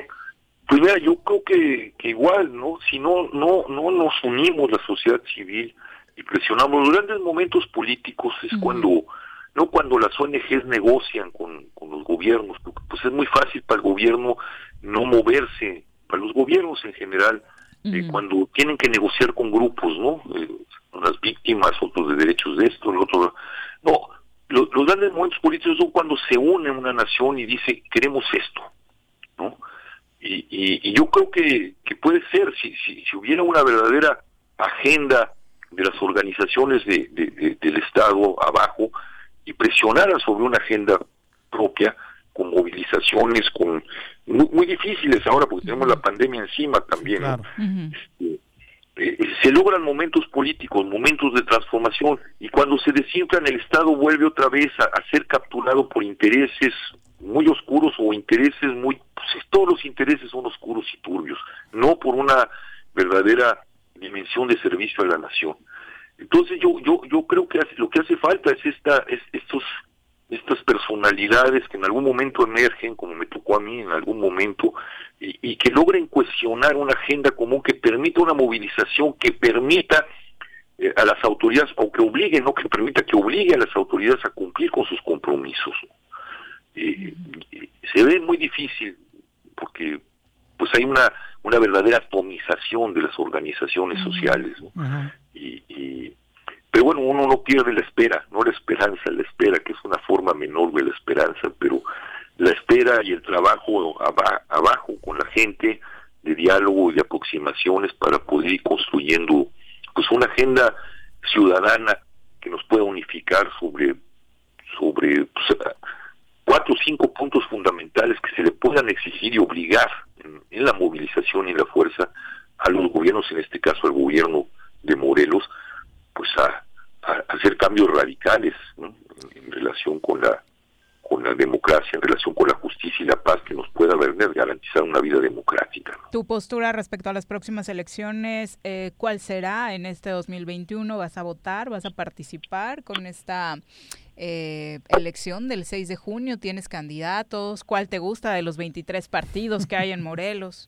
Pues mira, yo creo que, que igual, ¿no? Si no, no, no nos unimos la sociedad civil y presionamos los grandes momentos políticos, es uh-huh. cuando, no cuando las O N Ges negocian con, con los gobiernos, porque pues es muy fácil para el gobierno no moverse, para los gobiernos en general, uh-huh. eh, cuando tienen que negociar con grupos, ¿no? Eh, las víctimas, otros de derechos de esto, el otro... No, lo, los grandes momentos políticos son cuando se une una nación y dice, queremos esto, ¿no? Y, y, y yo creo que, que puede ser, si, si, si hubiera una verdadera agenda de las organizaciones de, de, de, del Estado abajo y presionaran sobre una agenda propia, con movilizaciones, con muy, muy difíciles ahora porque tenemos la pandemia encima también, claro. ¿no? Uh-huh. Este, Eh, se logran momentos políticos, momentos de transformación, y cuando se desinflan el Estado vuelve otra vez a, a ser capturado por intereses muy oscuros o intereses muy, pues todos los intereses son oscuros y turbios, no por una verdadera dimensión de servicio a la nación. Entonces yo yo yo creo que hace, lo que hace falta es esta es estos estas personalidades que en algún momento emergen, como me tocó a mí en algún momento, y, y que logren cuestionar una agenda común que permita una movilización, que permita eh, a las autoridades, o que obligue, no que permita, que obligue a las autoridades a cumplir con sus compromisos. Eh, eh, se ve muy difícil, porque pues hay una una verdadera atomización de las organizaciones sociales, ¿no? Uh-huh. y, y Pero bueno, uno no pierde la espera, no la esperanza, la espera, que es una forma menor de la esperanza, pero la espera y el trabajo ab- abajo con la gente, de diálogo y de aproximaciones para poder ir construyendo pues una agenda ciudadana que nos pueda unificar sobre, sobre pues, cuatro o cinco puntos fundamentales que se le puedan exigir y obligar en, en la movilización y la fuerza a los gobiernos, en este caso al gobierno de Morelos, pues a, a, a hacer cambios radicales, ¿no? en, en relación con la con la democracia, en relación con la justicia y la paz que nos pueda garantizar una vida democrática, ¿no? Tu postura respecto a las próximas elecciones, eh, ¿cuál será en este dos mil veintiuno? ¿Vas a votar? ¿Vas a participar con esta eh, elección del seis de junio? ¿Tienes candidatos? ¿Cuál te gusta de los veintitrés partidos que hay en Morelos?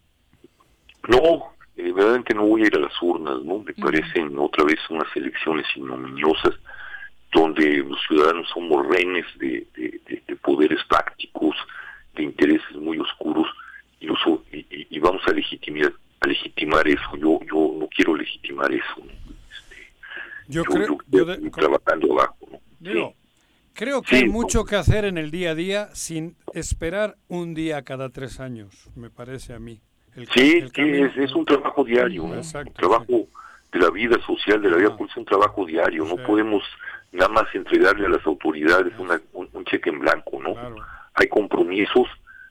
No, eh, verdaderamente no voy a ir a las urnas, ¿no? Me parecen otra vez unas elecciones ignominiosas donde los ciudadanos somos rehenes de, de, de, de poderes prácticos, de intereses muy oscuros, y, los, y, y vamos a legitimar, a legitimar eso. Yo yo no quiero legitimar eso, ¿no? Este, yo, yo creo yo yo de, trabajando abajo, ¿no? Digo, sí. Creo que sí, hay mucho no. que hacer en el día a día sin esperar un día cada tres años, me parece a mí. El, sí, el sí es, es un trabajo diario, ¿no? Exacto, un trabajo sí. de la vida social, de la vida pública, es un trabajo diario. No sí. podemos nada más entregarle a las autoridades una, un, un cheque en blanco, ¿no? Claro. Hay compromisos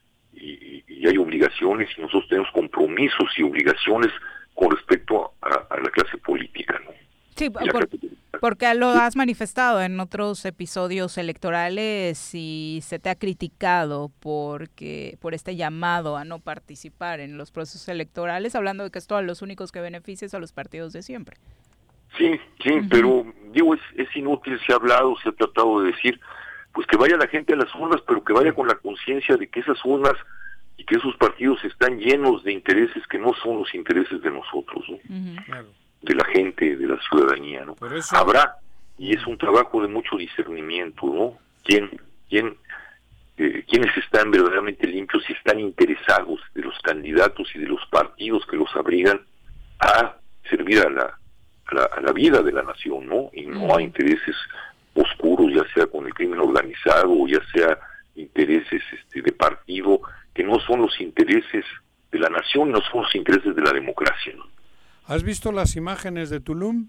y, y hay obligaciones, y nosotros tenemos compromisos y obligaciones con respecto a, a la clase política, ¿no? Sí, por, porque lo has manifestado en otros episodios electorales y se te ha criticado porque por este llamado a no participar en los procesos electorales, hablando de que esto a los únicos que beneficias a los partidos de siempre. Sí, sí, uh-huh. pero digo, es, es inútil, se ha hablado, se ha tratado de decir, pues que vaya la gente a las urnas, pero que vaya con la conciencia de que esas urnas y que esos partidos están llenos de intereses que no son los intereses de nosotros, ¿no? Uh-huh. Claro. De la gente, de la ciudadanía, ¿no? Eso... Habrá, y es un trabajo de mucho discernimiento, ¿no? ¿Quién, quién, eh, quiénes están verdaderamente limpios y están interesados de los candidatos y de los partidos que los abrigan a servir a la A la, a la vida de la nación, ¿no? Y no a intereses oscuros, ya sea con el crimen organizado o ya sea intereses este, de partido, que no son los intereses de la nación, no son los intereses de la democracia, ¿no? ¿Has visto las imágenes de Tulum?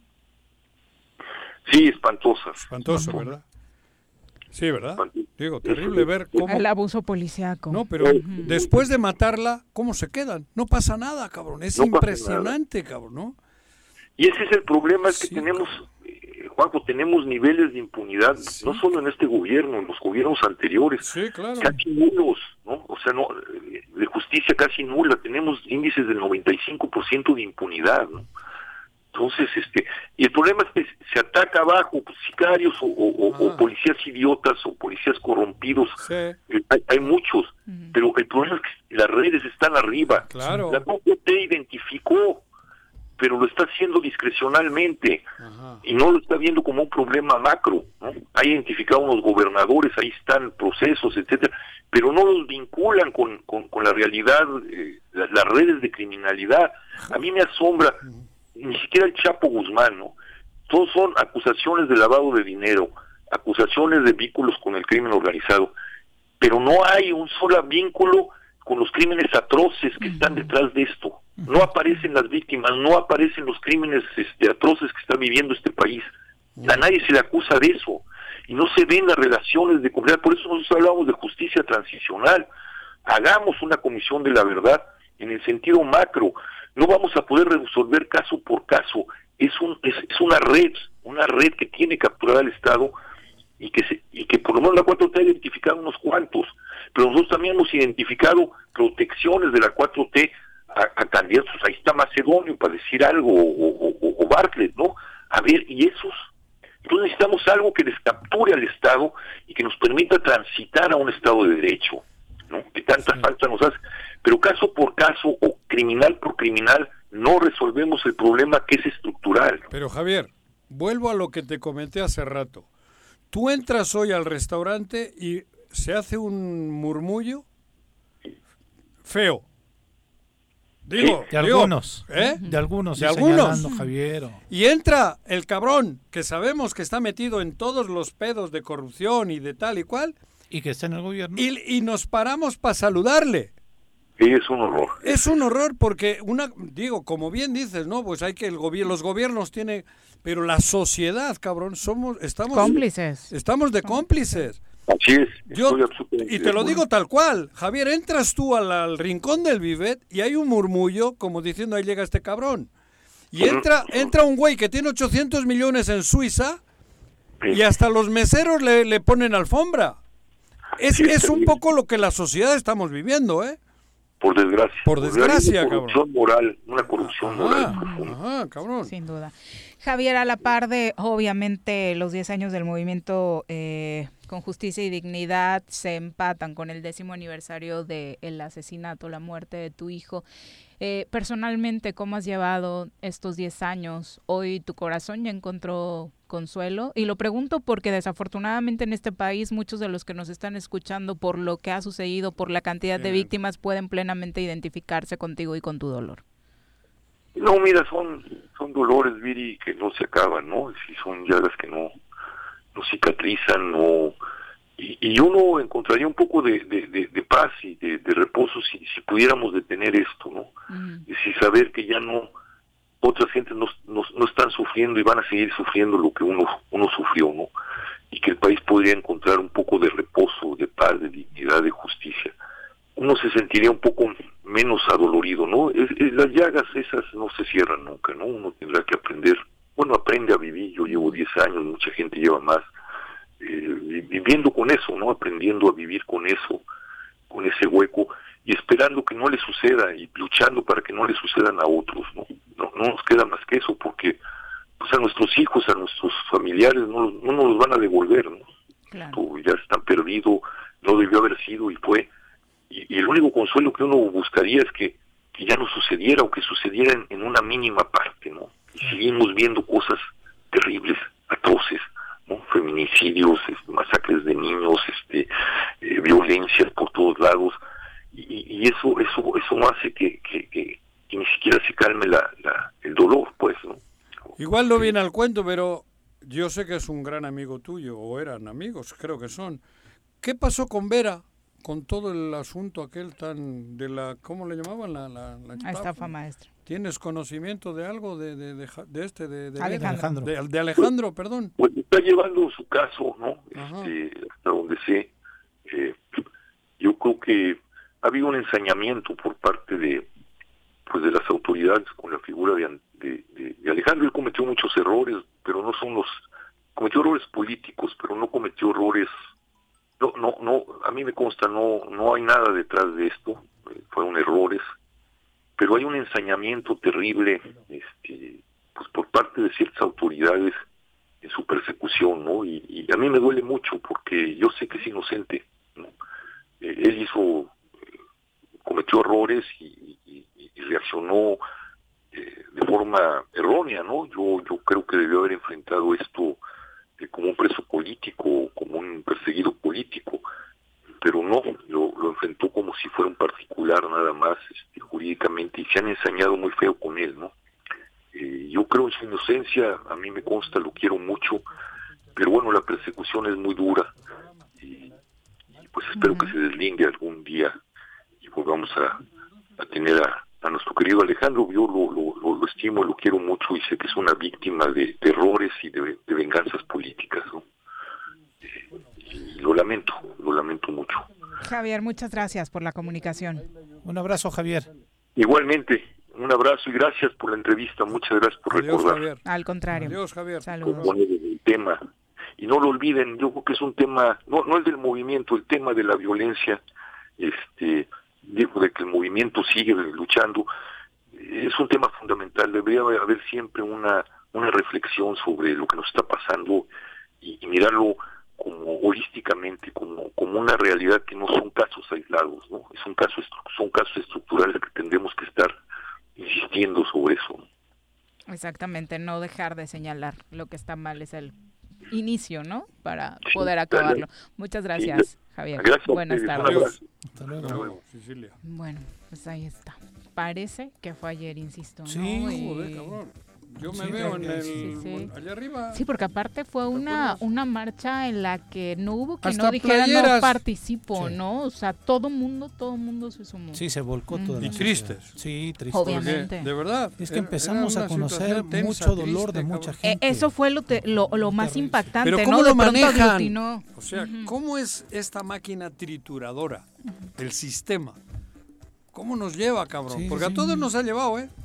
Sí, espantosas. Espantoso, ¿verdad? Sí, ¿verdad? Digo, terrible ver cómo... El abuso policiaco. No, pero uh-huh. después de matarla, ¿cómo se quedan? No pasa nada, cabrón. Es no impresionante, cabrón, ¿no? Y ese es el problema, es que sí, tenemos, eh, Juanjo, tenemos niveles de impunidad, sí. no solo en este gobierno, en los gobiernos anteriores, sí, claro. casi nulos, ¿no? O sea, no, de justicia casi nula, tenemos índices del noventa y cinco por ciento de impunidad, ¿no? Entonces, este, y el problema es que se ataca abajo, pues, sicarios o, o, ah. o policías idiotas o policías corrompidos, sí. hay, hay muchos, uh-huh. pero el problema es que las redes están arriba, claro. la cuatro T identificó, pero lo está haciendo discrecionalmente. Ajá. Y no lo está viendo como un problema macro, ¿no? Ha identificado unos gobernadores, ahí están procesos, etcétera, pero no los vinculan con, con, con la realidad, eh, la, las redes de criminalidad. A mí me asombra, ni siquiera el Chapo Guzmán, ¿no? Todos son acusaciones de lavado de dinero, acusaciones de vínculos con el crimen organizado, pero no hay un solo vínculo con los crímenes atroces que están detrás de esto. No aparecen las víctimas, no aparecen los crímenes este, atroces que está viviendo este país. A nadie se le acusa de eso. Y no se ven las relaciones de comunidad. Por eso nosotros hablamos de justicia transicional. Hagamos una comisión de la verdad en el sentido macro. No vamos a poder resolver caso por caso. Es, un, es, es una red, una red que tiene que capturar al Estado y que, se, y que por lo menos la cuatro T ha identificado unos cuantos. Pero nosotros también hemos identificado protecciones de la cuatro T a, a candidatos. Ahí está Macedonio, para decir algo, o, o, o Bartlett, ¿no? A ver, ¿y esos? Entonces necesitamos algo que les capture al Estado y que nos permita transitar a un Estado de Derecho, ¿no? Que tanta sí. falta nos hace. Pero caso por caso o criminal por criminal no resolvemos el problema que es estructural. Pero Javier, vuelvo a lo que te comenté hace rato. Tú entras hoy al restaurante y se hace un murmullo feo. Digo, de digo, algunos, ¿eh? de algunos, de algunos. Javier. Y entra el cabrón que sabemos que está metido en todos los pedos de corrupción y de tal y cual. Y que está en el gobierno. Y, y nos paramos para saludarle. Sí, es un horror. Es un horror porque, una digo, como bien dices, ¿no? Pues hay que el gobierno, los gobiernos tienen, pero la sociedad, cabrón, somos, estamos... Cómplices. Estamos de cómplices. Así es. Yo, y te lo digo tal cual, Javier, entras tú al, al rincón del Vivet y hay un murmullo como diciendo ahí llega este cabrón. Y entra entra un güey que tiene ochocientos millones en Suiza y hasta los meseros le, le ponen alfombra. Es, es un poco lo que la sociedad estamos viviendo, ¿eh? Por desgracia. Por desgracia, una corrupción cabrón. moral, una corrupción Ajá, moral. Ajá, cabrón. Sin duda. Javier, a la par de, obviamente, los diez años del movimiento eh, con justicia y dignidad se empatan con el décimo aniversario del asesinato, la muerte de tu hijo. Eh, personalmente, ¿cómo has llevado estos diez años? Hoy tu corazón ya encontró consuelo. Y lo pregunto porque desafortunadamente en este país muchos de los que nos están escuchando por lo que ha sucedido, por la cantidad de víctimas, pueden plenamente identificarse contigo y con tu dolor. No, mira, son son dolores, Viri, que no se acaban, ¿no? Si son llagas que no, no cicatrizan, no... Y, y uno encontraría un poco de, de, de, de paz y de, de reposo si, si pudiéramos detener esto, ¿no? Mm. Y si saber que ya no, otras gentes no, no, no están sufriendo y van a seguir sufriendo lo que uno, uno sufrió, ¿no? Y que el país podría encontrar un poco de reposo, de paz, de dignidad, de justicia. Uno se sentiría un poco menos adolorido, ¿no? Es, es, las llagas esas no se cierran nunca, ¿no? Uno tendrá que aprender, bueno, aprende a vivir. Yo llevo diez años, mucha gente lleva más, eh, viviendo con eso, ¿no? Aprendiendo a vivir con eso, con ese hueco, y esperando que no le suceda y luchando para que no le sucedan a otros, ¿no? No, no nos queda más que eso, porque pues a nuestros hijos, a nuestros familiares no, no nos los van a devolver, ¿no? Claro. Ya están perdidos, no debió haber sido y fue. Y, y el único consuelo que uno buscaría es que, que ya no sucediera o que sucediera en, en una mínima parte, ¿no? Y seguimos viendo cosas terribles, atroces, ¿no? Feminicidios, este, masacres de niños, este, eh, violencias por todos lados, y, y eso eso eso no hace que, que, que, que ni siquiera se calme la, la el dolor, pues, ¿no? Igual no viene al cuento, pero yo sé que es un gran amigo tuyo, o eran amigos, creo que son. ¿Qué pasó con Vera? Con todo el asunto aquel tan de la, ¿cómo le llamaban? La, la, la estafa. estafa maestra. ¿Tienes conocimiento de algo de de, de, de este, de, de Alejandro? De, de Alejandro, perdón. Pues está llevando su caso, ¿no? Este, hasta donde sé. Eh, yo creo que ha habido un ensañamiento por parte de pues de las autoridades con la figura de, de, de, de Alejandro. Él cometió muchos errores, pero no son los... Cometió errores políticos, pero no cometió errores... No, no, no, a mí me consta, no no hay nada detrás de esto, eh, fueron errores, pero hay un ensañamiento terrible este, pues por parte de ciertas autoridades en su persecución, ¿no? Y, y a mí me duele mucho porque yo sé que es inocente, ¿no? Eh, él hizo, eh, cometió errores y, y, y reaccionó eh, de forma errónea, ¿no? Yo, yo creo que debió haber enfrentado esto Eh, como un preso político, como un perseguido político, pero no, lo, lo enfrentó como si fuera un particular nada más, este, jurídicamente, y se han ensañado muy feo con él, ¿no? Eh, yo creo en su inocencia, a mí me consta, lo quiero mucho, pero bueno, la persecución es muy dura, y, y pues espero uh-huh. que se deslingue algún día, y volvamos a, a tener a a nuestro querido Alejandro. Yo lo, lo, lo, lo estimo, lo quiero mucho y sé que es una víctima de, de errores y de, de venganzas políticas, ¿no? Eh, y lo lamento, lo lamento mucho. Javier, muchas gracias por la comunicación. Un abrazo, Javier. Igualmente, un abrazo y gracias por la entrevista, muchas gracias por Adiós, recordar. Javier. Al contrario. Adiós, Javier. Saludos. El tema, y no lo olviden, yo creo que es un tema, no, no el del movimiento, el tema de la violencia, este... digo, de que el movimiento sigue luchando, es un tema fundamental. Debería haber siempre una una reflexión sobre lo que nos está pasando y, y mirarlo como holísticamente, como como una realidad que no son casos aislados, ¿no? Es un caso son casos estructurales que tendremos que estar insistiendo sobre eso. Exactamente, no dejar de señalar lo que está mal, es el inicio, ¿no? Para poder acabarlo. Muchas gracias, sí, Javier. Gracias. Buenas tardes. Hasta luego. Hasta luego, Cecilia. Bueno, pues ahí está. Parece que fue ayer, insisto, ¿no? Sí, Y... joder, cabrón. Yo me Sí, veo en creo que el, sí, sí. allá arriba. Sí, porque aparte fue una, una marcha en la que no hubo que Hasta no dijera playeras. no participo, Sí. ¿no? O sea, todo mundo, todo mundo se sumó. Sí, se volcó toda Y la tristes. sociedad. Sí, tristes. Obviamente. Porque, de verdad. Es que era- empezamos era a una conocer situación tensa, mucho dolor triste, de mucha cabrón. Eh, gente. eso fue lo, te- lo, lo más terrible. impactante, Pero ¿no? ¿cómo De lo pronto manejan? aglutinó. O sea, ¿cómo es esta máquina trituradora? El sistema. ¿Cómo nos lleva, cabrón? Sí, Porque sí. a todos nos ha llevado, ¿eh?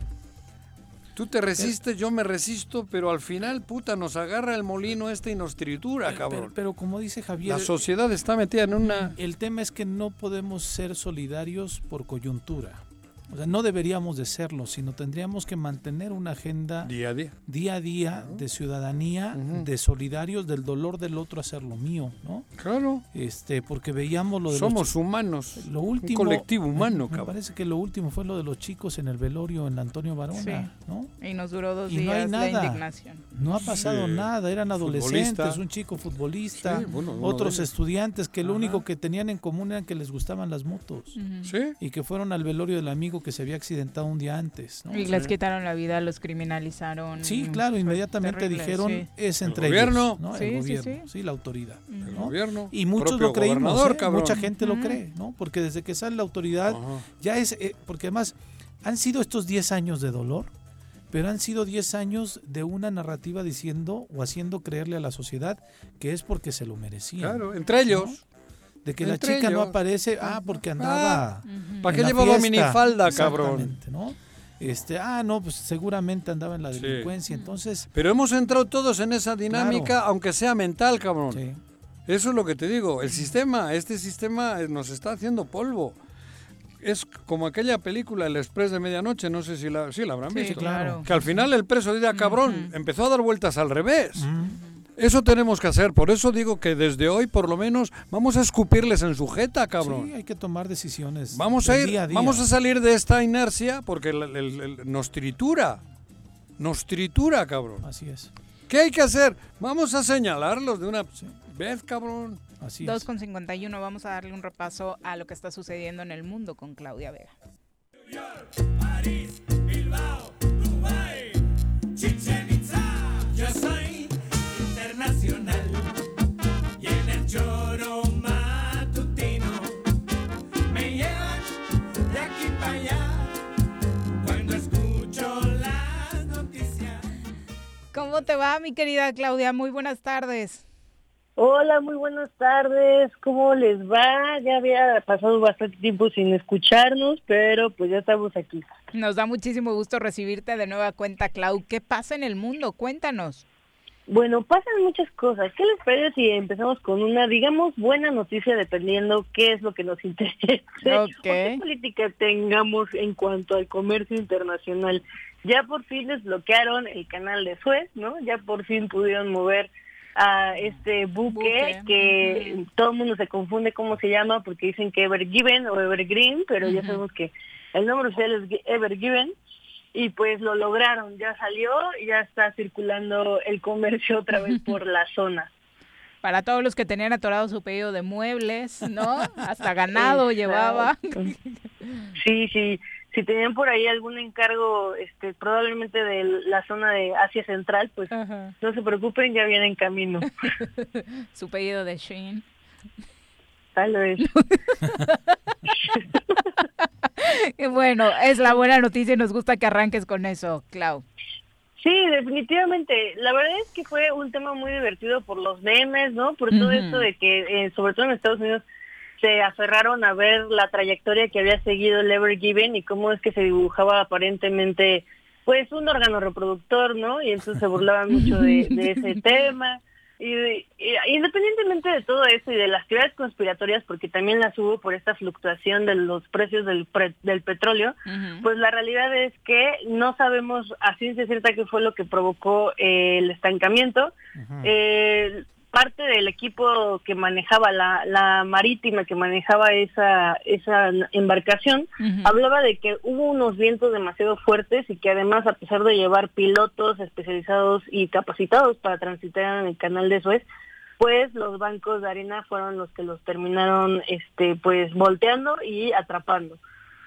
Tú te resistes, yo me resisto, pero al final, puta, nos agarra el molino este y nos tritura, Pero, cabrón. pero- pero como dice Javier, La sociedad está metida en una... el tema es que no podemos ser solidarios por coyuntura. O sea, no deberíamos de serlo, sino tendríamos que mantener una agenda Día a día. día a día de ciudadanía, de solidarios, del dolor del otro hacer lo mío, ¿no? Claro. Este, porque veíamos lo de Somos los, humanos. lo último, un colectivo humano, me, me cabrón. parece que lo último fue lo de los chicos en el velorio en la Antonio Barona, Sí. ¿no? Y nos duró dos Y no días hay la nada. indignación. No ha pasado Sí. nada, eran adolescentes, Futbolista. un chico futbolista, Sí, bueno, uno otros de ellos. estudiantes que lo Ajá. único que tenían en común era que les gustaban las motos Ujú. ¿Sí? y que fueron al velorio del amigo que se había accidentado un día antes, ¿no? Y les quitaron la vida, los criminalizaron. Sí, claro, Fue inmediatamente terrible, dijeron sí. es El entre gobierno. ellos, ¿no? Sí, el sí, gobierno, sí. sí, la autoridad, El ¿no? gobierno. Y muchos propio lo creímos, gobernador, ¿eh? cabrón. Mucha gente lo Ujú. cree, ¿no? Porque desde que sale la autoridad Ajá. ya es, eh, porque además han sido estos diez años de dolor, pero han sido diez años de una narrativa diciendo o haciendo creerle a la sociedad que es porque se lo merecían. Claro, entre ellos. De que la Entre chica no ellos. aparece, ah, porque andaba. Ujú. ¿Para en qué la llevaba fiesta. minifalda, cabrón? Exactamente, ¿no? Este, ah, no, pues seguramente andaba en la Sí. delincuencia, entonces. Pero hemos entrado todos en esa dinámica, Claro. aunque sea mental, cabrón. Sí. Eso es lo que te digo. El sistema, este sistema eh, nos está haciendo polvo. Es como aquella película, El Express de Medianoche, no sé si la, sí, la habrán Sí, visto. claro. Que al final el preso diría, cabrón, Ujú. empezó a dar vueltas al revés. Mm. Eso tenemos que hacer. Por eso digo que desde hoy, por lo menos, vamos a escupirles en su jeta, cabrón. Sí, hay que tomar decisiones. Vamos a del ir, día a día. vamos a salir de esta inercia porque el- el- el- nos tritura. Nos tritura, cabrón. Así es. ¿Qué hay que hacer? Vamos a señalarlos de una vez, cabrón. Así dos es. con cincuenta y uno, vamos a darle un repaso a lo que está sucediendo en el mundo con Claudia Vega. París, Bilbao, Dubái, Chichen Itza. Yo soy internacional y en el choro matutino me llevan de aquí para allá cuando escucho las noticias. ¿Cómo te va, mi querida Claudia? Muy buenas tardes. Hola, muy buenas tardes. ¿Cómo les va? Ya había pasado bastante tiempo sin escucharnos, pero pues ya estamos aquí. Nos da muchísimo gusto recibirte de nueva cuenta, Clau. ¿Qué pasa en el mundo? Cuéntanos. Bueno, pasan muchas cosas. ¿Qué les parece si empezamos con una, digamos, buena noticia, dependiendo qué es lo que nos interese o qué política tengamos en cuanto al comercio internacional? Ya por fin desbloquearon el canal de Suez, ¿no? Ya por fin pudieron mover a este buque, Buque. que Ujú. todo el mundo se confunde cómo se llama porque dicen que Evergiven o Evergreen, pero ya Ujú. sabemos sabemos que el nombre oficial es Evergiven. Y pues lo lograron, ya salió y ya está circulando el comercio otra vez por la zona. Para todos los que tenían atorado su pedido de muebles, ¿no? Hasta ganado llevaba. Sí, sí. Si tenían por ahí algún encargo, este, probablemente de la zona de Asia Central, pues Ajá. no se preocupen, ya viene en camino. Su pedido de Shein. Tal vez. Y bueno, es la buena noticia y nos gusta que arranques con eso, Clau. Sí, definitivamente. La verdad es que fue un tema muy divertido por los memes, ¿no? Por todo Ujú. esto de que, eh, sobre todo en Estados Unidos, se aferraron a ver la trayectoria que había seguido el Evergiven y cómo es que se dibujaba aparentemente, pues, un órgano reproductor, ¿no? Y entonces se burlaban mucho de, de ese tema. Y, y- independientemente de todo eso y de las teorías conspiratorias, porque también las hubo por esta fluctuación de los precios del, pre- del petróleo, pues la realidad es que no sabemos a ciencia cierta qué fue lo que provocó eh, el estancamiento. Eh, parte del equipo que manejaba la, la marítima, que manejaba esa, esa embarcación, Ujú. hablaba de que hubo unos vientos demasiado fuertes y que además, a pesar de llevar pilotos especializados y capacitados para transitar en el canal de Suez, pues los bancos de arena fueron los que los terminaron este pues volteando y atrapando.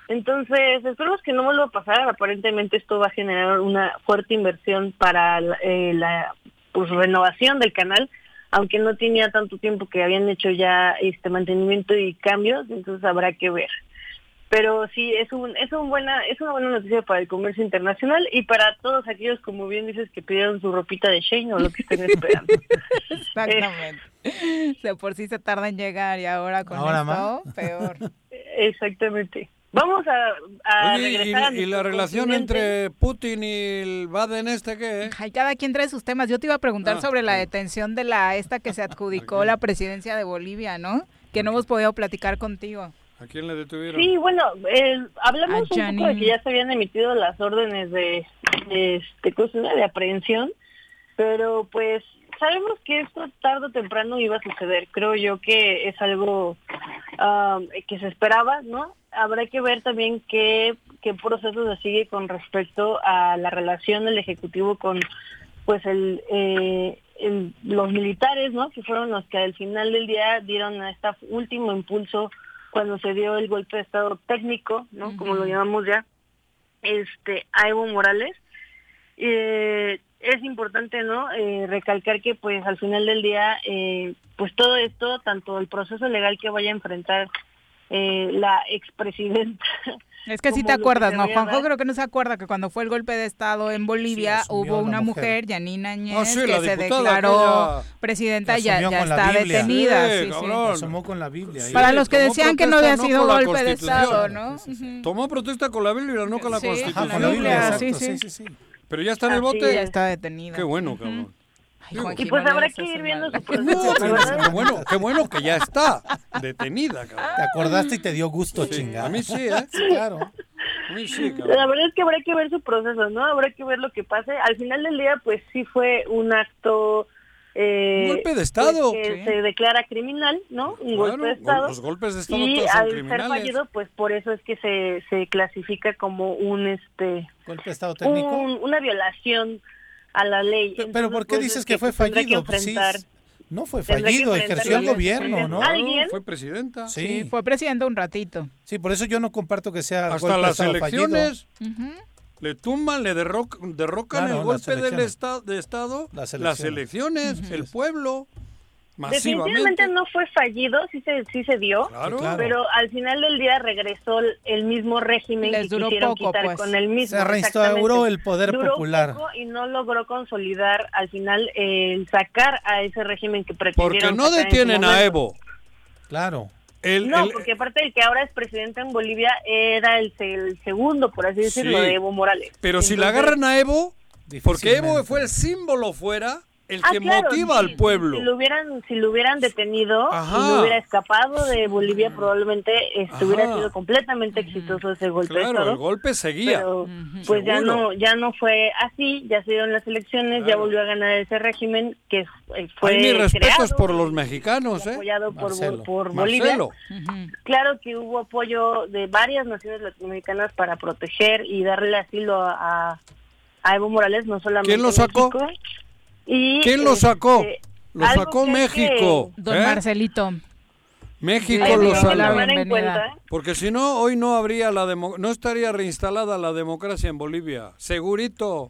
Entonces, esperemos que no vuelva a pasar. Aparentemente esto va a generar una fuerte inversión para la, eh, la pues, renovación del canal, aunque no tenía tanto tiempo que habían hecho ya este mantenimiento y cambios, entonces habrá que ver. Pero sí, es un es un buena es una buena noticia para el comercio internacional y para todos aquellos, como bien dices, que pidieron su ropita de Shein o lo que estén esperando. Exactamente. Eh, de por sí se tarda en llegar y ahora con Ahora esto, más. peor. Exactamente. Vamos a, a Oye, regresar y, a y la nuestro relación continente. entre Putin y el Biden este, ¿qué? Ay, cada quien trae sus temas. Yo te iba a preguntar Ah, sobre la sí. detención de la esta que se adjudicó la presidencia de Bolivia, ¿no? Que no hemos podido platicar contigo. ¿A quién le detuvieron? Sí, bueno, eh, hablamos A un poco de Janine. que ya se habían emitido las órdenes de, de, este, ¿cómo se llama? de aprehensión, pero pues sabemos que esto tarde o temprano iba a suceder. Creo yo que es algo um, que se esperaba, ¿no? Habrá que ver también qué, qué proceso se sigue con respecto a la relación del Ejecutivo con pues el, eh, el los militares, ¿no? Que fueron los que al final del día dieron a este último impulso cuando se dio el golpe de estado técnico, ¿no? Uh-huh. Como lo llamamos ya, este, a Evo Morales. Eh, es importante, ¿no? Eh, recalcar que, pues, al final del día, eh, pues todo esto, tanto el proceso legal que vaya a enfrentar eh, la expresidenta. Es que sí te acuerdas, ¿no? Juanjo creo que no se acuerda que cuando fue el golpe de estado en Bolivia sí, hubo una mujer, mujer Yanina Añez, ah, sí, que se declaró aquella... presidenta y ya, ya está detenida. Sí, sí, cabrón. Sí. Asomó con la Biblia. Sí, para los que decían que no había sido no golpe de estado, ¿no? Sí, sí, sí. Tomó protesta con la Biblia, no con la sí, Constitución. Con la Biblia, sí, sí. sí, sí. Pero ya está en el bote. Sí, ya está detenida. Qué bueno, cabrón. Uh-huh. Ay, Joaquín, y pues no habrá que ir viendo su proceso. No, qué bueno, qué bueno que ya está detenida, cabrón. Te acordaste y te dio gusto, sí, chingada. A mí sí, ¿eh? Sí, claro. A mí sí, cabrón. La verdad es que habrá que ver su proceso, ¿no? Habrá que ver lo que pase. Al final del día, pues sí fue un acto... Eh, un golpe de Estado. Pues, que sí. se declara criminal, ¿no? Un claro, golpe de Estado. Los golpes de Estado y todos son al criminales. ser fallido, pues por eso es que se, se clasifica como un... este ¿Golpe de Estado técnico? Un, una violación a la ley. Pero, pero ¿por qué pues, dices que, que fue fallido? Que sí, no fue fallido, ejerció el gobierno, ¿no? ¿Alguien? Fue presidenta. Sí. sí, fue presidenta un ratito. Sí, por eso yo no comparto que sea hasta golpe las de Estado elecciones. Uh-huh. Le tumban, le derroc derrocan claro, el golpe del esta de Estado, las elecciones, las elecciones uh-huh. el pueblo. Definitivamente no fue fallido, sí se sí se dio, claro. pero al final del día regresó el mismo régimen Les que duró quisieron poco, quitar pues. con el mismo. Se reinstauró el poder duró popular. Poco y no logró consolidar al final el sacar a ese régimen que pretendieron. Porque no detienen a Evo. Claro. El, no, el, porque aparte del que ahora es presidente en Bolivia era el, el segundo, por así decirlo, sí, de Evo Morales. Pero Entonces, si la agarran a Evo, porque Evo fue el símbolo fuera, el ah, que claro, motiva sí, al pueblo. Si lo hubieran, si lo hubieran detenido Ajá. y lo hubiera escapado de Bolivia, probablemente este, hubiera sido completamente exitoso ese golpe. Claro, de Estado, el golpe seguía. Pero, pues ya no, ya no fue así, ya se dieron las elecciones, claro. ya volvió a ganar ese régimen que fue Hay mis respetos creado, por los mexicanos, ¿eh? apoyado por, Marcelo. por Bolivia. Marcelo. Claro que hubo apoyo de varias naciones latinoamericanas para proteger y darle asilo a, a Evo Morales, no solamente ¿Quién lo sacó? México. Y, ¿Quién lo sacó? Este, lo sacó México. Que... Don ¿eh? Marcelito. México sí, lo sacó. Cuenta, porque si no, hoy no habría la demo... no estaría reinstalada la democracia en Bolivia. Segurito.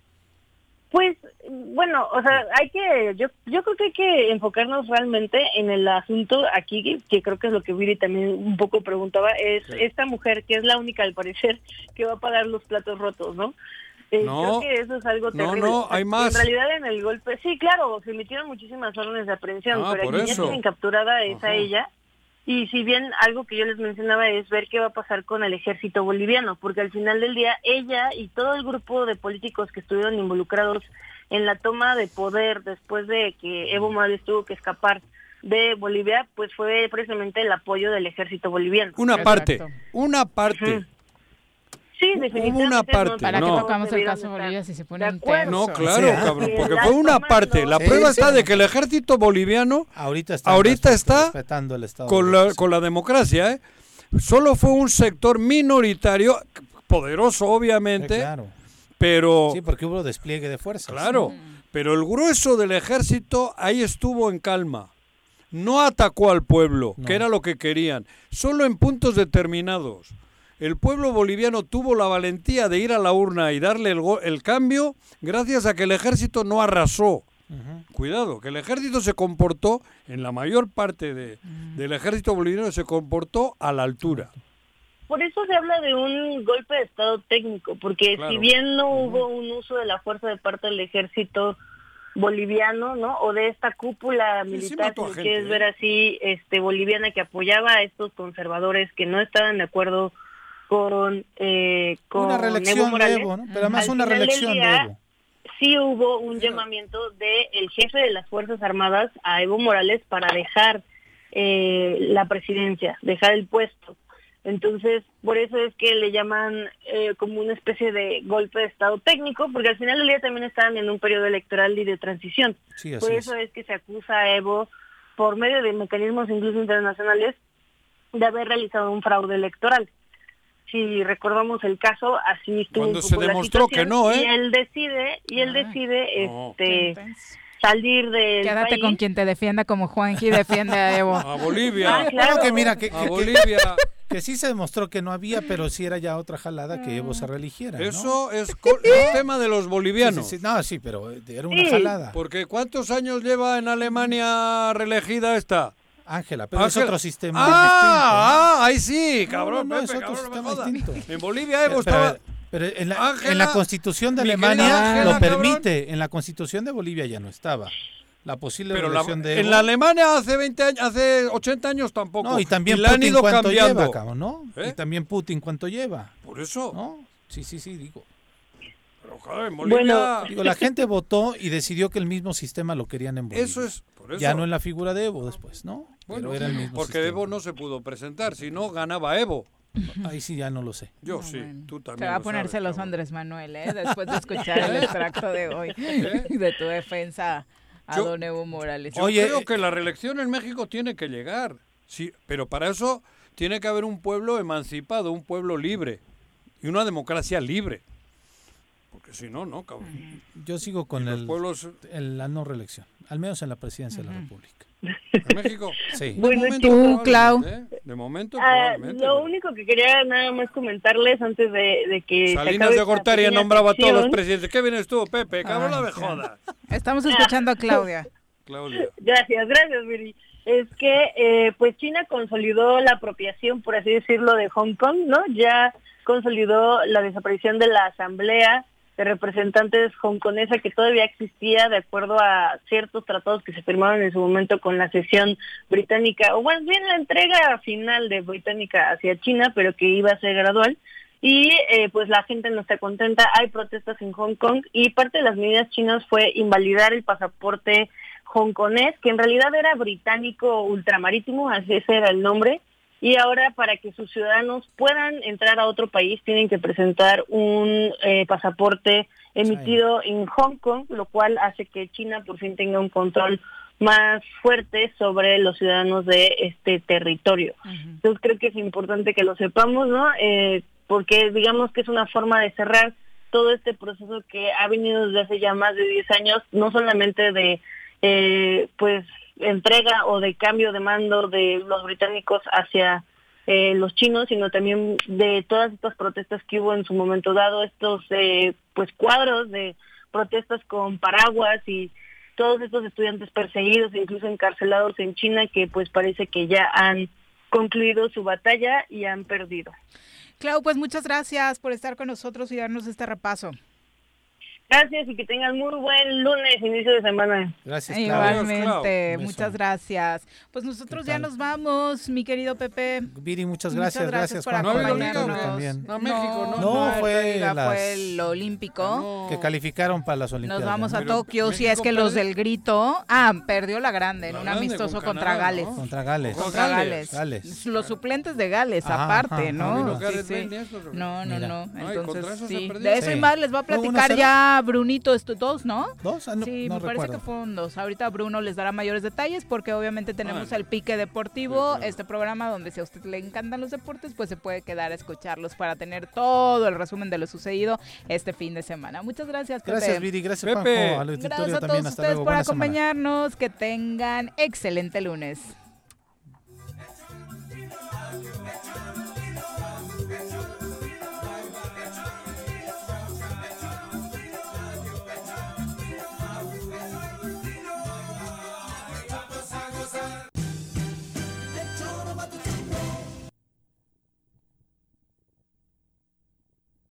Pues, bueno, o sea, hay que, yo yo creo que hay que enfocarnos realmente en el asunto aquí, que, que creo que es lo que Viri también un poco preguntaba, es sí. esta mujer que es la única, al parecer, que va a pagar los platos rotos, ¿no? Eh, no, creo que eso es algo terrible. No, no, hay más. En realidad en el golpe, sí, claro, se emitieron muchísimas órdenes de aprehensión, ah, pero aquí eso. ya tienen capturada es a ella. Y si bien algo que yo les mencionaba es ver qué va a pasar con el ejército boliviano, porque al final del día ella y todo el grupo de políticos que estuvieron involucrados en la toma de poder después de que Evo Morales tuvo que escapar de Bolivia, pues fue precisamente el apoyo del ejército boliviano. Una Exacto. parte, una parte. Uh-huh. Sí, definitivamente. Una parte. No, ¿Para no. qué tocamos el caso de Bolivia si se pone intenso? No, claro, Sí, cabrón, porque la fue una toma parte. no. La Sí, prueba sí. está de que el ejército boliviano ahorita está, ahorita está respetando el Estado con la, con la democracia, ¿eh? Solo fue un sector minoritario, poderoso obviamente, sí, claro. pero... Sí, porque hubo despliegue de fuerzas. Claro, pero el grueso del ejército ahí estuvo en calma. No atacó al pueblo, no. que era lo que querían, solo en puntos determinados. el pueblo boliviano tuvo la valentía de ir a la urna y darle el, go- el cambio gracias a que el ejército no arrasó. Uh-huh. Cuidado, que el ejército se comportó, en la mayor parte de, del ejército boliviano se comportó a la altura. Por eso se habla de un golpe de estado técnico, porque claro. si bien no uh-huh. hubo un uso de la fuerza de parte del ejército boliviano, ¿no? O de esta cúpula militar, si lo gente, quieres ¿eh? ver así, este boliviana, que apoyaba a estos conservadores que no estaban de acuerdo con, eh, con una reelección Evo Morales, de Evo, ¿no? Pero además al una reelección día, de Evo. Sí hubo un llamamiento del jefe de las Fuerzas Armadas a Evo Morales para dejar eh, la presidencia, dejar el puesto. Entonces, por eso es que le llaman eh, como una especie de golpe de estado técnico, porque al final del día también estaban en un periodo electoral y de transición. Sí, por eso es. es que se acusa a Evo, por medio de mecanismos incluso internacionales, de haber realizado un fraude electoral. Si recordamos el caso, así estuvo cuando un se poco demostró la que no, ¿eh? Y él decide, y él decide no. este salir del Quédate país. con quien te defienda como Juanji defiende a Evo. A Bolivia. Ah, claro. Bueno, que mira, que, a que, Bolivia. Que, que sí se demostró que no había, pero sí era ya otra jalada que Evo se reeligiera, ¿no? Eso es co- el tema de los bolivianos. Sí, sí, sí. No, sí, pero era una sí. jalada. Porque ¿cuántos años lleva en Alemania reelegida esta? Ángela, pero Ángela. es otro sistema ah, distinto. Ah, ahí sí, cabrón, no, no, Pepe, es otro cabrón, sistema no me jodas. distinto. En Bolivia Evo pero, estaba... Pero en la, Ángela, en la Constitución de mi Alemania Ángela, lo permite, cabrón. En la Constitución de Bolivia ya no estaba. La posible pero la, reelección de Evo. En la Alemania hace veinte años, hace ochenta años tampoco. No, y también y la han Putin ido cuánto cambiando. lleva, cabrón, ¿no? ¿Eh? Y también Putin cuánto lleva. Por eso. ¿No? Sí, sí, sí, digo. Pero, joder, en Bolivia... Bueno, digo, la gente votó y decidió que el mismo sistema lo querían en Bolivia. Eso es, por eso. Ya no en la figura de Evo después, ¿no? Bueno, pero era el mismo porque sistema. Evo no se pudo presentar, si no ganaba Evo. Ahí sí ya no lo sé. Yo no, sí, bueno. tú también. Te va a lo poner sabes, celoso cabrón. Andrés Manuel, ¿eh? Después de escuchar el extracto de hoy ¿Eh? de tu defensa a yo, don Evo Morales. Yo Oye, creo que la reelección en México tiene que llegar, sí, pero para eso tiene que haber un pueblo emancipado, un pueblo libre y una democracia libre. Porque si no, no, cabrón. Yo sigo con el, pueblos... el, la no reelección, al menos en la presidencia uh-huh. de la República. ¿En México? Sí. Bueno, de momento, tú, Clau. ¿eh? De momento, ah, probablemente. Lo único que quería nada más comentarles antes de, de que... Salinas de Gortari nombraba a todos los presidentes. ¿Qué vienes tú, Pepe? Cabrón, la me jodas. Estamos escuchando a Claudia. Claudia. Gracias, gracias, Viri. Es que, eh, pues, China consolidó la apropiación, por así decirlo, de Hong Kong, ¿no? Ya consolidó la desaparición de la Asamblea de Representantes hongkonesa, que todavía existía de acuerdo a ciertos tratados que se firmaron en su momento con la cesión británica, o más bien la entrega final de Británica hacia China, pero que iba a ser gradual. Y eh, pues la gente no está contenta, hay protestas en Hong Kong, y parte de las medidas chinas fue invalidar el pasaporte hongkonés, que en realidad era británico ultramarítimo, así ese era el nombre, y ahora para que sus ciudadanos puedan entrar a otro país tienen que presentar un eh, pasaporte emitido en Hong Kong, lo cual hace que China por fin tenga un control más fuerte sobre los ciudadanos de este territorio. Uh-huh. Entonces creo que es importante que lo sepamos, ¿no? Eh, porque digamos que es una forma de cerrar todo este proceso que ha venido desde hace ya más de diez años, no solamente de eh, pues entrega o de cambio de mando de los británicos hacia eh, los chinos, sino también de todas estas protestas que hubo en su momento dado, estos eh, pues cuadros de protestas con paraguas y todos estos estudiantes perseguidos e incluso encarcelados en China, que pues parece que ya han concluido su batalla y han perdido. Clau, pues muchas gracias por estar con nosotros y darnos este repaso. Gracias y que tengan muy buen lunes, inicio de semana. Gracias, Clau. Igualmente, Clau. Muchas gracias. Pues nosotros ya nos vamos, mi querido Pepe. Viri, muchas gracias, muchas gracias, gracias por Juan, acompañarnos. También. No, México, no. No, no fue, las... las... fue lo olímpico. No. Que calificaron para las Olimpiadas. Nos vamos a Pero Tokio, México si es que perdió. los del grito... Ah, perdió la grande en La un grande amistoso con contra Canadá, Gales. ¿no? Contra Gales. Contra Gales. Gales. Los suplentes de Gales, Ajá, aparte, ajá, ¿no? ajá. Sí, sí. No, no, Mira. no. Ay, Entonces, contra eso se sí. perdió. De eso Sí. y más les va a ¿Fue uno platicar cero? ya Brunito, esto, dos, ¿no? ¿Dos? Ah, no, Sí, no me parece recuerdo. que fueron dos. Ahorita Bruno les dará mayores detalles porque obviamente tenemos Ah, el Pique Deportivo, sí, claro. este programa donde si a usted le encantan los deportes, pues se puede quedar a escucharlos para tener todo el resumen de lo sucedido este fin de semana. Muchas gracias, Pepe. Gracias, Viri. Gracias, Pepe. Juanjo. Al auditorio Gracias a también. todos Hasta ustedes luego. por Buena semana. acompañarnos. Que tengan excelente lunes.